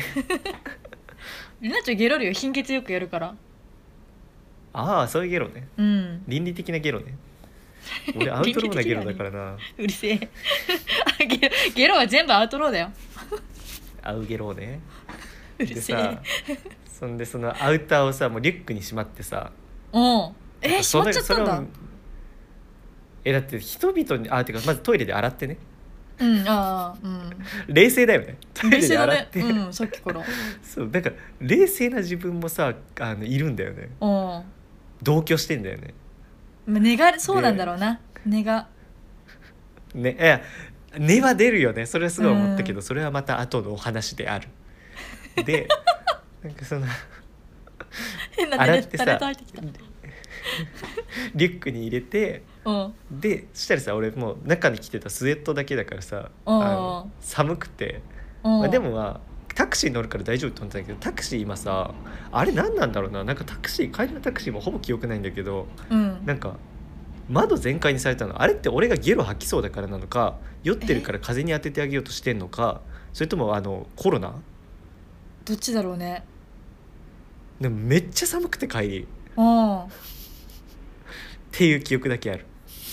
りなちゃんゲロるよ貧血よくやるから
ああそういうゲロね
うん
倫理的なゲロね俺アウトローなゲロだからな
うるせえゲロゲロは全部アウトローだよ
アウゲロね
うるせえ
でさそんでそのアウターをさもうリュックにしまってさ
うんえしまっちゃったんだ
それえだって人々にあてかまずトイレで洗ってね
うんああうん
冷静だよねトイレ
冷静だ
で洗って、
ねうんさっきから
そうだから冷静な自分もさあのいるんだよね
うん
同居してんだよね
まあ根がそうなんだろうな根が
ねいや根は出るよねそれはすごい思ったけど、それはまた後のお話であるでなんかその
変な
洗ってさ
垂れ垂れてきた
リュックに入れて
うん
でそしたらさ俺もう中に着てたスウェットだけだからさあ
うん
の寒くて、
うん
まあ、でもまあタクシー乗るから大丈夫って思ってたけどタクシー今さあれ何なんだろうななんかタクシー帰りのタクシーもほぼ記憶ないんだけど
うん
なんか窓全開にされたのあれって俺がゲロ吐きそうだからなのか酔ってるから風に当ててあげようとしてんのかそれともあのコロナ
どっちだろうね
でもめっちゃ寒くて帰りっ
うん
ていう記憶だけある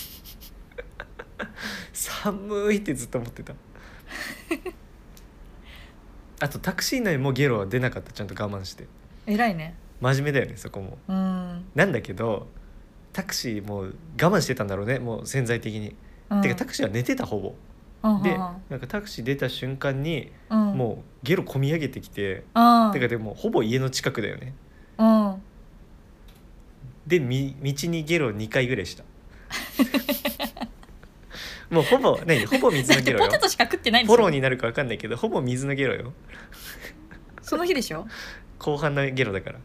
寒いってずっと思ってたあとタクシー内もゲロは出なかったちゃんと我慢して
偉いね
真面目だよねそこも
うん
なんだけどタクシーもう我慢してたんだろうねもう潜在的に、
うん
てかタクシーは寝てたほぼ
うん
でなんかタクシー出た瞬間に
うん
もうゲロ込み上げてきて、
うん
てかでもほぼ家の近くだよね
うん
でみ道にゲロにかいぐらいしたもうほぼ何ほぼ水
だって
のゲロよ
ポテトしか食ってないんで
フォ
しょ
ローになるか分かんないけどほぼ水のゲロよ
その日でしょ
後半のゲロだから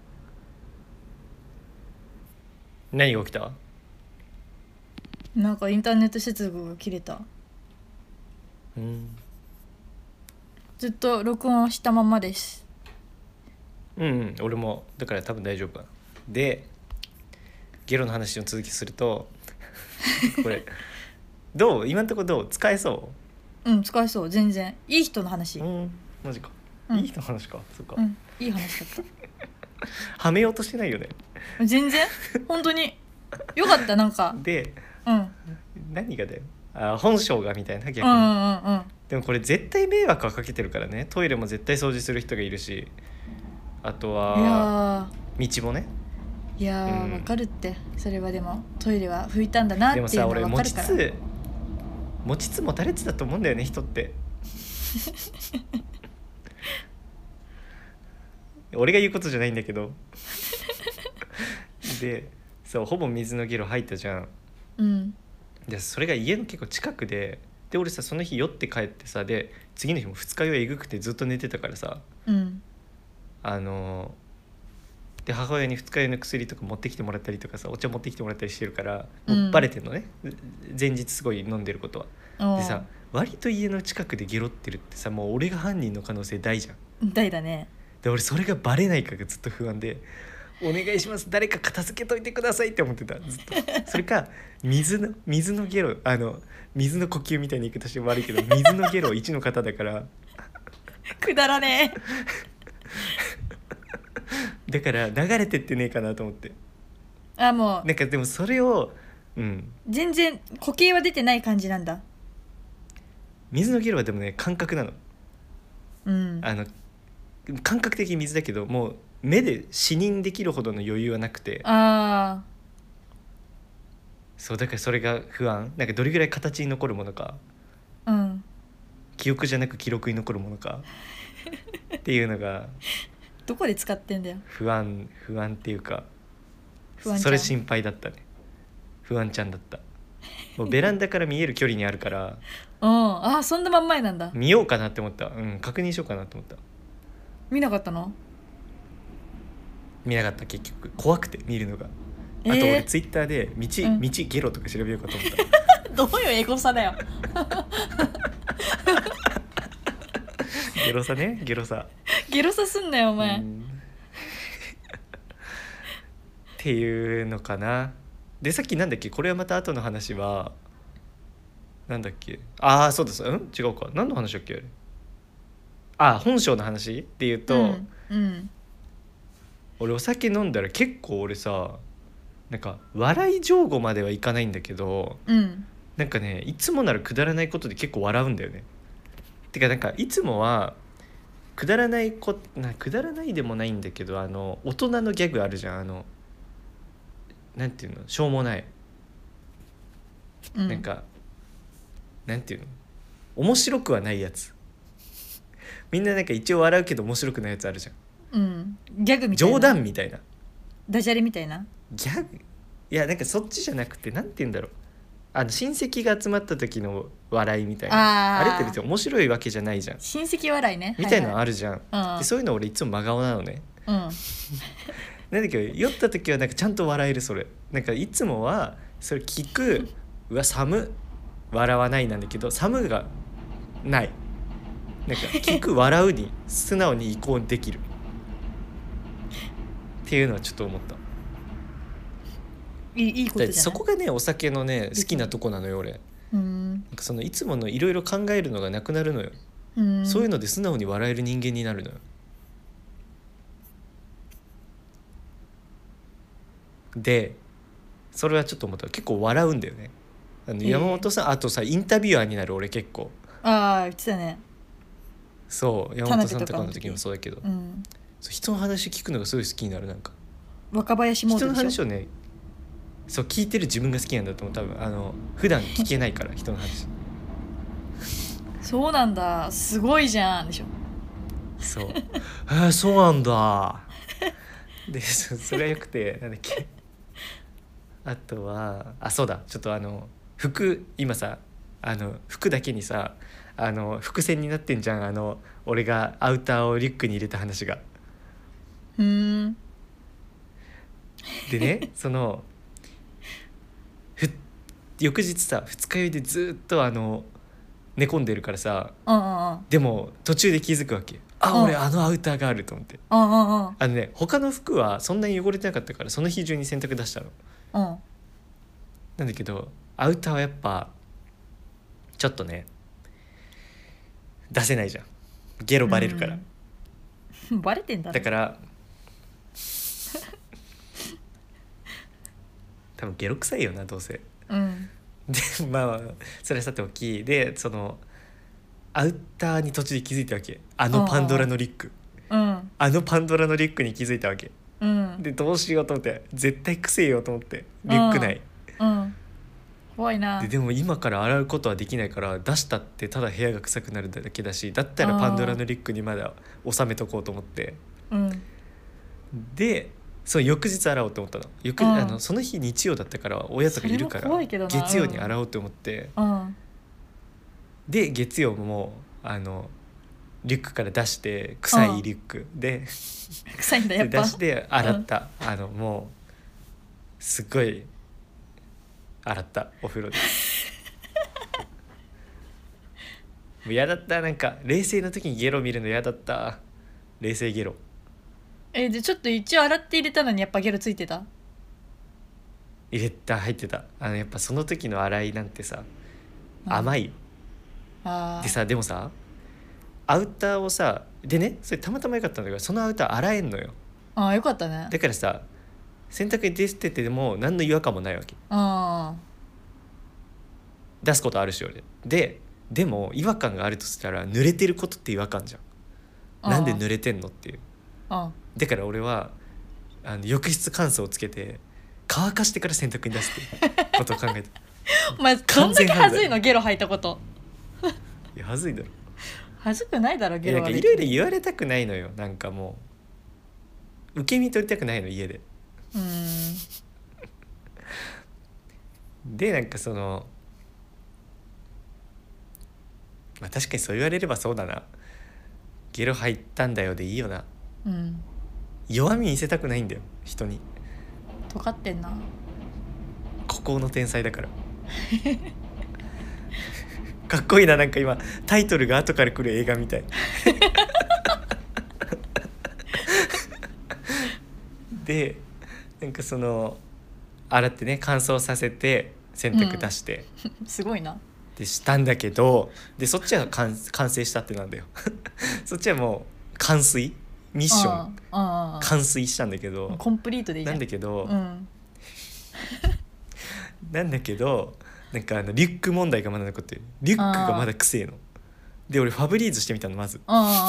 何が起きた
なんかインターネット接続が切れた
うん
ずっと録音したままです
うん、うん、俺もだから多分大丈夫かなでゲロの話の続きするとこれどう今のところどう使えそ
うん使えそう全然いい人の話
ううんマジか、
うん
いい人の話かそっか、
うんいい話だっ
はめようとしてないよね
た全然本当によかったなんか
で
うんうん
何がだよあ本性がみたいな逆に、
うんうんうん
でもこれ絶対迷惑はかけてるからねトイレも絶対掃除する人がいるしあと
い
は
や
道もね
ーいやー、
うん
わかるってそれはでもトイレは拭いたんだなって
でもさ
いうの
俺持ち
はわかるから
つ持ちつ持たれつだと思うんだよね人って俺が言うことじゃないんだけどでそうほぼ水のゲロ入ったじゃん
うん
でそれが家の結構近くでで俺さその日酔って帰ってさで次の日も二日酔いえぐくてずっと寝てたからさ
うん
あので母親に二日酔いの薬とか持ってきてもらったりとかさ、お茶持ってきてもらったりしてるから
うん
もうバレてんのね、前日すごい飲んでることは。
おう
でさ、割と家の近くでゲロってるってさ、もう俺が犯人の可能性大じゃん。
大だね。
で俺それがバレないかがずっと不安で、お願いします誰か片付けといてくださいって思ってたずっと。それか水の水のゲロ、あの水の呼吸みたいに言い方して悪いけど、水のゲロいちの方だから
くだらね
だから流れてってねえかなと思って。
え。あ、もう
なんかでもそれをうん
全然呼吸は出てない感じなんだ。
水のゲロはでもね感覚なの。
うん
あの感覚的に水だけど、もう目で視認できるほどの余裕はなくて、
あ
そうだからそれが不安。なんかどれぐらい形に残るものか、
あ、うん
記憶じゃなく記録に残るものかっていうのが
どこで使ってんだよ。
不安不安っていうか、
不安ちゃん
それ心配だったね。不安ちゃんだった。もうベランダから見える距離にあるから
うんあ、そんな真ん前なんだ。
見ようかなって思った。うん確認しようかなって思った。
見なかったの？
見なかった結局。怖くて見るのが。あと
えー
俺ツイッターで道、
うん
道ゲロとか調べようかと思った
どういうエゴサだよ。
ゲロさねゲロさ
ゲロサすんなよお
う
前。
んっていうのかな。でさっきなんだっけ、これはまた後の話はなんだっけ、ああそうです、うん違うか、何の話だっけあれ。あ本性の話で言うと、
うんうん
俺お酒飲んだら結構俺さ、なんか笑い上戸まではいかないんだけど、
うん
なんかねいつもならくだらないことで結構笑うんだよね。てかなんかいつもはくだらないこなくだらないでもないんだけど、あの大人のギャグあるじゃん、あのなんていうの、しょうもない、
うん、
なんかなんていうの、面白くはないやつ。みんななんか一応笑うけど面白くないやつあるじゃん。
うん、ギャグみたいな、
冗談みたいな
ダジャレみたいな。
ギャグ、いやなんかそっちじゃなくて、なんて言うんだろう、あの親戚が集まった時の笑いみたいな、
あー
あれって別に面白いわけじゃないじゃん
親戚笑いね
みたいなの
は
あるじゃん、
はいはい、
でそういうの俺いつも真顔なのね。
うんうん
なんだけど酔った時はなんかちゃんと笑える。それなんかいつもはそれ聞くうわ寒笑わないなんだけど、寒がない、なんか聞く笑うに素直に移行できるっていうのはちょっと思った。
いいいいことじゃない。
そこがねお酒のね好きなとこなのよ俺。
うん
なんかそのいつものいろいろ考えるのがなくなるのよ、
うん
そういうので素直に笑える人間になるのよ。でそれはちょっと思った。結構笑うんだよね。あの
へえ
山本さん、あとさインタビュアーになる俺結構。
ああ言ってたね。
そう山本さんとかの時もそうだけど、
うん
そう人の話聞くのがすごい好きになる。なんか
若林モー
人の
ドでしょ。
話をねそう聞いてる自分が好きなんだと思う。多分あの普段聞けないから人の話。
そうなんだすごいじゃんでしょ。
そうえー、そうなんだで そ, それはよくて、なんだっけ、あとはあそうだ、ちょっとあの服今さ、あの服だけにさ、あの伏線になってんじゃん、あの俺がアウターをリュックに入れた話が。
うーん
でねそのふ翌日さ二日酔いでずっとあの寝込んでるからさ、
うんうんうん
でも途中で気づくわけ。あ、
うん
俺あのアウターがあると思って。
うんうんうん
あのね他の服はそんなに汚れてなかったからその日中に洗濯出したの
うん
なんだけど、アウターはやっぱちょっとね出せないじゃん、ゲロバレるから、
うんバレてんだろ。
だから多分ゲロ臭いよなどうせ。
うん
でまあそれはさておきで、そのアウターに途中で気づいたわけ。あのパンドラのリュック、
うん
あのパンドラのリュックに気づいたわけ
うん
で、どうしようと思って、絶対くせえよと思って、リュック内
うん怖いな。
ででも今から洗うことはできないから出したってただ部屋が臭くなるだけだし、だったらパンドラのリュックにまだ収めとこうと思って、
うん
でそう翌日洗おうと思ったの。翌、
うん
あのその日日曜だったから親とかいるか
それも
ら
怖いけどな
月曜に洗おうと思って、
うん
で月曜もあのリュックから出して臭いリュックで
臭いんだやっぱ
で出して洗った、あのもうすっごい洗ったお風呂でもう嫌だった。なんか冷静な時にゲロ見るの嫌だった。冷静ゲロ。
えでちょっと一応洗って入れたのにやっぱゲロついてた？
入れた入ってた。あのやっぱその時の洗いなんてさ甘いよ。
あ
でさでもさアウターをさでねそれたまたまよかったんだけどそのアウター洗えんのよ。
あよかったね。
だからさ洗濯に出捨てても何の違和感もないわけ。
あ
出すことあるし俺ででも違和感があるとしたら濡れてることって違和感じゃん。
あ
なんで濡れてんのっていう。
あ
だから俺はあの浴室乾燥をつけて乾かしてから洗濯に出すっていうことを考えた
お前どんだけ恥ずいのゲロ吐いたこと。
いや恥ずいだろ。
恥ずくないだろゲロは。
いろいろ言われたくないのよ。なんかもう受け身取りたくないの家で。
うーん
でなんかそのまあ確かにそう言われればそうだな。ゲロ入ったんだよでいいよな。
うん
弱み見せたくないんだよ人に。
尖ってんな。
孤高の天才だからかっこいいな。なんか今タイトルが後から来る映画みたいでなんかその洗ってね乾燥させて洗濯出して、
うん、すごいな。
でしたんだけどでそっちは完完成したってなんだよそっちはもう完遂ミッション
完
完遂したんだけど
コンプリートでいいじゃん。
なんだけど、
うん、
なんだけどなんかあのリュック問題がまだ残ってる。リュックがまだくせえので俺ファブリーズしてみたのまず。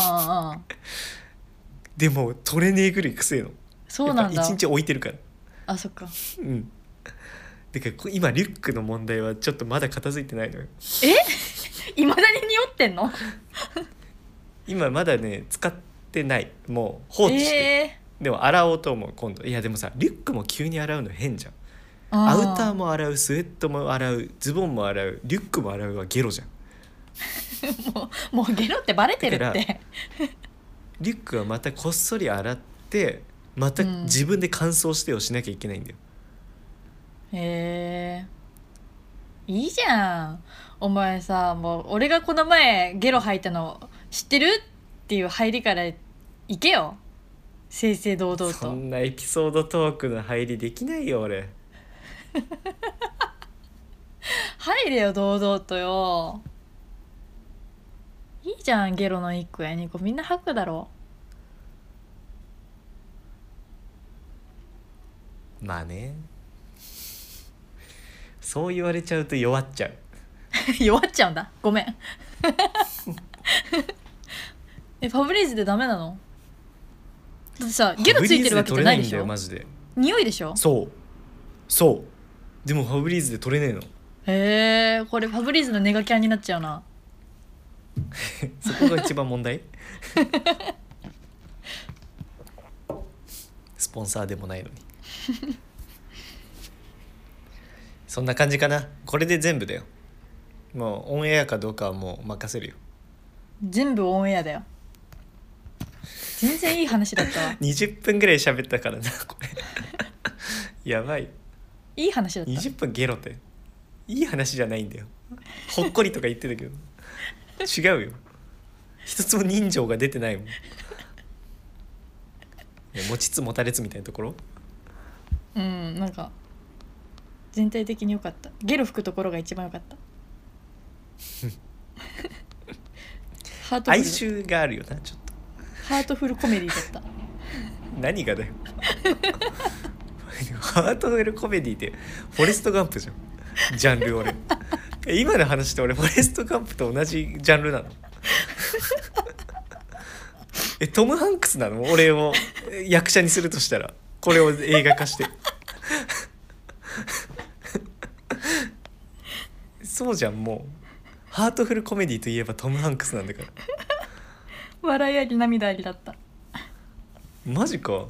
でも取れねえぐらいくせえの。
そうなんだ。
一日置いてるから。
あそっか。
うんだから今リュックの問題はちょっとまだ片付いてないのよ。
えいまだに匂ってんの
今まだね使ってない。もう放置して、えー、でも洗おうと思う今度。いやでもさリュックも急に洗うの変じゃん。アウターも洗うスウェットも洗うズボンも洗うリュックも洗うはゲロじゃん
もう、もうゲロってバレてるって
リュックはまたこっそり洗ってまた自分で乾燥してをしなきゃいけないんだよ、
うん、へえいいじゃん。お前さもう俺がこの前ゲロ吐いたの知ってるっていう入りから行けよ正々堂々と。
そんなエピソードトークの入りできないよ俺
入れよ堂々とよ。いいじゃんゲロのいっこやにこみんな吐くだろ
う。まあねそう言われちゃうと弱っちゃう
弱っちゃうんだごめんえファブリーズでダメなの？だってさゲロついてるわけじゃないでしょ。
マジで
匂いでしょ。
そうそうでもファブリーズで取れねえの。
へえこれファブリーズのネガキャンになっちゃうな
そこが一番問題スポンサーでもないのにそんな感じかな。これで全部だよ。もうオンエアかどうかはもう任せるよ。
全部オンエアだよ。全然いい話だったわ
にじゅっぷんぐらい喋ったからなこれやばい。
いい話だった
にじゅっぷんゲロっていい話じゃないんだよ。ほっこりとか言ってたけど違うよ。一つも人情が出てないもん。持ちつ持たれつみたいなところ。
うんなんか全体的に良かった。ゲロ吹くところが一番良かったハートフル
哀愁があるよなちょっと。
ハートフルコメディだった
何がだよハートフルコメディってフォレストガンプじゃんジャンル。俺今の話って俺フォレストガンプと同じジャンルなのえトム・ハンクスなの俺を役者にするとしたらこれを映画化してそうじゃん。もうハートフルコメディといえばトム・ハンクスなんだから
笑いあり涙ありだった。
マジか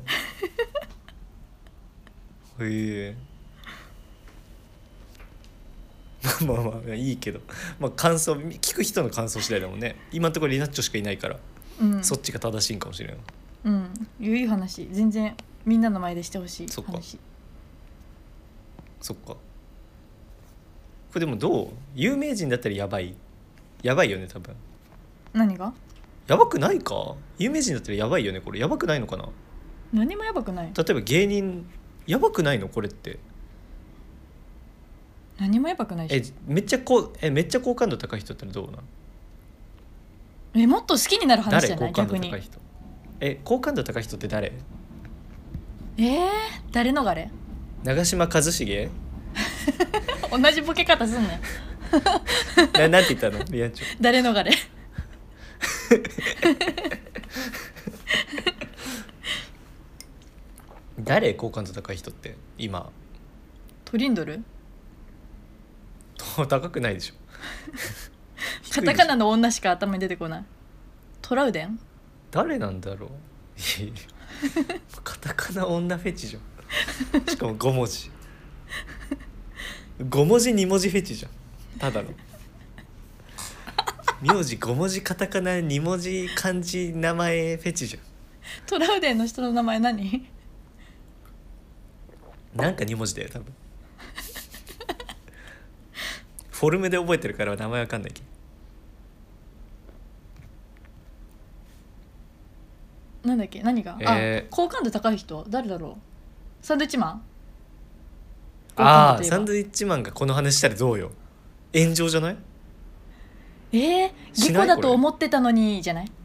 へえまあまあいいけど、まあ、感想聞く人の感想次第だもんね。今のところリナッチョしかいないから、
うん、
そっちが正しいんかもしれん。
うんいい話全然みんなの前でしてほしい
そっか
話。
そっか。これでもどう、有名人だったらやばいやばいよね多分。
何が
やばくないか。有名人だったらやばいよねこれ。やばくないのかな。
何もやばくない。
例えば芸人やばくないのこれって。
何もやばくないし。
えめっちゃこうえめっちゃ好感度高い人ってのはどうなん。
えもっと好きになる話じ
誰好感度
ゃない逆に。
高い人。え好感度高い人って誰。
えー、誰のがれ
長嶋一茂
同じボケ方すんねん
ななんて言ったのリアンチョ。
誰のがれ
誰好感度高い人って今。
トリンドル
高くないでしょ
カタカナの女しか頭に出てこない。トラウデン
誰なんだろうカタカナ女フェチじゃん。しかもご文字ご文字に文字フェチじゃんただの。名字ご文字カタカナに文字漢字名前フェチじゃ
トラウデンの人の名前何
ん。なんかに文字だよ多分フォルムで覚えてるから名前わかんないけど。
なんだっけ何が、
えー、
あ好感度高い人誰だろう。サンドイッチマン。
ああサンドイッチマンがこの話したらどうよ。炎上じゃない。
えー、下戸だと思ってたのにじゃない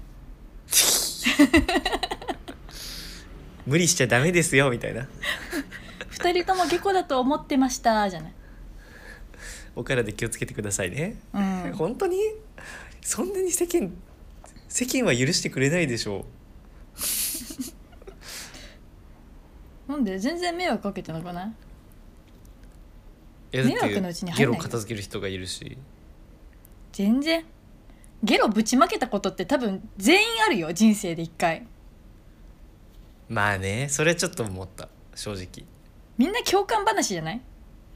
無理しちゃダメですよみたいな。
二人とも下戸だと思ってましたじゃない。
お体気をつけてくださいね、
うん、
本当にそんなに世間世間は許してくれないでしょ
う。なんで全然迷惑かけてなくない。
いやだって
迷惑のうちに
ゲロ
入んないよ
片付ける人がいるし。
全然ゲロぶちまけたことって多分全員あるよ人生で一回。
まあねそれはちょっと思った正直。
みんな共感話じゃない。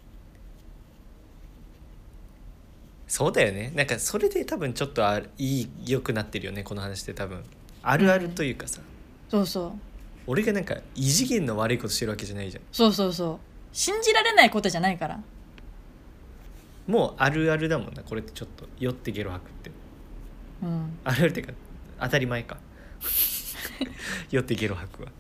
そうだよね。なんかそれで多分ちょっとあいい良くなってるよねこの話って多分あるあるというかさ、うん、
そうそう
俺がなんか異次元の悪いことしてるわけじゃないじゃん。
そうそうそう信じられないことじゃないから。
もうあるあるだもんなこれって。ちょっと酔ってゲロ吐くって、
うん、
あるあるっていうか当たり前か酔ってゲロ吐くわ。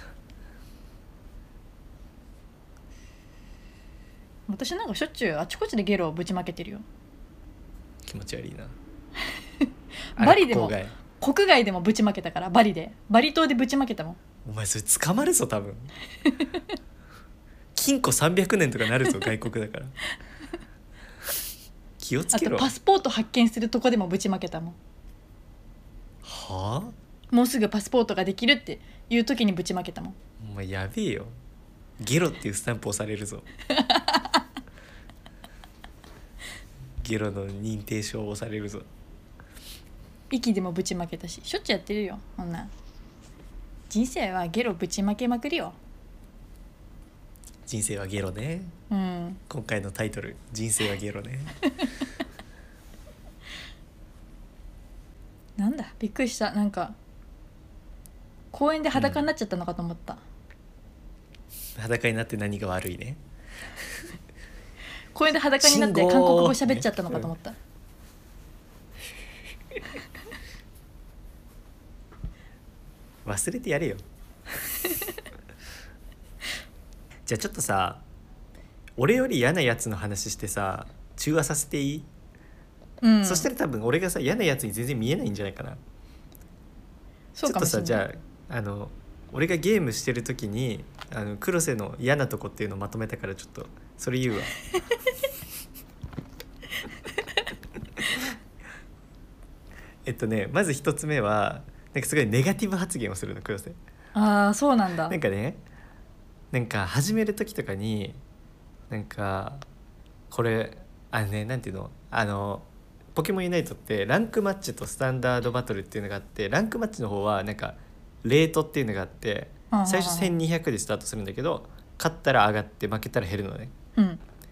私なんかしょっちゅうあちこちでゲロをぶちまけてるよ。
気持ち悪いな
バリでも
郊外
国外でもぶちまけたから。バリでバリ島でぶちまけたもん。
お前それ捕まるぞ多分禁錮さんびゃくねんとかなるぞ外国だから気をつ
あ
けろ。
とパスポート発見するとこでもぶちまけたもん。
はあ。
もうすぐパスポートができるっていう時にぶちまけたもん。
お前やべえよ。ゲロっていうスタンプ押されるぞゲロの認定証を押されるぞ。
息でもぶちまけたししょっちゅうやってるよ。こんなん人生はゲロぶちまけまくりよ。
人生はゲロね。
うん、
今回のタイトル人生はゲロね
なんだびっくりした。なんか公園で裸になっちゃったのかと思った、
うん、裸になって何が悪いね
公園で裸になって韓国語喋っちゃったのかと思った、ね
うん、忘れてやれよじゃあちょっとさ俺より嫌なやつの話してさ中和させていい？うん、そしたら多分俺がさ嫌なやつに全然見えないんじゃないかな。
そうかもしれない。
ちょっとさじゃああの俺がゲームしてる時にあの黒瀬の嫌なとこっていうのをまとめたからちょっとそれ言うわえっとねまず一つ目はなんかすごいネガティブ発言をするの黒瀬。
ああそうなんだ。
なんかねなんか始める時とかになんかこれあのねなんていうのあのポケモンユナイトってランクマッチとスタンダードバトルっていうのがあって、ランクマッチの方はなんかレートっていうのがあって最初せんにひゃくでスタートするんだけど勝ったら上がって負けたら減るのね、
うん、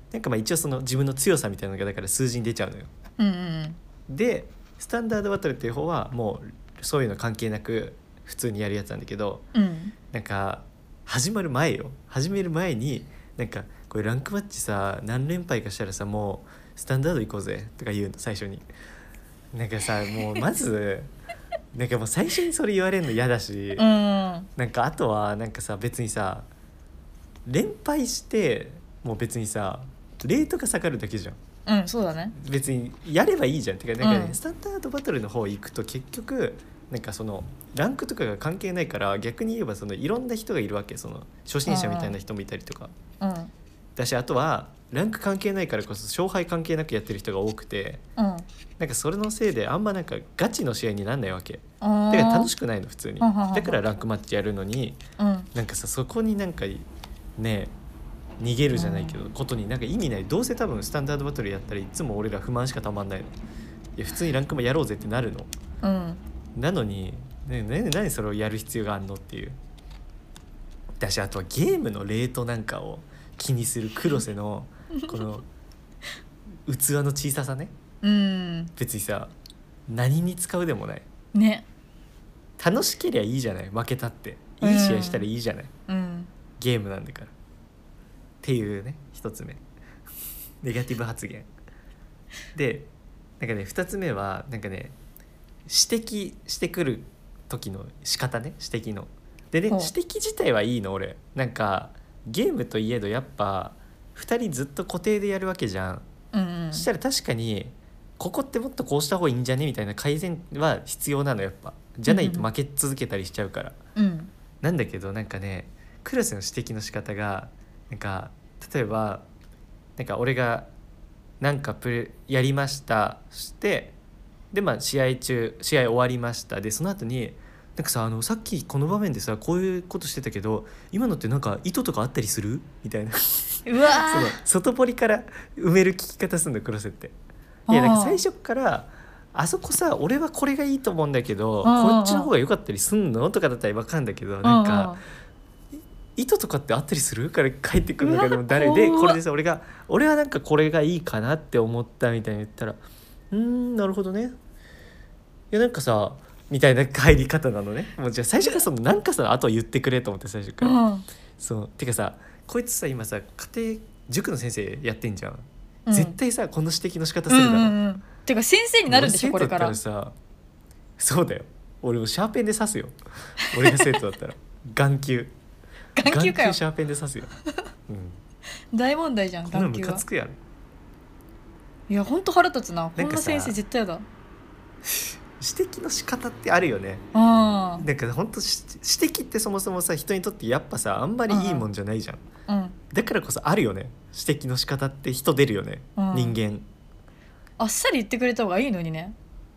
なんかまあ一応その自分の強さみたいなのがだから数字に出ちゃうのよ。
うんうん
でスタンダードバトルっていう方はもうそういうの関係なく普通にやるやつなんだけど、
うん
なんか始まる前よ始める前になんかこれランクマッチさ何連敗かしたらさもうスタンダード行こうぜとか言うの最初に。なんかさもうまずなんかもう最初にそれ言われるの嫌だし、
うん
なんかあとはなんかさ別にさ連敗してもう別にさレートが下がるだけじゃん。
うんそうだね。
別にやればいいじゃん。てかなんかね、
うん
スタンダードバトルの方行くと結局なんかそのランクとかが関係ないから逆に言えばそのいろんな人がいるわけ。その初心者みたいな人もいたりとか
うん
だし、あとはランク関係ないからこそ勝敗関係なくやってる人が多くて、
うん
なんかそれのせいであんまなんかガチの試合になんないわけ。
あ
だから楽しくないの普通に。
はははは
だからランクマッチやるのに
うん
なんかさそこになんかね逃げるじゃないけど、ことになんか意味ない。どうせ多分スタンダードバトルやったらいつも俺ら不満しかたまんないの。いや普通にランクもやろうぜってなるの。
うん
なのに、ねね、何それをやる必要があるのっていう。だしあとはゲームのレートなんかを気にする黒瀬のこの器の小ささね。
うん
別にさ何に使うでもない。
ね
楽しけりゃいいじゃない。負けたっていい試合したらいいじゃない、
うん
ゲームなんだからっていうね一つ目ネガティブ発言で、なんかね二つ目はなんかね指摘してくる時の仕方ね。指摘のでね
ほう
指摘自体はいいの俺。なんかゲームといえどやっぱふたりずっと固定でやるわけじゃん。
うんうん
そしたら確かにここってもっとこうした方がいいんじゃねみたいな改善は必要なのやっぱ。じゃないと負け続けたりしちゃうから。
うん
なんだけどなんかねクラスの指摘の仕方がなんか例えばなんか俺がなんかプレやりましたしてでまあ試合中試合終わりましたでその後になんかさあのさっきこの場面でさこういうことしてたけど今のってなんか意図とかあったりするみたいな
うわ
その外堀から埋める聞き方するのクロセっていやなんか最初からあそこさ俺はこれがいいと思うんだけどこっちの方が良かったりすんのとかだったら分かるんだけどなんか意図とかってあったりするから帰ってくるんだけど誰でこれでさ俺が俺はなんかこれがいいかなって思ったみたいに言ったらうーんなるほどねいやなんかさみたいな入り方なのね。もうじゃあ最初からそのなんかさあとは言ってくれと思って最初から、
うん
そうてかさこいつさ今さ家庭塾の先生やってんじゃん、
うん
絶対さこの指摘の仕方するだろ、
うんうんうんてか先生になるんでしょこれから。
俺生徒だったらさそうだよ俺もシャーペンで刺すよ俺が生徒だったら眼球
眼球かよ
シャーペンで刺すよ、うん、
大問題じゃん
こんなのム
眼球は。
カつくやろ。
いやほんと腹立つな。こ
なんかさ
んな先生絶対やだ。
指摘の仕方ってあるよね。
あ
なんか本当指摘ってそもそもさ人にとってやっぱさあんまりいいもんじゃないじゃん、
あうん
だからこそあるよね指摘の仕方って人出るよね、
うん
人間。
あっさり言ってくれた方がいいのにね。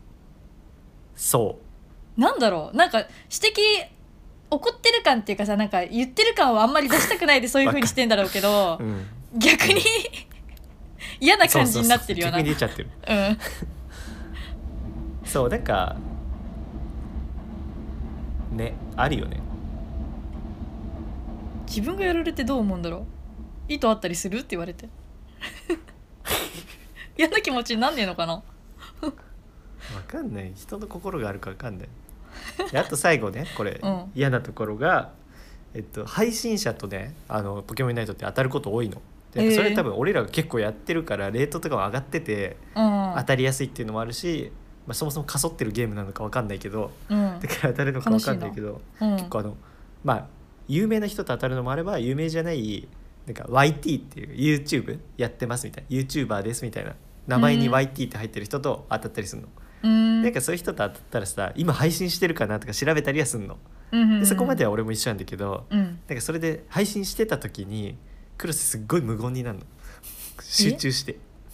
そう
なんだろうなんか指摘怒ってる感っていうかさなんか言ってる感はあんまり出したくないでそういう風にしてんだろうけど
う、ん、
逆に嫌な感じになってるよな。
そうそうそう逆に出ちゃってる。
うん
そうなんかねあるよね。
自分がやられてどう思うんだろう。意図あったりするって言われて嫌な気持ちになんねえのかな。
わかんない人の心があるかわかんないであと最後ねこれ、
うん
嫌なところが、えっと、配信者とねあのポケモンユナイトって当たること多いのでなんかそれ多分俺らが結構やってるからレートとかも上がってて
うん
当たりやすいっていうのもあるし、まあ、そもそもかそってるゲームなのかわかんないけど
うん
だから当たるのかわかんないけど
うん
結構あのまあ有名な人と当たるのもあれば有名じゃないなんか ワイティー っていう YouTube やってますみたいな YouTuber ですみたいな名前に ワイティー って入ってる人と当たったりするの、
うん
なんかそういう人と当たったらさ今配信してるかなとか調べたりはすんの
うん
でそこまでは俺も一緒なんだけど、
うん
なんかそれで配信してた時にクロスすっごい無言になるの集中して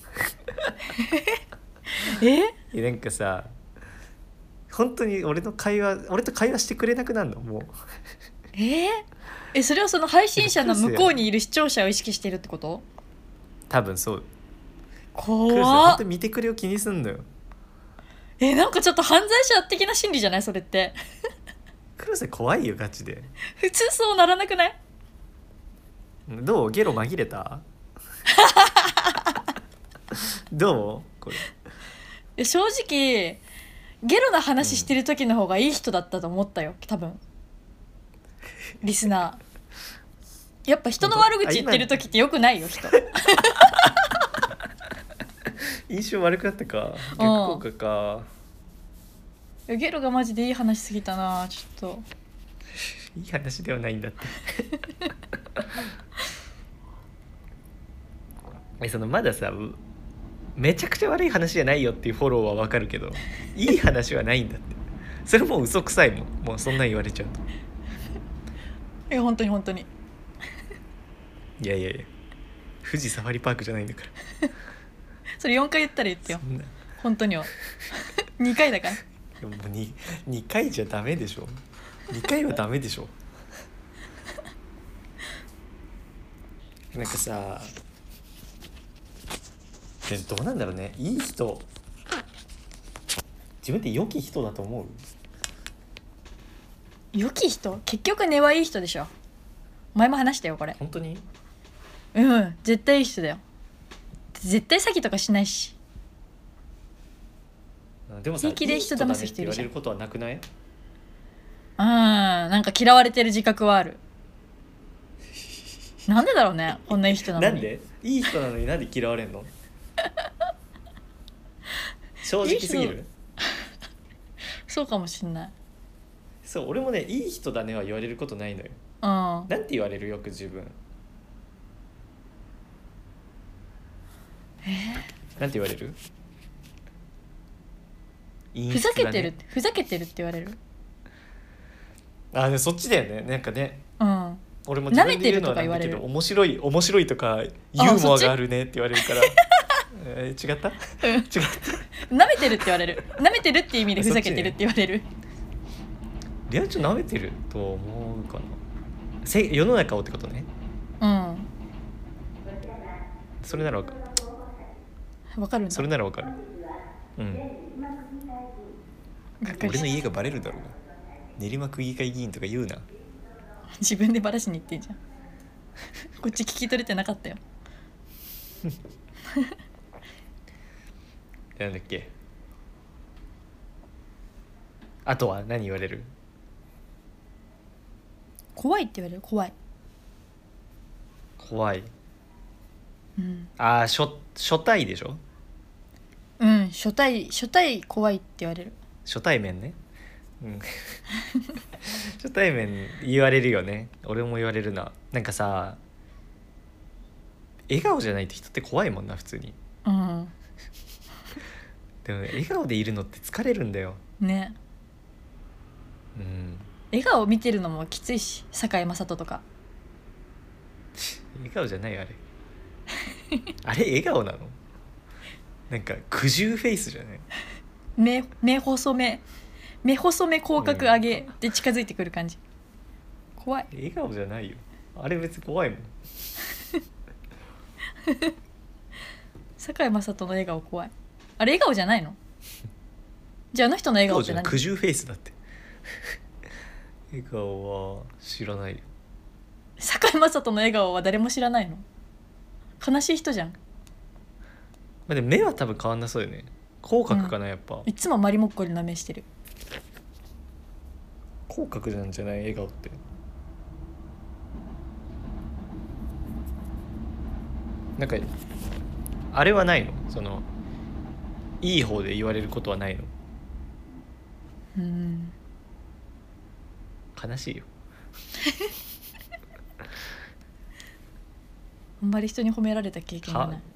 え
えなんかさ本当に俺の会話俺と会話してくれなくなるのもう
ええそれはその配信者の向こうにいる視聴者を意識してるってこと？
多分そうクロス
怖っ
本当に見てくれを気にすんのよ。
えなんかちょっと犯罪者的な心理じゃないそれって
クロス怖いよガチで。
普通そうならなくない？
どうゲロ紛れたどうこれ。
いや正直ゲロな話してる時の方がいい人だったと思ったよ多分リスナー。やっぱ人の悪口言ってる時ってよくないよ人。
印象悪くなったか、逆効果か。
いやゲロがマジでいい話すぎたなちょっと。
いい話ではないんだって。えそのまださめちゃくちゃ悪い話じゃないよっていうフォローはわかるけど、いい話はないんだって。それもう嘘くさいもん、もうそんなん言われちゃうと。
いや本当に本当に。
いやいやいや、富士サファリパークじゃないんだから。
それよんかい言ったら言ってよ
そんな
本当には。にかいだから。
でももう 2, にかいじゃダメでしょ。にかいはダメでしょ。なんかさでどうなんだろうね、いい人自分って良き人だと思う？
良き人結局根はいい人でしょ。前も話したよこれ。
本当に？
うん絶対いい人だよ。絶対詐欺とかしないし。
でもさ、
平気で人騙す人いるじゃん。
いい人だねって言われることはなくない？
うんなんか嫌われてる自覚はある。なんでだろうねこんないい人なのに。
なんでいい人なのになんで嫌われんの？正直すぎる？
いいそうかもしんない。
そう俺もねいい人だねは言われることないのよ。
うん
なんて言われるよく自分。
え
なんて言われる？
ー、ふざけてるってふざけてるって言われる。
あでそっちだよね。なんかね
うん
俺も自分で言うのはなんだけど面白い面白いとかユーモアがあるねって言われるからえー、違った？
うん
違った
舐めてるって言われる。舐めてるって意味でふざけてるって言われる。
リアちゃん舐めてると思うかな。せ世の中をってことね。
うん
それならわかる。
わかるんだ。
それならわかる。うん
がっかりした
俺の家がバレるだろうな。練馬区議会議員とか言うな。
自分でバラしに行ってんじゃん。こっち聞き取れてなかったよ。
なんだっけ。あとは何言われる？
怖いって言われる。怖い。
怖い。
うん
ああ初初対でしょ。
うん初対初対怖いって言われる。
初対面ね。うん初対面言われるよね。俺も言われるな。なんかさ笑顔じゃないと人って怖いもんな普通に。
うん
でも、ね、笑顔でいるのって疲れるんだよ。
ね
うん
笑顔見てるのもきついし堺雅人とか。
笑顔じゃないあれあれ笑顔なの？なんか苦渋フェイスじゃない？
目目細め目細め口角上げで近づいてくる感じ。怖い。
笑顔じゃないよあれ。別に怖いもん。
堺雅人の笑顔怖い。あれ笑顔じゃないの？じゃああの人の笑顔って何？
苦渋フェイスだって笑顔は知らないよ。
堺雅人の笑顔は誰も知らないの？悲しい人じゃん。
まあ、でも目は多分変わんなそうよね。口角かな、うん、やっぱ
いつもマリモッコリな目してる。
口角なんじゃない笑顔って。なんかあれはないの？そのいい方で言われることはないの？
うん
悲しいよ
あんまり人に褒められた経験がない。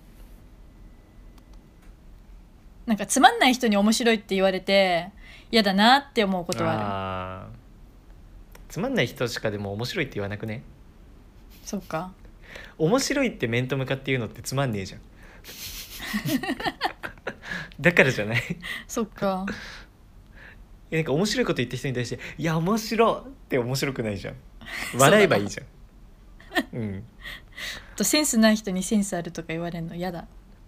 なんかつまんない人に面白いって言われて嫌だなって思うことはある。
あつまんない人しかでも面白いって言わなくね？
そうか。
面白いって面と向かって言うのってつまんねえじゃんだからじゃない？
そっか。
なんか面白いこと言った人に対していや面白って面白くないじゃん。笑えばいいじゃんうん
とセンスない人にセンスあるとか言われるの嫌だ。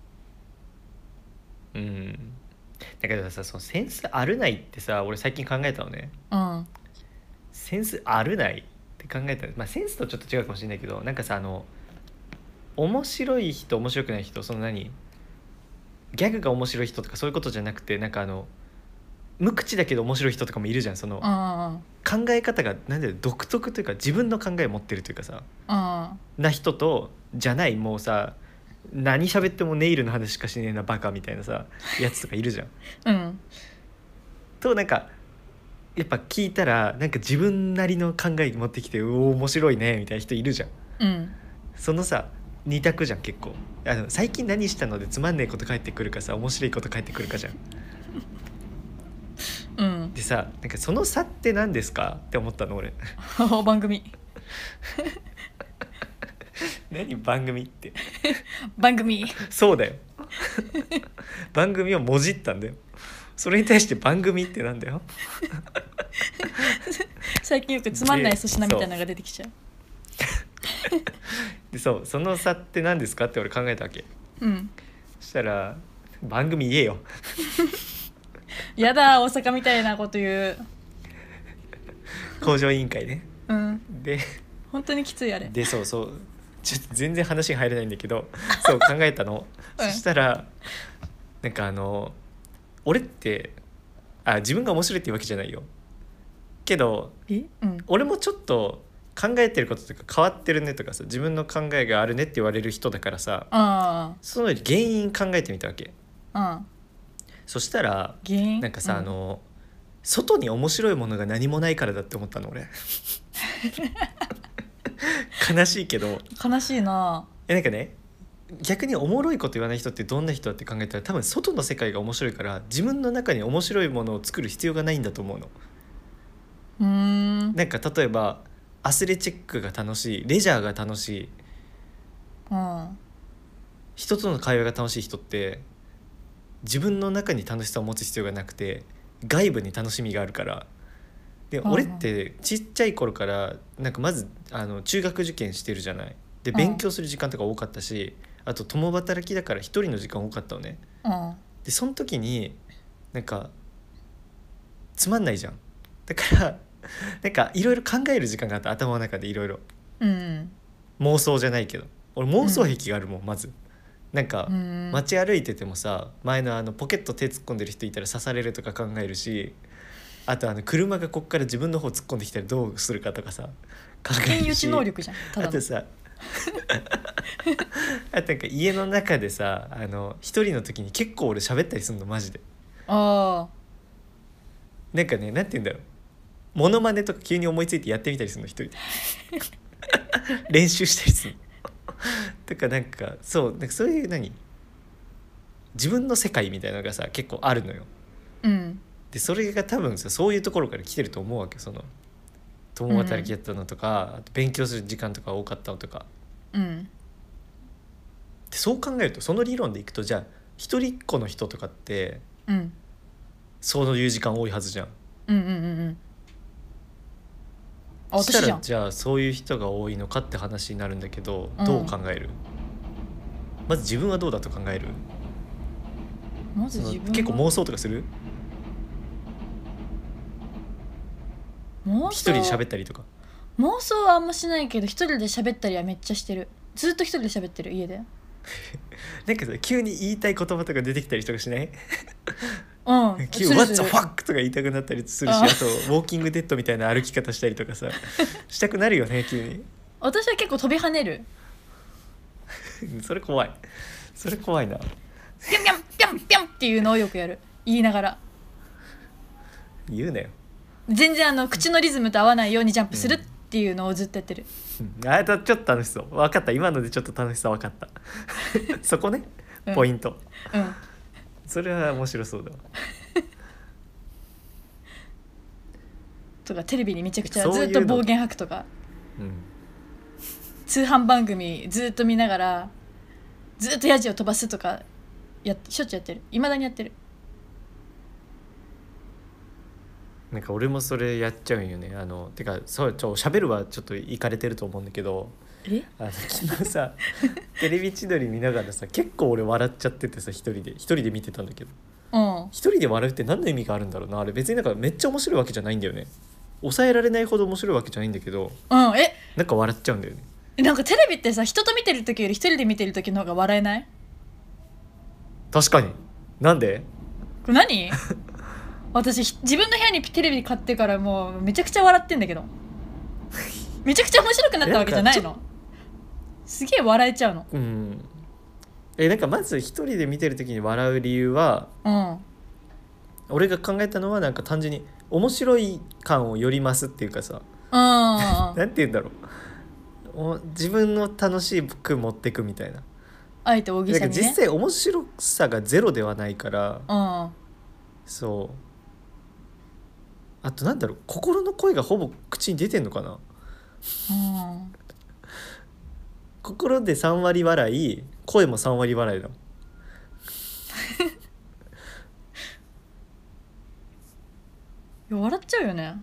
うんだけどさ、そのセンスあるないってさ俺最近考えたのね。
うん
センスあるないって考えたの、まあ、センスとちょっと違うかもしれないけどなんかさあの面白い人面白くない人、その何ギャグが面白い人とかそういうことじゃなくて、なんかあの無口だけど面白い人とかもいるじゃん。その
うん
考え方がなんで独特というか自分の考えを持ってるというかさ
うん
な人と、じゃないもうさ何喋ってもネイルの話しかしねえなバカみたいなさやつとかいるじゃん。
うん
となんかやっぱ聞いたらなんか自分なりの考え持ってきてうお面白いねみたいな人いるじゃん。
うん
そのさ二択じゃん結構。あの最近何したのでつまんねえこと返ってくるかさ面白いこと返ってくるかじゃん。
うん
でさなんかその差って何ですかって思ったの俺。
番組
何番組って
番組
そうだよ番組をもじったんだよ。それに対して番組ってなんだよ
最近よくつまんない粗品みたいなのが出てきちゃう。
でそうその差って何ですかって俺考えたわけ。
うん
そしたら番組言えよ
やだ大阪みたいなこと言う。
工場委員会ね。
うん
で
本当にきついあれ。
でそうそうちょっと全然話が入れないんだけどそう考えたの、
うん
そしたらなんかあの俺ってあ自分が面白いっていうわけじゃないよけど
えうん
俺もちょっと考えてることとか変わってるねとかさ自分の考えがあるねって言われる人だからさ
あ
その原因考えてみたわけ。
あうん
そしたら
原因
なんかさ、
うん
あの外に面白いものが何もないからだって思ったの俺悲しいけど
悲しいな。
えなんかね逆におもろいこと言わない人ってどんな人だって考えたら多分外の世界が面白いから自分の中に面白いものを作る必要がないんだと思うの。
うーん
なんか例えばアスレチックが楽しいレジャーが楽しい
うん
人との会話が楽しい人って自分の中に楽しさを持つ必要がなくて外部に楽しみがあるから。で
うんうん
俺ってちっちゃい頃からなんかまずあの中学受験してるじゃない。で
うん
勉強する時間とか多かったし、あと共働きだから一人の時間多かったのね。
うん
でその時になんかつまんないじゃん。だからなんかいろいろ考える時間があった頭の中でいろいろ
うん
妄想じゃないけど俺妄想癖があるもん、まずなんか
うん
街歩いててもさ前のあのポケット手突っ込んでる人いたら刺されるとか考えるし、あとあの車がこっから自分の方突っ込んできたらどうするかとかさ考えるし、
偏有知能力じゃんただの。
あとさあとなんか家の中でさあの一人の時に結構俺喋ったりするのマジで。
あ
なんかねなんて言うんだろうモノマネとか急に思いついてやってみたりするの一人で練習したりするのとかなんかそうなんかそういう何自分の世界みたいなのがさ結構あるのよ。
あうん
でそれが多分さそういうところから来てると思うわけ。その共働きやったのとか、あと勉強する時間とか多かったのとか
うん
でそう考えるとその理論でいくとじゃあ一人っ子の人とかって
うん
そういう時間多いはずじゃん。
うんうんうんうんあ
そした
私じゃん。
らじゃあそういう人が多いのかって話になるんだけど、
うん
どう考える？まず自分はどうだと考える？その
まず自分は
結構妄想とかする？
妄想
一人で喋ったりとか。
妄想はあんましないけど一人で喋ったりはめっちゃしてる。ずっと一人で喋ってる家で。
なんかさ急に言いたい言葉とか出てきたりとかしない？
うん
急に「
する
What
す
the
る
fuck?」とか言いたくなったりするし、
あ
あと「ウォーキングデッド」みたいな歩き方したりとかさしたくなるよね急に。
私は結構飛び跳ねる。
それ怖いそれ怖いな。
ピャンピャンピャンピャンっていうのをよくやる。言いながら
言うなよ。
全然あの口のリズムと合わないようにジャンプするっていうのをずっとやってる。
うんあとちょっと楽しそう。分かった今のでちょっと楽しさ分かったそこね
うん
ポイント、
うん
それは面白そうだわ。
とかテレビにめちゃくちゃ
そういうの
ずっと暴言吐くとか
うん
通販番組ずっと見ながらずっとヤジを飛ばすとかやっしょっちゅうやってる。いまだにやってる。
なんか俺もそれやっちゃうんよね。あのてかそうちょ喋るはちょっといかれてると思うんだけど、
え
あの昨日さテレビ千鳥見ながらさ結構俺笑っちゃっててさ一人で一人で見てたんだけど、
うん
一人で笑うって何の意味があるんだろうな。あれ別になんかめっちゃ面白いわけじゃないんだよね。抑えられないほど面白いわけじゃないんだけど
うんえ
なんか笑っちゃうんだよね。
えなんかテレビってさ、人と見てる時より一人で見てる時の方が笑えない？
確かに。なんで？
これ何私ひ自分の部屋にテレビ買ってからもうめちゃくちゃ笑ってんだけどめちゃくちゃ面白くなったわけじゃないの。すげえ笑えちゃうの。
うんえなんかまず一人で見てる時に笑う理由は、
うん
俺が考えたのはなんか単純に面白い感をより増すっていうかさ、
うん
なんて言うんだろう、お自分の楽しく持ってくみたいな。
あえて大げ
なんか
さにね。
実際面白さがゼロではないから、
うん
そうあとなんだろう、心の声がほぼ口に出てんのかな。
うん
心でさん割笑い、声もさん割笑いだもん。
いや笑っちゃうよね。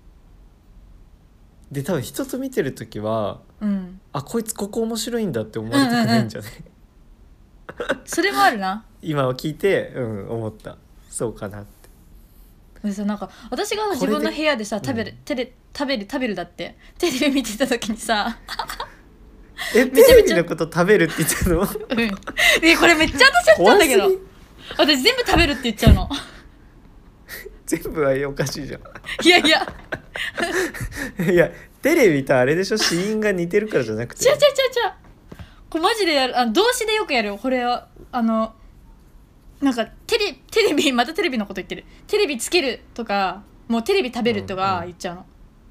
で多分人と見てる時は、
うん
あこいつここ面白いんだって思われたくないんじゃない、
それもあるな。
今を聞いて、うん、思った。そうかなって。
でさなんか私が自分の部屋でさ
これで
食べる、テレ食べる食べるだってテレビ見てた時にさ
え
めちゃめちゃ
テレビのこと食べるって言ったの？
うんでこれめっちゃ私やっちゃうんだけど、私全部食べるって言っちゃうの
全部はおかしいじゃん。
いやいや
いやテレビとあれでしょ、死因が似てるからじゃなくて。
違う違う違う違う、これマジでやる、あの動詞でよくやるよこれは。あのなんかテレテレビまたテレビのこと言ってる。テレビつけるとかもうテレビ食べるとか言っちゃうの、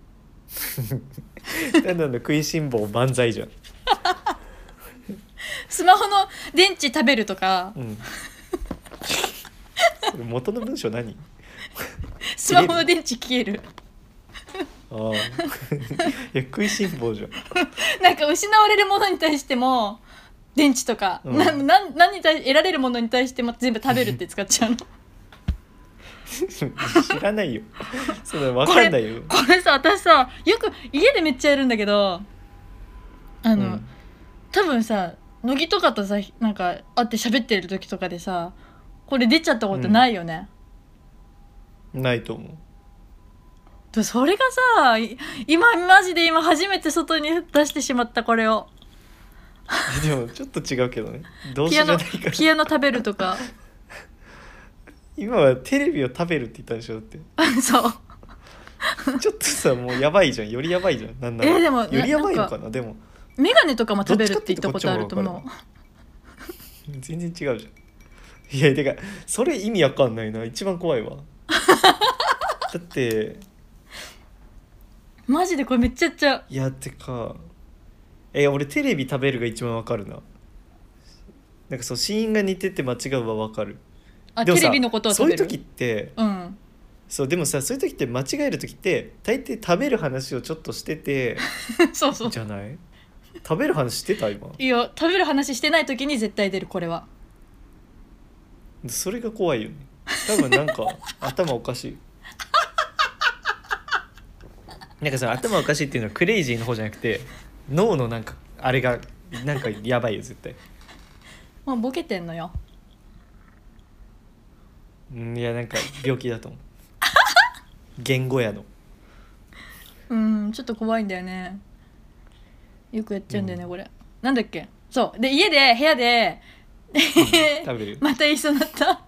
ただの食いしん坊万歳じゃん。
スマホの電池食べるとか、
うん、それ元の文章何？
スマホの電池消える
ああいや食いしん坊じゃん。
なんか失われるものに対しても電池とか、
うん、
なな何に対得られるものに対しても全部食べるって使っちゃうの
知らないよそれ分かんないよ。
これ、これさ私さよく家でめっちゃやるんだけど、あの、うん、多分さ乃木とかとさなんか会って喋ってる時とかでさこれ出ちゃったことないよね、
うん、ないと思う。
でそれがさ今マジで今初めて外に出してしまったこれを
でもちょっと違うけどね、動詞じゃないから
ピアノ食べるとか
今はテレビを食べるって言ったでしょだって
そう
ちょっとさもうやばいじゃん、よりやばいじゃん。なんなら、
えー、でも
よりやばいのかな。でも
メガネとかも食べるって言ったことあると思う。
全然違うじゃん。いやてかそれ意味わかんないな、一番怖いわだって
マジでこれめっちゃやっちゃう。
いやてかえ俺テレビ食べるが一番わかるな。なんかそう死因が似てて間違うはわかる。
あテレビのことを食べる。
そういう時って、
うん、
そうでもさそういう時って間違える時って大抵食べる話をちょっとしてて
そうそう
じゃない？食べる話してた今。
いや食べる話してない時に絶対出るこれは。
それが怖いよね。多分なんか頭おかしい。なんかさ頭おかしいっていうのはクレイジーの方じゃなくて脳のなんかあれがなんかやばいよ絶対。
もうボケてんのよ。
いやなんか病気だと思う言語やの。
うんちょっと怖いんだよね。よくやっちゃうんだよね、うん、これなんだっけ。そうで家で部屋で、
うん、食べる
また一緒になった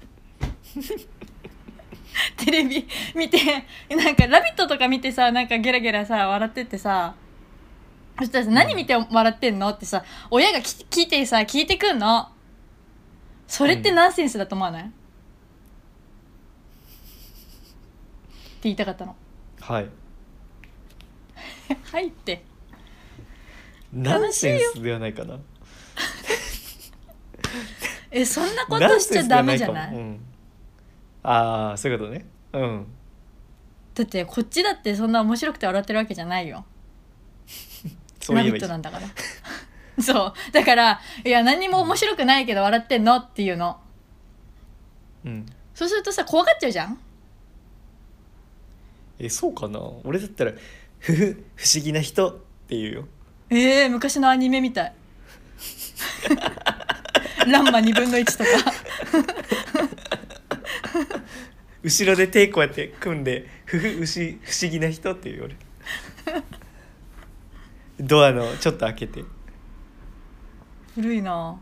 テレビ見てなんか「ラビット!」とか見てさなんかゲラゲラさ笑ってってさ、そしたらさ、うん、何見て笑ってんのってさ親が聞いてさ聞いてくんの。それってナンセンスだと思わない、うん、って言いたかったの。
はい
はいって
ナンセンスではないかな
えそんなことしちゃダメじゃない？
うん、ああそういうことね。うん
だってこっちだってそんな面白くて笑ってるわけじゃないよ
そう言えばいい。
ラビットなんだからそうだからいや何にも面白くないけど笑ってんのっていうの、
うん、
そうするとさ怖がっちゃうじゃん。
えそうかな。俺だったらふふ不思議な人っていうよ。
えー、昔のアニメみたいランマにぶんのいちとか
後ろで手こうやって組んでふふ不思議な人っていう俺ドアのちょっと開けて。
古いな。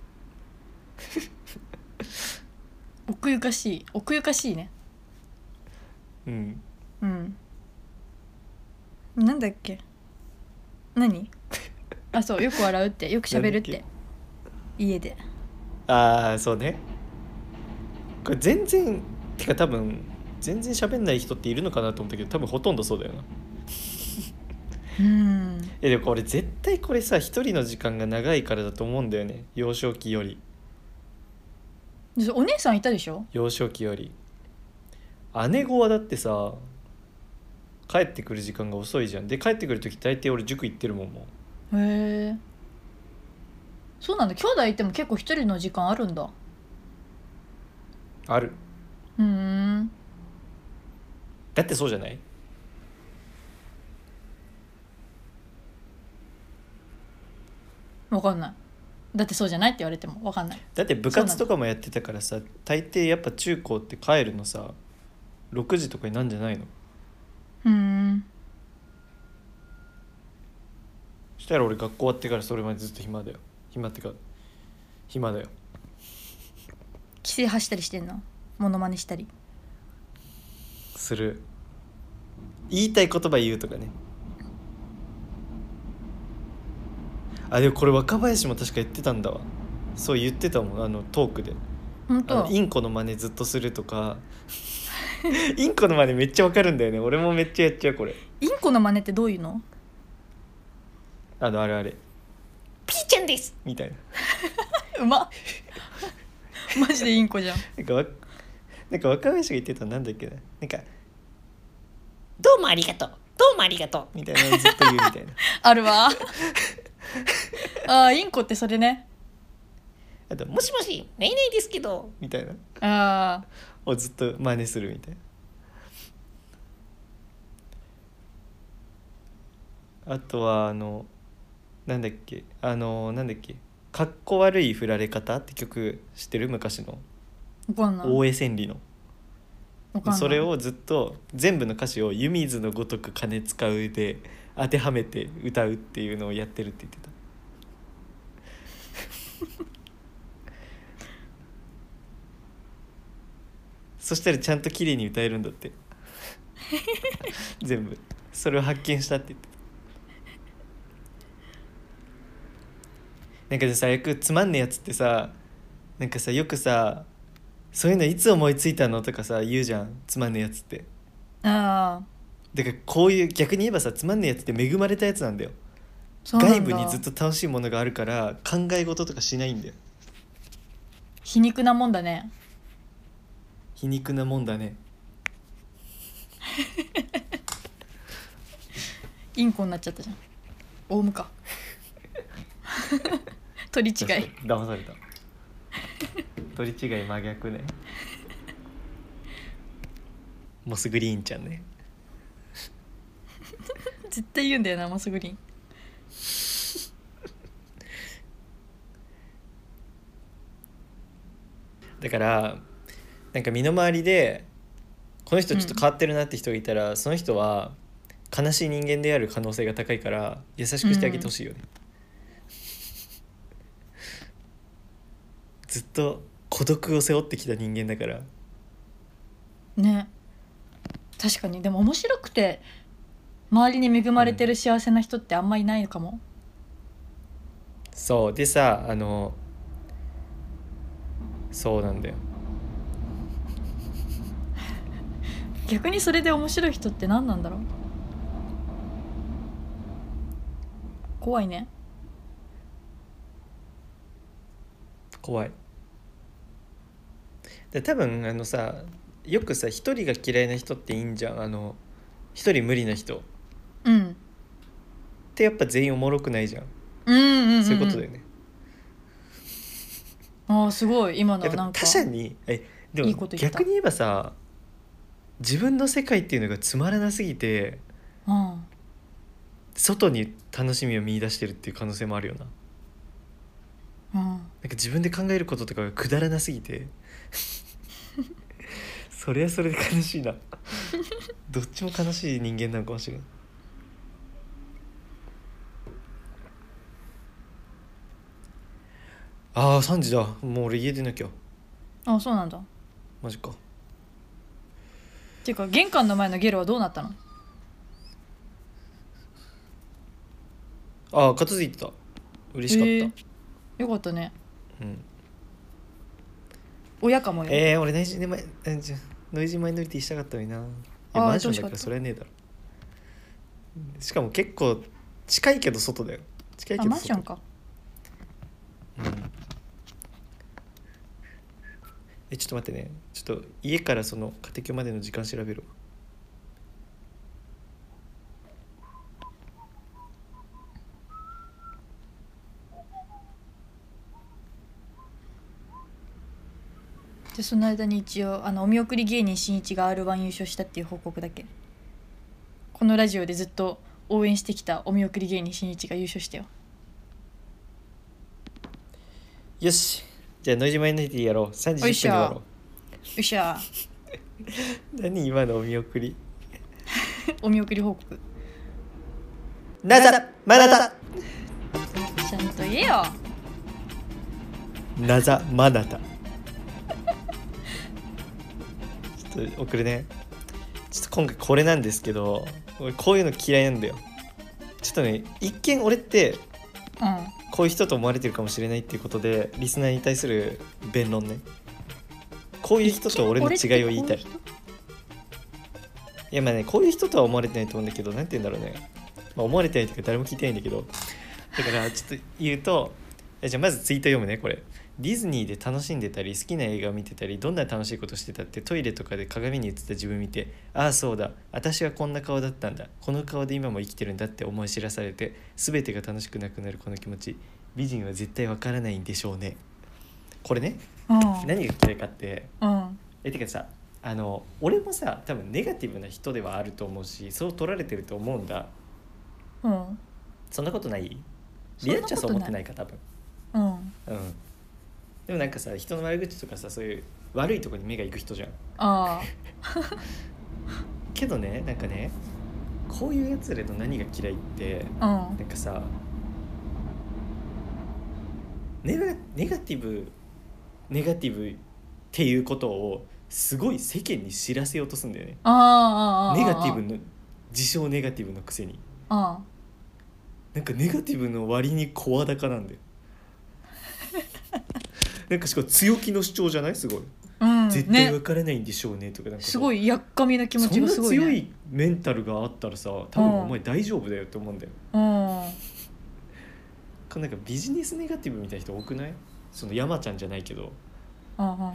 奥ゆかしい奥ゆかしいね。
うん
うんなんだっけ何あそうよく笑うってよく喋るって家で。
ああそうね。これ全然てか多分全然喋んない人っているのかなと思ったけど多分ほとんどそうだよな。
うん
えでもこれ絶対これさ一人の時間が長いからだと思うんだよね。幼少期より
でお姉さんいたでしょ。
幼少期より姉子はだってさ帰ってくる時間が遅いじゃん。で帰ってくる時大抵俺塾行ってるもん。もう
へえそうなんだ。兄弟いても結構一人の時間あるんだ。
ある。
うーん
だってそうじゃない？
分かんない。だってそうじゃないって言われても分かんない。
だって部活とかもやってたからさ大抵やっぱ中高って帰るのさろくじとかになんじゃないの？
うーん
そしたら俺学校終わってからそれまでずっと暇だよ。暇ってか暇だよ。
規制発したりしてんの。モノマネしたり
する。言いたい言葉言うとかね。あでもこれ若林も確か言ってたんだわ。そう言ってたもんあのトークで。
本当
あのインコの真似ずっとするとかインコの真似めっちゃわかるんだよね。俺もめっちゃやっちゃうこれ。
インコの真似ってどういうの。
あのあれあれピーちゃんですみたいな。
うまっマジでインコじゃん。
なんかわなんか若林が言ってたのなんだっけな。なんかどうもありがとうどうもありがとうみたいなのをずっと言うみたいな
あるわあーインコってそれね。
あともしもしないないですけどみたいな
あ
をずっと真似するみたいな。あとはあのなんだっけあのなんだっけかっこ悪い振られ方って曲知ってる？昔の
分かんない
大江千里の。
分かんない。
それをずっと全部の歌詞を湯水のごとく金使うで当てはめて歌うっていうのをやってるって言ってたそしたらちゃんと綺麗に歌えるんだって全部それを発見したって言ってた。なんかさよくつまんねえやつってさなんかさよくさそういうのいつ思いついたのとかさ言うじゃんつまんねえやつって。
ああ
だからこういう逆に言えばさつまんねえやつって恵まれたやつなんだよ。
そうなんだ。
外部にずっと楽しいものがあるから考え事とかしないんだよ。
皮肉なもんだね。
皮肉なもんだね。
インコになっちゃったじゃん。オウムか取り違い。
騙された取り違い真逆ねモスグリーンちゃんね
絶対言うんだよなモスグリーン。
だからなんか身の回りでこの人ちょっと変わってるなって人がいたら、うん、その人は悲しい人間である可能性が高いから優しくしてあげてほしいよね、うん、ずっと孤独を背負ってきた人間だから
ね。確かにでも面白くて周りに恵まれてる幸せな人ってあんまいないのかも、
うん、そうでさあのそうなんだよ。
逆にそれで面白い人って何なんだろう。怖いね。
怖い。で多分あのさよくさ一人が嫌いな人っていいんじゃん。あの一人無理な人
うん
ってやっぱ全員おもろくないじゃん。
うんうんうん、うん、
そういうことだよね。
あーすごい今のなんか
他者にえでも
いいこと言った。
逆に言えばさ自分の世界っていうのがつまらなすぎて、
うん、
外に楽しみを見出してるっていう可能性もあるよな。
うん、
なんか自分で考えることとかがくだらなすぎてそれはそれで悲しいなどっちも悲しい人間なのかもしれない。 ああさんじだ。もう俺家出なきゃ。
あ、そうなんだ。
マジか。
ていうか玄関の前のゲロはどうなったの？
ああ片付いてた。嬉しかった、
えーよかったね。
うん
親かもよ。
えー、俺ノイジーマイノイジーマイノリティしたかったのにな。いや
あー
マンションだから
どうしかった
それはねえだろ。しかも結構近いけど外だよ。近い
あ、
けど外。
マンションか。
うんえちょっと待ってね。ちょっと家からその家庭教までの時間調べるわ。
でその間に一応あのお見送り芸人しんいちが アールワン 優勝したっていう報告だけ。このラジオでずっと応援してきたお見送り芸人しんいちが優勝したよ。
よしじゃあノイジーマイノリティやろう。さんじ
おいしょ
じゅっぷんに終わろ
よっしゃ
う。何今のお見送り。
お見送り報告
なざまなた
ちゃんと言えよ。
なざまなたちょっと送るね。ちょっと今回これなんですけど俺こういうの嫌いなんだよ。ちょっとね一見俺って
うん
こういう人と思われてるかもしれないっていうことでリスナーに対する弁論ね。こういう人と俺の違いを言いたい。いやまあねこういう人とは思われてないと思うんだけどなんて言うんだろうね、まあ、思われてないというか誰も聞いてないんだけどだからちょっと言うとじゃあまずツイート読むね。これディズニーで楽しんでたり好きな映画を見てたりどんな楽しいことしてたってトイレとかで鏡に映った自分見てああそうだ私はこんな顔だったんだこの顔で今も生きてるんだって思い知らされて全てが楽しくなくなるこの気持ち美人は絶対わからないんでしょうね。これね
うん
何が嫌いかって
うん
えてかさあの俺もさ多分ネガティブな人ではあると思うしそう取られてると思うんだ。
うん
そんなことない？
そんなことない
リアッチはそう思ってないか多分。
うん
うんでもなんかさ人の悪口とかさそういう悪いとこに目が行く人じゃん。
あ
けどねなんかねこういうやつらの何が嫌いって
あうん
なんかさネガ、ネガティブネガティブっていうことをすごい世間に知らせようとするんだよね。
ああああ
ネガティブの自称ネガティブのくせに
あ
なんかネガティブの割に声高なんだよなんかしかも強気の主張じゃないすごい、
うん
絶対わ
ね
からないんでしょうねとかなんか
すごいやっかみな気持ちがすごいね。
そんな強いメンタルがあったらさ多分お前大丈夫だよって思うんだよ。
うん
このなんかビジネスネガティブみたいな人多くない？その山ちゃんじゃないけど
うんうん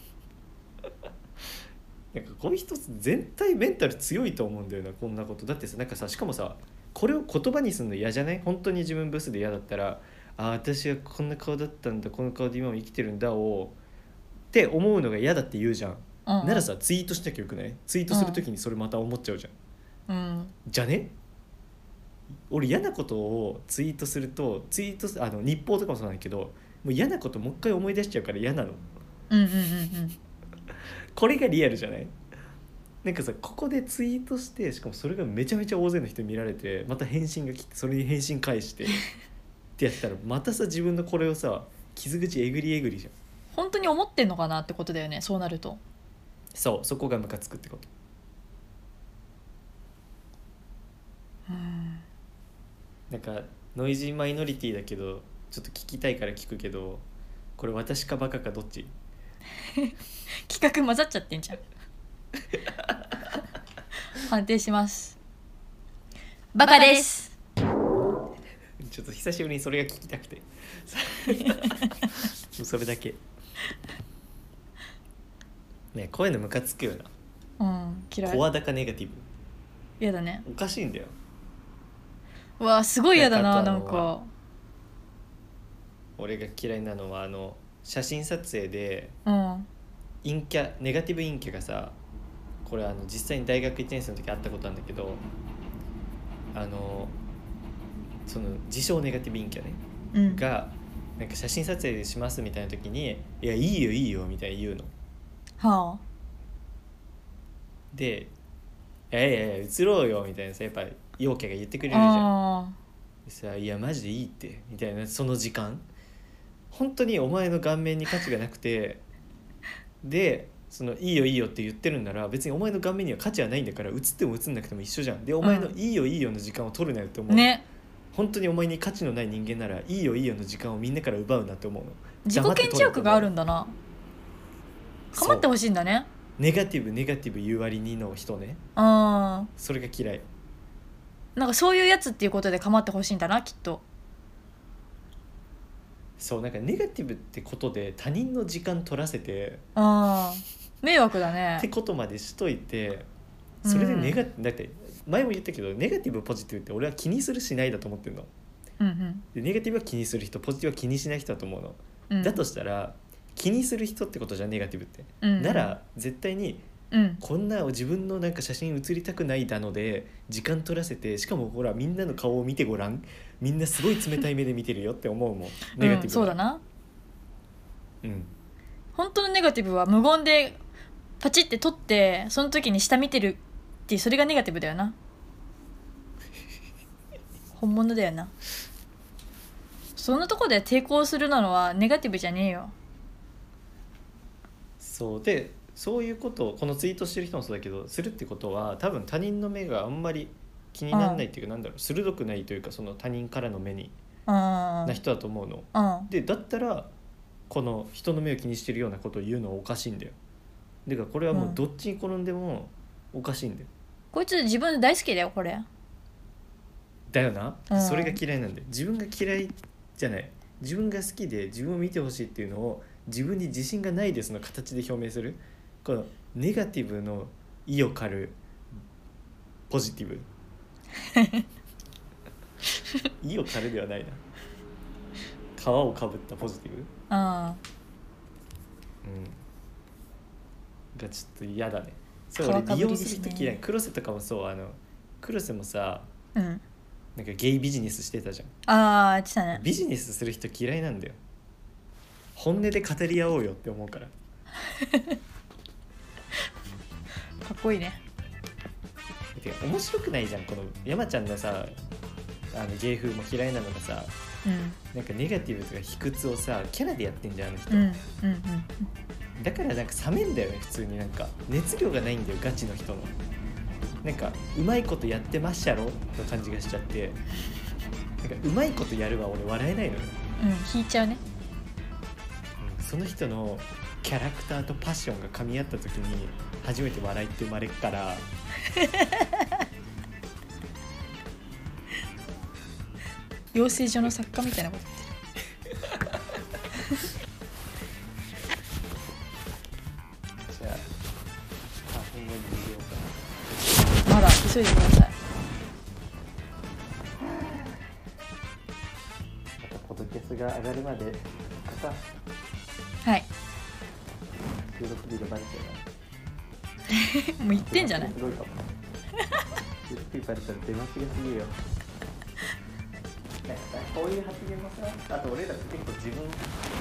なんかこういう人全体メンタル強いと思うんだよなこんなこと。だってさなんかさしかもさこれを言葉にするの嫌じゃない？本当に自分ブスで嫌だったらあ私はこんな顔だったんだこの顔で今も生きてるんだをって思うのが嫌だって言うじゃん、
うんうん
ならさツイートしなきゃよくない？ツイートするときにそれまた思っちゃうじゃん、
うん
じゃね？俺嫌なことをツイートするとツイートすあの日報とかもそうなんだけどもう嫌なこともう一回思い出しちゃうから嫌なの。
うんうんうん
これがリアルじゃない？なんかさここでツイートしてしかもそれがめちゃめちゃ大勢の人に見られてまた返信が来てそれに返信返してってやったらまたさ自分のこれをさ傷口えぐりえぐりじゃん。
本当に思ってんのかなってことだよねそうなると。
そうそこがムカつくってこと。
うん
なんかノイジーマイノリティだけどちょっと聞きたいから聞くけどこれ私かバカかどっち？
企画混ざっちゃってんじゃん判定します。バカです。
ちょっと久しぶりにそれが聞きたくてそれだけねこういうのムカつくよな。
うん嫌い。
声高ネガティブ
嫌だね。
おかしいんだよ。
うわすごい嫌だななん
なんかあの
か。
俺が嫌いなのはあの写真撮影で
うん
陰キャネガティブ陰キャがさこれあの実際に大学いちねん生の時会ったことあるんだけどあのその自称ネガティブ陰キャね、
うん、
がなんか写真撮影しますみたいな時にいやいいよいいよみたいに言うの
はあ
でいやいやいや映ろうよみたいなさやっぱ陽キャが言ってくれるじゃん。
あ
でさいやマジでいいってみたいなその時間本当にお前の顔面に価値がなくてでそのいいよいいよって言ってるんなら別にお前の顔面には価値はないんだから映っても映んなくても一緒じゃん。でお前のいいよいいよの時間を取るなよって思う、
ね、
本当にお前に価値のない人間ならいいよいいよの時間をみんなから奪うなって思うの。
自己顕示欲があるんだな。構ってほしいんだね。
ネガティブネガティブ言う割にの人ね。
あ
それが嫌い。
なんかそういうやつっていうことで構ってほしいんだなきっと。
そうなんかネガティブってことで他人の時間取らせて
あ迷惑だね
ってことまでしといて、それでネガ、うん、だって前も言ったけどネガティブポジティブって俺は気にするしないだと思ってるの、
うんうん、
でネガティブは気にする人、ポジティブは気にしない人だと思うの、うん、だとしたら気にする人ってことじゃんネガティブって、うんうん、なら絶対にうん、こんな自分のなんか写真写りたくないだので時間取らせて、しかもほらみんなの顔を見てごらん、みんなすごい冷たい目で見てるよって思うもんネガティブ、うん、
そうだな、
うん、
本当のネガティブは無言でパチって撮ってその時に下見てるっていう、それがネガティブだよな本物だよな。そんなとこで抵抗するのはネガティブじゃねえよ。
そうでそういうことをこのツイートしてる人もそうだけどするってことは多分他人の目があんまり気にならないっていうか、なんだろう、鋭くないというか、その他人からの目にな人だと思うの、
うん、
でだったらこの人の目を気にしてるようなことを言うのはおかしいんだよ。だからこれはもうどっちに転んでもおかしいんだよ、うん、
こいつ自分大好きだよこれ
だよな、
うん、
それが嫌いなんだよ。自分が嫌いじゃない、自分が好きで自分を見てほしいっていうのを自分に自信がないですの形で表明する、このネガティブの意を狩るポジティブ意を狩るではないな、皮をかぶったポジティブ、
あ、
うん、がちょっと嫌だね。それ俺利用する人嫌い。黒瀬とかもそう、あの黒瀬もさ、
うん、
なんかゲイビジネスしてたじゃん。
ああ言ってたね。
ビジネスする人嫌いなんだよ。本音で語り合おうよって思うから
かっこいいね。
てか面白くないじゃん、この山ちゃんのさ、あの芸風も嫌いなのがさ、
うん、
なんかネガティブとか卑屈をさキャラでやってんじゃんあの人、
うんうんうん、
だからなんか冷めんだよね普通に。なんか熱量がないんだよガチの人の。なんかうまいことやってまっしゃろの感じがしちゃって、なんかうまいことやるわ俺笑えないのよ、
うん、引いちゃうね、
うん、その人のキャラクターとパッションが噛み合った時に初めて笑いって生まれるから
養成所の作家みたいなこと言ってる
じゃああほんまに逃げようかな。
まだ急いでください。
またポッドキャストが上がるまでさ、
はい
収録日がバレちゃ
うなもう言ってんじゃない。
すごいかも収録日バレたら出待ちがすぎるよこういう発言もさ、あと俺らって結構自分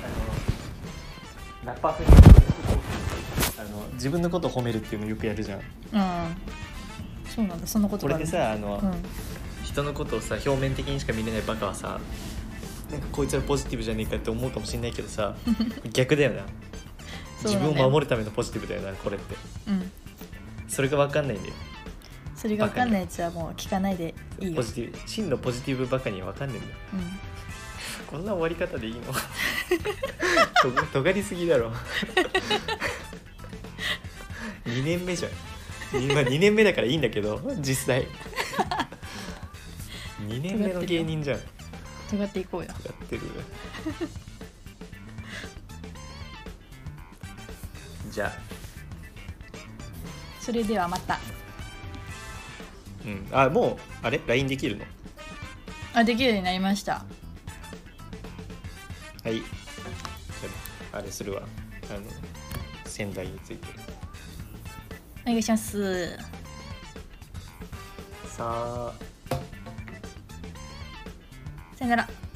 あのラッパー風にあの自分のことを褒めるっていうのをよくやるじゃん。
うんそうなんだ、そんなこと
がある。これでさ、あの、
うん、
人のことをさ表面的にしか見れないバカはさ、なんかこいつはポジティブじゃねえかって思うかもしれないけどさ逆だよな自分を守るためのポジティブだよなこれって、
うん、
それが分かんないんだよ。
それが分かんないやつはもう聞かないでいいよ。
ポジティブ真のポジティブバカには分かんないんだよ、
うん、
こんな終わり方でいいのと尖りすぎだろにねんめじゃん、まあ、にねんめだからいいんだけど実際にねんめの芸人じゃん。
尖っていこうよ。
尖ってるじゃあ
それではまた。
うん、あもうあれ ライン できるの？
あできるようになりました。
はい、あれするわ、あの仙台について
お願いします。
さあ
さよなら。